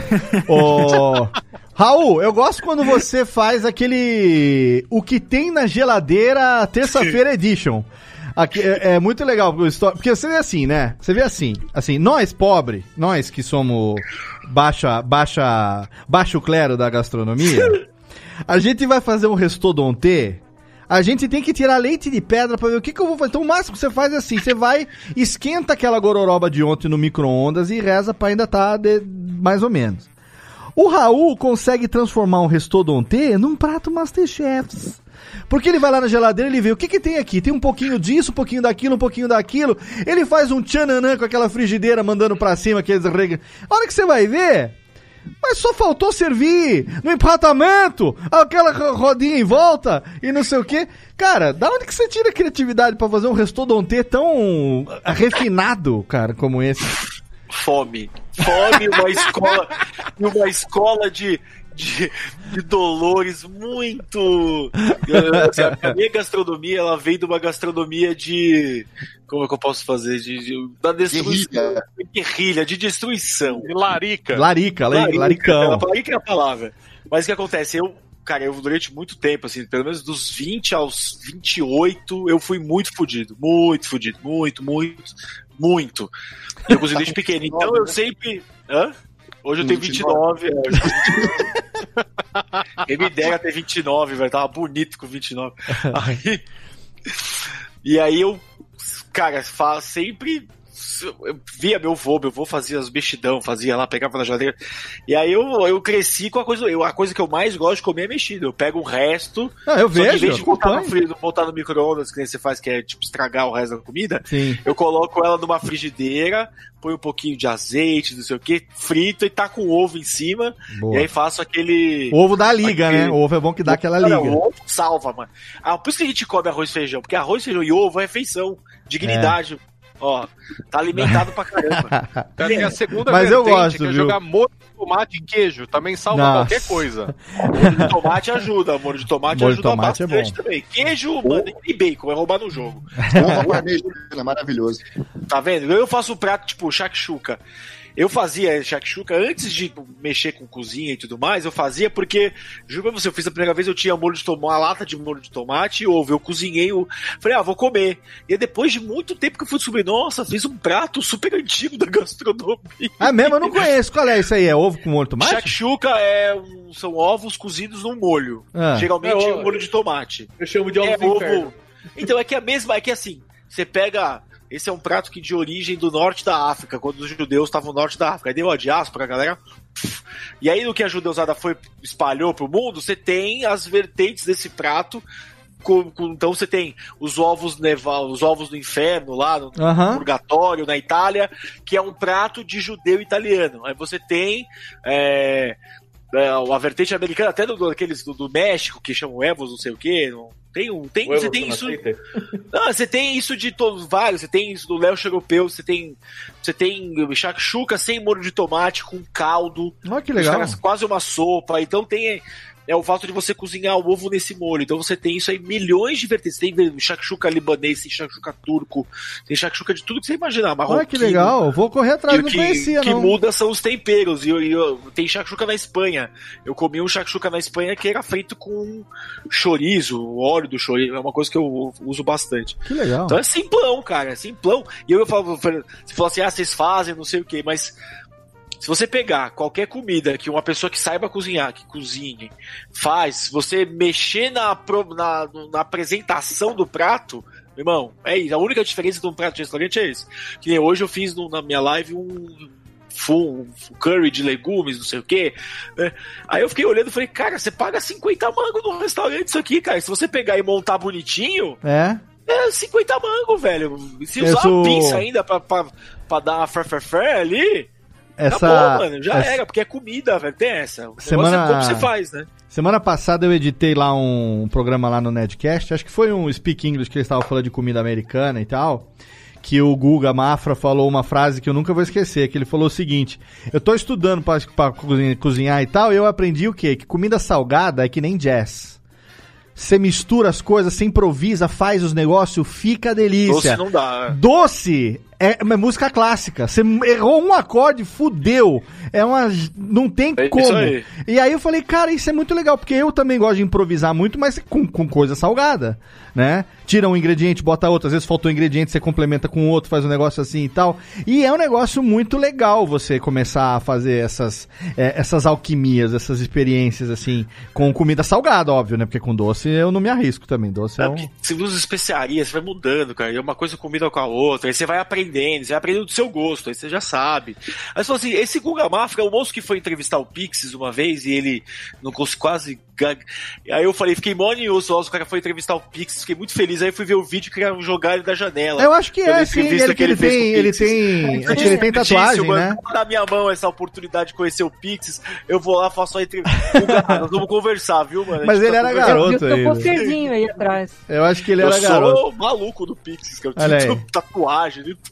Ô, Raul, eu gosto quando você faz aquele... O que tem na geladeira terça-feira edition. Aqui, é, é muito legal, porque você vê assim, né? Você vê assim, assim, nós pobre, nós que somos baixa, baixa, baixo clero da gastronomia, a gente vai fazer um restaurante, a gente tem que tirar leite de pedra pra ver o que, que eu vou fazer. Então o máximo que você faz é assim, você vai, esquenta aquela gororoba de ontem no micro-ondas e reza pra ainda tá de, mais ou menos. O Raul consegue transformar um restaurante num prato Masterchef. Porque ele vai lá na geladeira e ele vê o que que tem aqui. Tem um pouquinho disso, um pouquinho daquilo, um pouquinho daquilo. Ele faz um tchananã com aquela frigideira mandando pra cima aqueles reg... A hora que você vai ver... Mas só faltou servir no empratamento, aquela rodinha em volta e não sei o que. Cara, da onde que você tira a criatividade pra fazer um restaurante tão refinado, cara, como esse? Fome. Fome, uma escola, uma escola de, de, de dolores muito... Eu, assim, a minha gastronomia, ela vem de uma gastronomia de... Como é que eu posso fazer? De, de, da destruição. Guerrilha. Guerrilha, de destruição. De larica. Larica, larica laricão. Larica é a palavra. Mas o que acontece? Eu, cara, eu durante muito tempo, assim, pelo menos dos vinte aos vinte e oito, eu fui muito fudido. Muito fudido. Muito, muito, muito. Eu cozinhei desde pequeno. Então eu sempre... Hã? Hoje eu tenho vinte e nove. É, quem me dera ter vinte e nove, velho. Tava bonito com vinte e nove. Aí, e aí eu, cara, sempre... Eu via meu vô, meu vô fazia as mexidão, fazia lá, pegava na geladeira. E aí eu, eu cresci com a coisa. Eu, a coisa que eu mais gosto de comer é mexida. Eu pego o resto. Ah, eu vejo. Em vez de botar no, frio, botar no micro-ondas, que nem você faz, que é tipo estragar o resto da comida, sim, eu coloco ela numa frigideira, põe um pouquinho de azeite, não sei o que, frito e taco o ovo em cima. Boa. E aí faço aquele. O ovo dá liga, aquele... né? O ovo é bom que dá aquela liga. O ovo salva, mano. Ah, por isso que a gente come arroz e feijão, porque arroz, feijão e ovo é refeição, dignidade. É. Ó, tá alimentado pra caramba. Cara, e a segunda Mas eu gosto, que é viu? jogar molho de tomate e queijo. Também salva Nossa. qualquer coisa. Molho de tomate ajuda. Molho de tomate molho ajuda de tomate bastante é bom. também. Queijo, oh. mano, e bacon, vai roubar no jogo. É maravilhoso. Tá vendo? Eu faço um prato tipo shakshuka. Eu fazia shakshuka antes de mexer com cozinha e tudo mais, eu fazia porque, juro pra você, eu fiz a primeira vez, eu tinha molho de tomate, uma lata de molho de tomate e ovo, eu cozinhei, o... falei, ah, vou comer. E aí, depois de muito tempo que eu fui descobrir, nossa, fiz um prato super antigo da gastronomia. Ah, mesmo? Eu não conheço. Qual é isso aí? É ovo com molho de tomate? Shakshuka é um, são ovos cozidos num molho. Ah. Geralmente é um molho de tomate. Eu chamo de ovo é, do inferno. Então é que é a mesma, é que assim, você pega... Esse é um prato que de origem do norte da África, quando os judeus estavam no norte da África. Aí deu a diáspora, a galera... E aí, no que a judeusada foi, espalhou pro mundo, você tem as vertentes desse prato. Com, com, então você tem os ovos neva, os ovos do inferno lá no, uhum. no purgatório, na Itália, que é um prato de judeu italiano. Aí você tem... É, é, a vertente americana, até do, daqueles do, do México, que chamam Evos, não sei o quê... Não, Tem um, tem, você tem isso. Não, você tem isso de todos vários. Você tem isso do leste europeu. Você tem, você tem shakshuka sem molho de tomate com caldo. Olha que legal. Quase uma sopa. Então tem é o fato de você cozinhar o ovo nesse molho. Então você tem isso aí, milhões de vertentes. Tem shakshuka libanês, tem shakshuka turco, tem shakshuka de tudo que você imaginar. Olha que legal. Vou correr atrás, e não que, conhecia, que não. O que muda são os temperos. E eu, eu, tem shakshuka na Espanha. Eu comi um shakshuka na Espanha que era feito com chorizo, o óleo do chorizo. É uma coisa que eu uso bastante. Que legal. Então é simplão, cara. É simplão. E eu, eu falo, você fala assim, ah, vocês fazem, não sei o quê, mas... Se você pegar qualquer comida que uma pessoa que saiba cozinhar, que cozinhe, faz, se você mexer na, na, na apresentação do prato, meu irmão, é isso. A única diferença de um prato de restaurante é isso. Que nem hoje eu fiz no, na minha live um, um curry de legumes, não sei o quê. Né? Aí eu fiquei olhando e falei, cara, você paga cinquenta mangos no restaurante isso aqui, cara. Se você pegar e montar bonitinho... É... É cinquenta mangos, velho. Se usar sou... uma pinça ainda pra, pra, pra dar uma fer-fer-fer ali... Essa, Acabou, mano, já essa... era, porque é comida, velho, tem essa. O semana... é como você faz, né? Semana passada eu editei lá um programa lá no Nedcast, acho que foi um Speak English que eles estavam falando de comida americana e tal, que o Guga Mafra falou uma frase que eu nunca vou esquecer, que ele falou o seguinte, eu tô estudando pra, pra cozinhar, cozinhar e tal, e eu aprendi o quê? Que comida salgada é que nem jazz. Você mistura as coisas, você improvisa, faz os negócios, fica delícia. Doce não dá. É. Doce é uma música clássica. Você errou um acorde, fudeu. É uma... Não tem é como. Isso aí. E aí eu falei, cara, isso é muito legal, porque eu também gosto de improvisar muito, mas com, com coisa salgada, né? Tira um ingrediente, bota outro. Às vezes faltou um ingrediente, você complementa com outro, faz um negócio assim e tal. E é um negócio muito legal você começar a fazer essas, é, essas alquimias, essas experiências, assim, com comida salgada, óbvio, né? Porque com doce eu não me arrisco também. Doce é, é um... Você usa especiarias, você vai mudando, cara. E uma coisa combina com a outra. Aí você vai aprendendo, você vai aprendendo do seu gosto, aí você já sabe. Aí você falou assim, esse Guga Mafra é o moço que foi entrevistar o Pixies uma vez e ele não conseguiu quase... Aí eu falei, fiquei monioso, o cara foi entrevistar o Pixies, fiquei muito feliz. Aí eu fui ver o vídeo que era jogar ele da janela. Eu acho que é, sim, ele, que ele, ele tem, ele tem, acho que ele tem tatuagem, disse, né? Na minha mão essa oportunidade de conhecer o Pixies, eu vou lá, faço a entrevista. Nós vamos conversar, viu, mano? Mas ele tá era garoto aí. Eu posterzinho aí atrás. Eu acho que ele eu era garoto. Eu sou maluco do Pixies, que eu tenho tatuagem e tudo.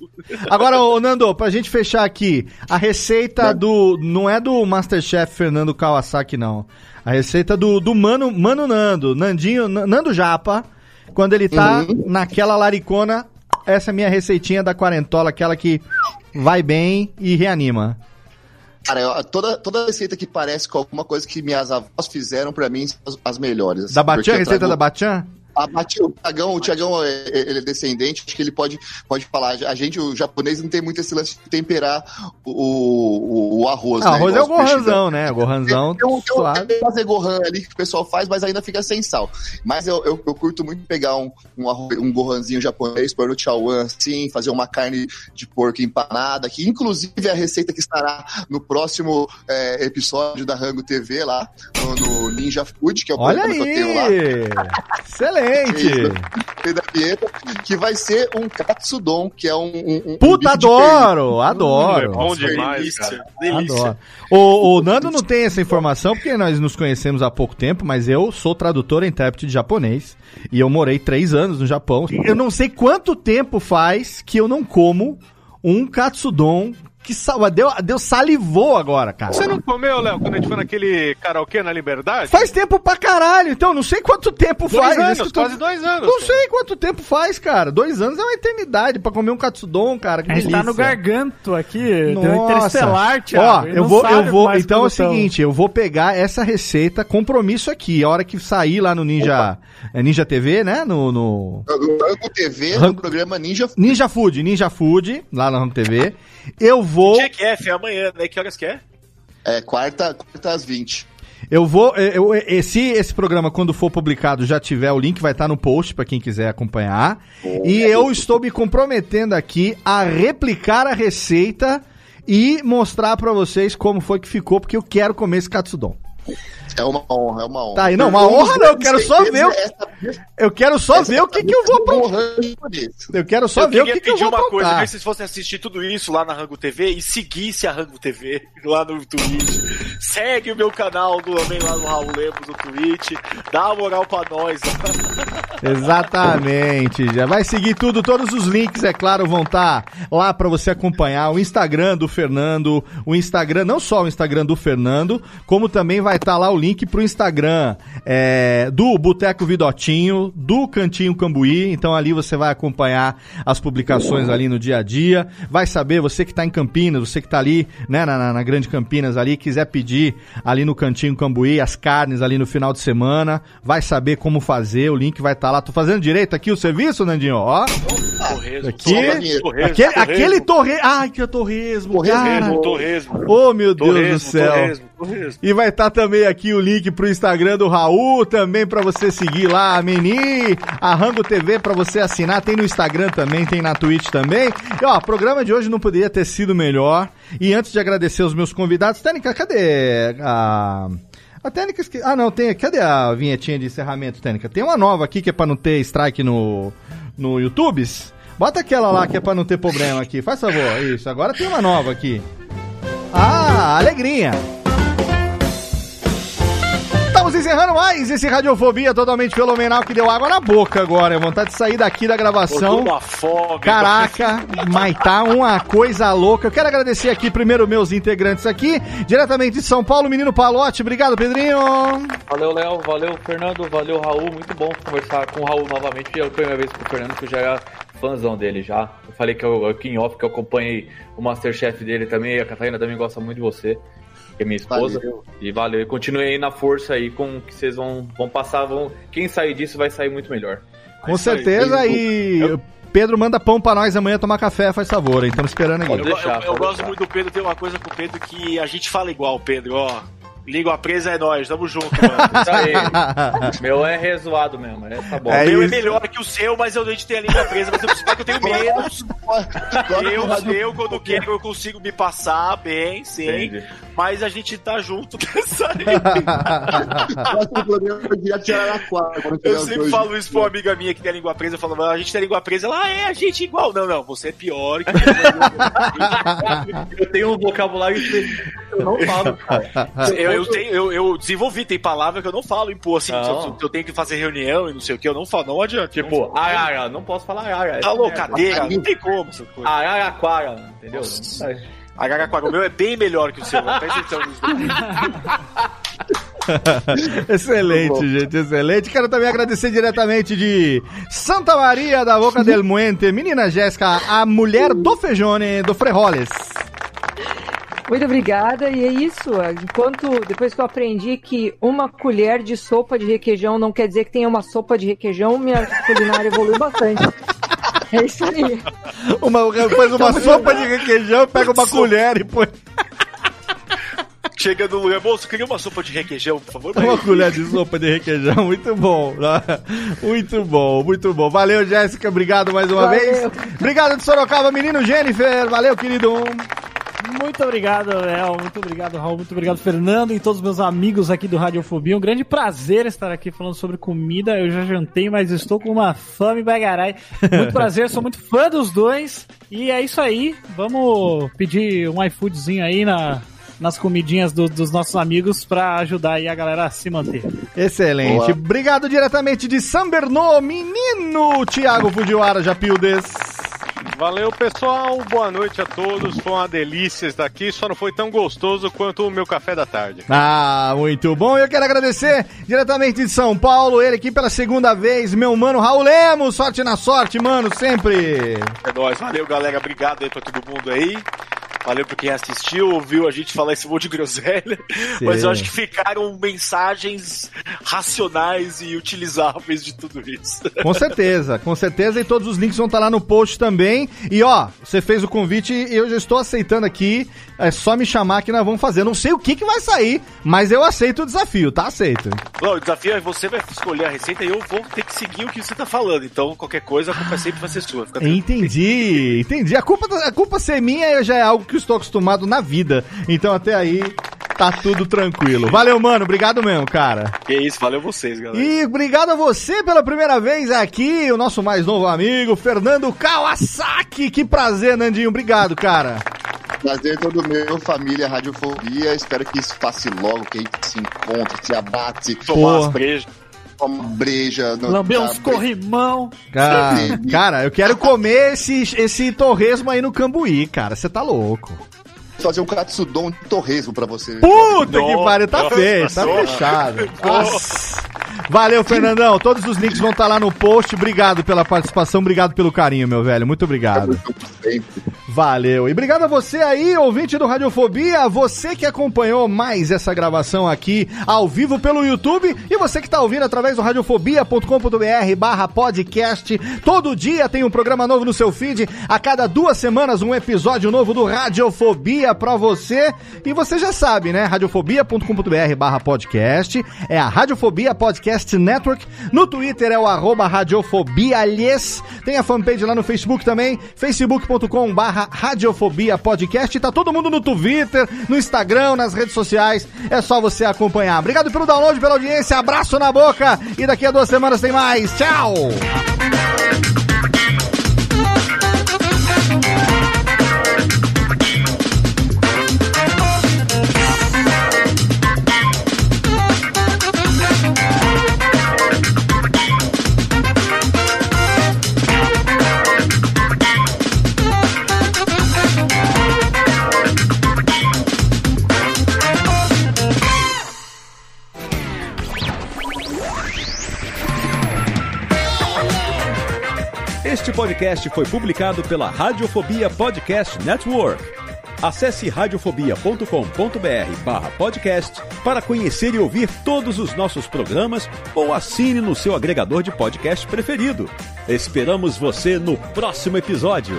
Agora, ô, Nando, pra gente fechar aqui, a receita do... Não é do Masterchef Fernando Kawasaki, não. A receita do, do Mano, Mano Nando, Nandinho, Nando Japa, quando ele tá uhum. naquela laricona, essa é a minha receitinha da quarentola, aquela que vai bem e reanima. Cara, eu, toda, toda receita que parece com alguma coisa que minhas avós fizeram pra mim são as, as melhores. Da Bachan? Receita trago... da Bachan? A, o Tiagão, o Tiagão é, ele é descendente, acho que ele pode, pode falar. A gente, o japonês, não tem muito esse lance de temperar o, o, o arroz. Ah, né? arroz é o gohanzão, né? O gohanzão. Tem um fazer gohan ali que o pessoal faz, mas ainda fica sem sal. Mas eu, eu, eu curto muito pegar um, um, arroz, um gohanzinho japonês, pôr no chawan, assim, fazer uma carne de porco empanada, que inclusive é a receita que estará no próximo é, episódio da Rango T V lá, no, no Ninja Food, que é o Olha programa aí. que eu tenho lá. Excelente! Que vai ser um katsudon, que é um... um, um Puta, adoro! Adoro! É bom demais, cara. Delícia. Adoro. O, o Nando não tem essa informação, porque nós nos conhecemos há pouco tempo, mas eu sou tradutor e intérprete de japonês, e eu morei três anos no Japão. Eu não sei quanto tempo faz que eu não como um katsudon. Que sal... Deu, deu salivou agora, cara. Você não comeu, Léo, quando a gente foi naquele karaokê na Liberdade? Faz tempo pra caralho, então não sei quanto tempo dois faz. Anos, tô... quase dois anos. Não sei quanto tempo faz, cara. Dois anos é uma eternidade pra comer um katsudon, cara. Que a gente delícia. Tá no garganto aqui, Nossa. Deu Interestelar, Thiago. Ó, eu vou, eu vou, então é o seguinte, eu vou pegar essa receita, compromisso aqui, a hora que sair lá no Ninja, é Ninja T V, né? No, no... no Rango T V, no programa Ninja Food. Ninja Food, Ninja Food, lá na Rango T V. Eu vou... Que dia que é? É amanhã, né? Que horas que é? É, quarta, quarta às vinte. Eu vou, eu, eu, se esse programa, quando for publicado, já tiver, o link vai estar no post para quem quiser acompanhar. Oh, e é eu isso. Estou me comprometendo aqui a replicar a receita e mostrar para vocês como foi que ficou, porque eu quero comer esse katsudon. É uma honra, é uma honra. Tá aí, não, uma honra não, eu quero só ver o... Eu quero só ver o que que eu vou aprontar. Eu quero só ver o que que eu vou aprontar. Eu queria pedir uma coisa, eu queria que vocês fossem assistir tudo isso lá na Rango T V e seguisse a Rango T V lá no Twitch. Segue o meu canal do Homem lá no Raul Lemos no Twitch, dá uma moral pra nós. Exatamente, já vai seguir tudo, todos os links, é claro, vão estar lá pra você acompanhar o Instagram do Fernando, o Instagram, não só o Instagram do Fernando, como também vai estar lá o link pro Instagram é, do Boteco Vidotinho, do Cantinho Cambuí, então ali você vai acompanhar as publicações ali no dia a dia, vai saber, você que tá em Campinas, você que tá ali, né, na, na, na Grande Campinas ali, quiser pedir ali no Cantinho Cambuí, as carnes ali no final de semana, vai saber como fazer, o link vai estar lá. Tô fazendo direito aqui o serviço, Nandinho, ó. Torresmo, aqui, torresmo, aquele, aquele torresmo, ai que é torresmo, torresmo, torresmo. Oh, meu Deus torresmo, do céu. Torresmo, torresmo. E vai estar também aqui o link pro Instagram do Raul, também pra você seguir lá a Meni, a Rango T V pra você assinar, tem no Instagram também, tem na Twitch também. E ó, o programa de hoje não poderia ter sido melhor. E antes de agradecer os meus convidados, Tênica, cadê a... A Tênica... Ah, não, tem... Cadê a vinhetinha de encerramento, Tênica? Tem uma nova aqui que é pra não ter strike no, no YouTube. Bota aquela lá que é pra não ter problema aqui. Faz favor, isso. Agora tem uma nova aqui. Ah, alegrinha. Estamos encerrando mais esse Radiofobia totalmente fenomenal que deu água na boca agora. É vontade de sair daqui da gravação. Uma fome, Caraca, mas tá uma coisa louca. Eu quero agradecer aqui primeiro meus integrantes aqui, diretamente de São Paulo, menino Palote. Obrigado, Pedrinho. Valeu, Léo. Valeu, Fernando. Valeu, Raul. Muito bom conversar com o Raul novamente. É a primeira vez com o Fernando, que eu já era fãzão dele já. Eu falei que eu, aqui em off, que eu acompanhei o Masterchef dele também. A Catarina também gosta muito de você, que é minha esposa. Valeu. E valeu. E continue aí na força aí com que vocês vão, vão passar. Vão... Quem sair disso vai sair muito melhor. Com certeza. E eu... Pedro manda pão pra nós amanhã tomar café, faz favor. Hein? Estamos esperando aqui. Eu, deixar, eu, eu gosto muito do Pedro. Tem uma coisa com o Pedro que a gente fala igual, Pedro. Ó, língua presa é nóis. Tamo junto, mano. Isso aí. Meu é rezoado mesmo. É, tá bom. É, o meu isso. é melhor que o seu, mas eu não tenho a língua presa. Mas eu preciso que eu tenho menos. eu, eu, quando quero, eu consigo me passar bem, sim. Entendi. Mas a gente tá junto nessa aí. Eu sempre falo isso pra uma amiga minha que tem a língua presa. Eu falo, a gente tem a língua presa. Ela, ah, é, a gente igual. Não, não, você é pior. Que eu tenho um vocabulário específico. Eu não falo, cara. Eu, eu, tenho, eu, eu desenvolvi, tem palavra que eu não falo, impor, assim, eu, eu tenho que fazer reunião e não sei o que, eu não falo, não adianta. Tipo, arara, não posso falar arara. Alô, cadeira, não tem como essa coisa. Araraquara, entendeu? Araraquara, o meu é bem melhor que o seu, presta atenção nisso. Excelente, gente, excelente. Quero também agradecer diretamente de Santa Maria da Boca del Muente, menina Jéssica, a mulher do Feijone, do Frejoles. Muito obrigada, e é isso. Enquanto, depois que eu aprendi que uma colher de sopa de requeijão não quer dizer que tenha uma sopa de requeijão, minha culinária evoluiu bastante. É isso aí. Uma, depois uma então, sopa de requeijão, pega uma colher e põe... Chega no lugar, moço, queria uma sopa de requeijão, por favor. Uma colher de sopa de requeijão, muito bom. Muito bom, muito bom. Valeu, Jéssica, obrigado mais uma valeu. vez. Obrigado de Sorocaba, menino Jennifer. Valeu, querido. Muito obrigado, Léo. Muito obrigado, Raul. Muito obrigado, Fernando, e todos os meus amigos aqui do Radiofobia. Um grande prazer estar aqui falando sobre comida. Eu já jantei, mas estou com uma fome bagarai. Muito prazer, sou muito fã dos dois. E é isso aí. Vamos pedir um iFoodzinho aí na... nas comidinhas do, dos nossos amigos pra ajudar aí a galera a se manter. Excelente. Olá. Obrigado diretamente de São Bernardo, menino Thiago Fujiwara Japildes. Valeu, pessoal. Boa noite a todos. Foi uma delícia estar aqui. Só não foi tão gostoso quanto o meu café da tarde. Ah, muito bom. Eu quero agradecer diretamente de São Paulo, ele aqui pela segunda vez, meu mano Raul Lemos. Sorte na sorte, mano, sempre. É nóis. Valeu, galera. Obrigado aí pra todo mundo aí. Valeu por quem assistiu, ouviu a gente falar esse monte de groselha, Sim. mas eu acho que ficaram mensagens racionais e utilizáveis de tudo isso. Com certeza, com certeza, e todos os links vão estar lá no post também. E ó, você fez o convite e eu já estou aceitando aqui, é só me chamar que nós vamos fazer. Eu não sei o que que vai sair, mas eu aceito o desafio, tá? Aceito. Não, o desafio é você vai escolher a receita e eu vou ter que seguir o que você tá falando, então qualquer coisa a culpa sempre vai ser sua. Fica entendi, entendi. A culpa, a culpa ser minha já é algo que eu estou acostumado na vida. Então até aí tá tudo tranquilo. Valeu, mano. Obrigado mesmo, cara. Que isso, valeu vocês, galera. E obrigado a você pela primeira vez aqui, o nosso mais novo amigo, Fernando Kawasaki. Que prazer, Nandinho. Obrigado, cara. Prazer todo meu, família Radiofobia. Espero que isso passe logo, que a gente se encontre, se abate. Tomar as brejas. Uma breja. Lamber uns corrimão. Cara, cara, eu quero comer esse, esse torresmo aí no Cambuí, cara. Você tá louco. Vou fazer um katsudon de torresmo pra você. Puta que pariu, tá feio, tá fechado. Nossa. Valeu, Fernandão. Todos os links vão estar lá no post. Obrigado pela participação, obrigado pelo carinho, meu velho. Muito obrigado. Valeu. E obrigado a você aí, ouvinte do Radiofobia, você que acompanhou mais essa gravação aqui ao vivo pelo YouTube e você que tá ouvindo através do radiofobia ponto com ponto br barra podcast. Todo dia tem um programa novo no seu feed. A cada duas semanas um episódio novo do Radiofobia pra você. E você já sabe, né? radiofobia ponto com ponto br barra podcast. É a Radiofobia Podcast Network. No Twitter é o arroba radiofobialhes. Tem a fanpage lá no Facebook também, facebook ponto com barra radiofobia podcast. Tá todo mundo no Twitter, no Instagram, nas redes sociais. É só você acompanhar. Obrigado pelo download, pela audiência. Abraço na boca. E daqui a duas semanas tem mais. Tchau! Este podcast foi publicado pela Radiofobia Podcast Network. Acesse radiofobia ponto com ponto br barra podcast para conhecer e ouvir todos os nossos programas ou assine no seu agregador de podcast preferido. Esperamos você no próximo episódio.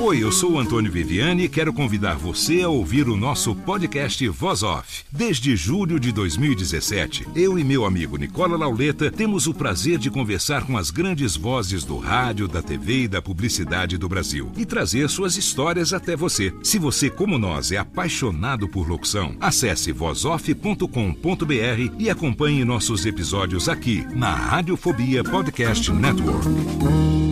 Oi, eu sou o Antônio Viviani e quero convidar você a ouvir o nosso podcast Voz Off. Desde julho de dois mil e dezessete, eu e meu amigo Nicola Lauleta temos o prazer de conversar com as grandes vozes do rádio, da T V e da publicidade do Brasil e trazer suas histórias até você. Se você, como nós, é apaixonado por locução, acesse voz off ponto com ponto b r e acompanhe nossos episódios aqui na Radiofobia Podcast Network.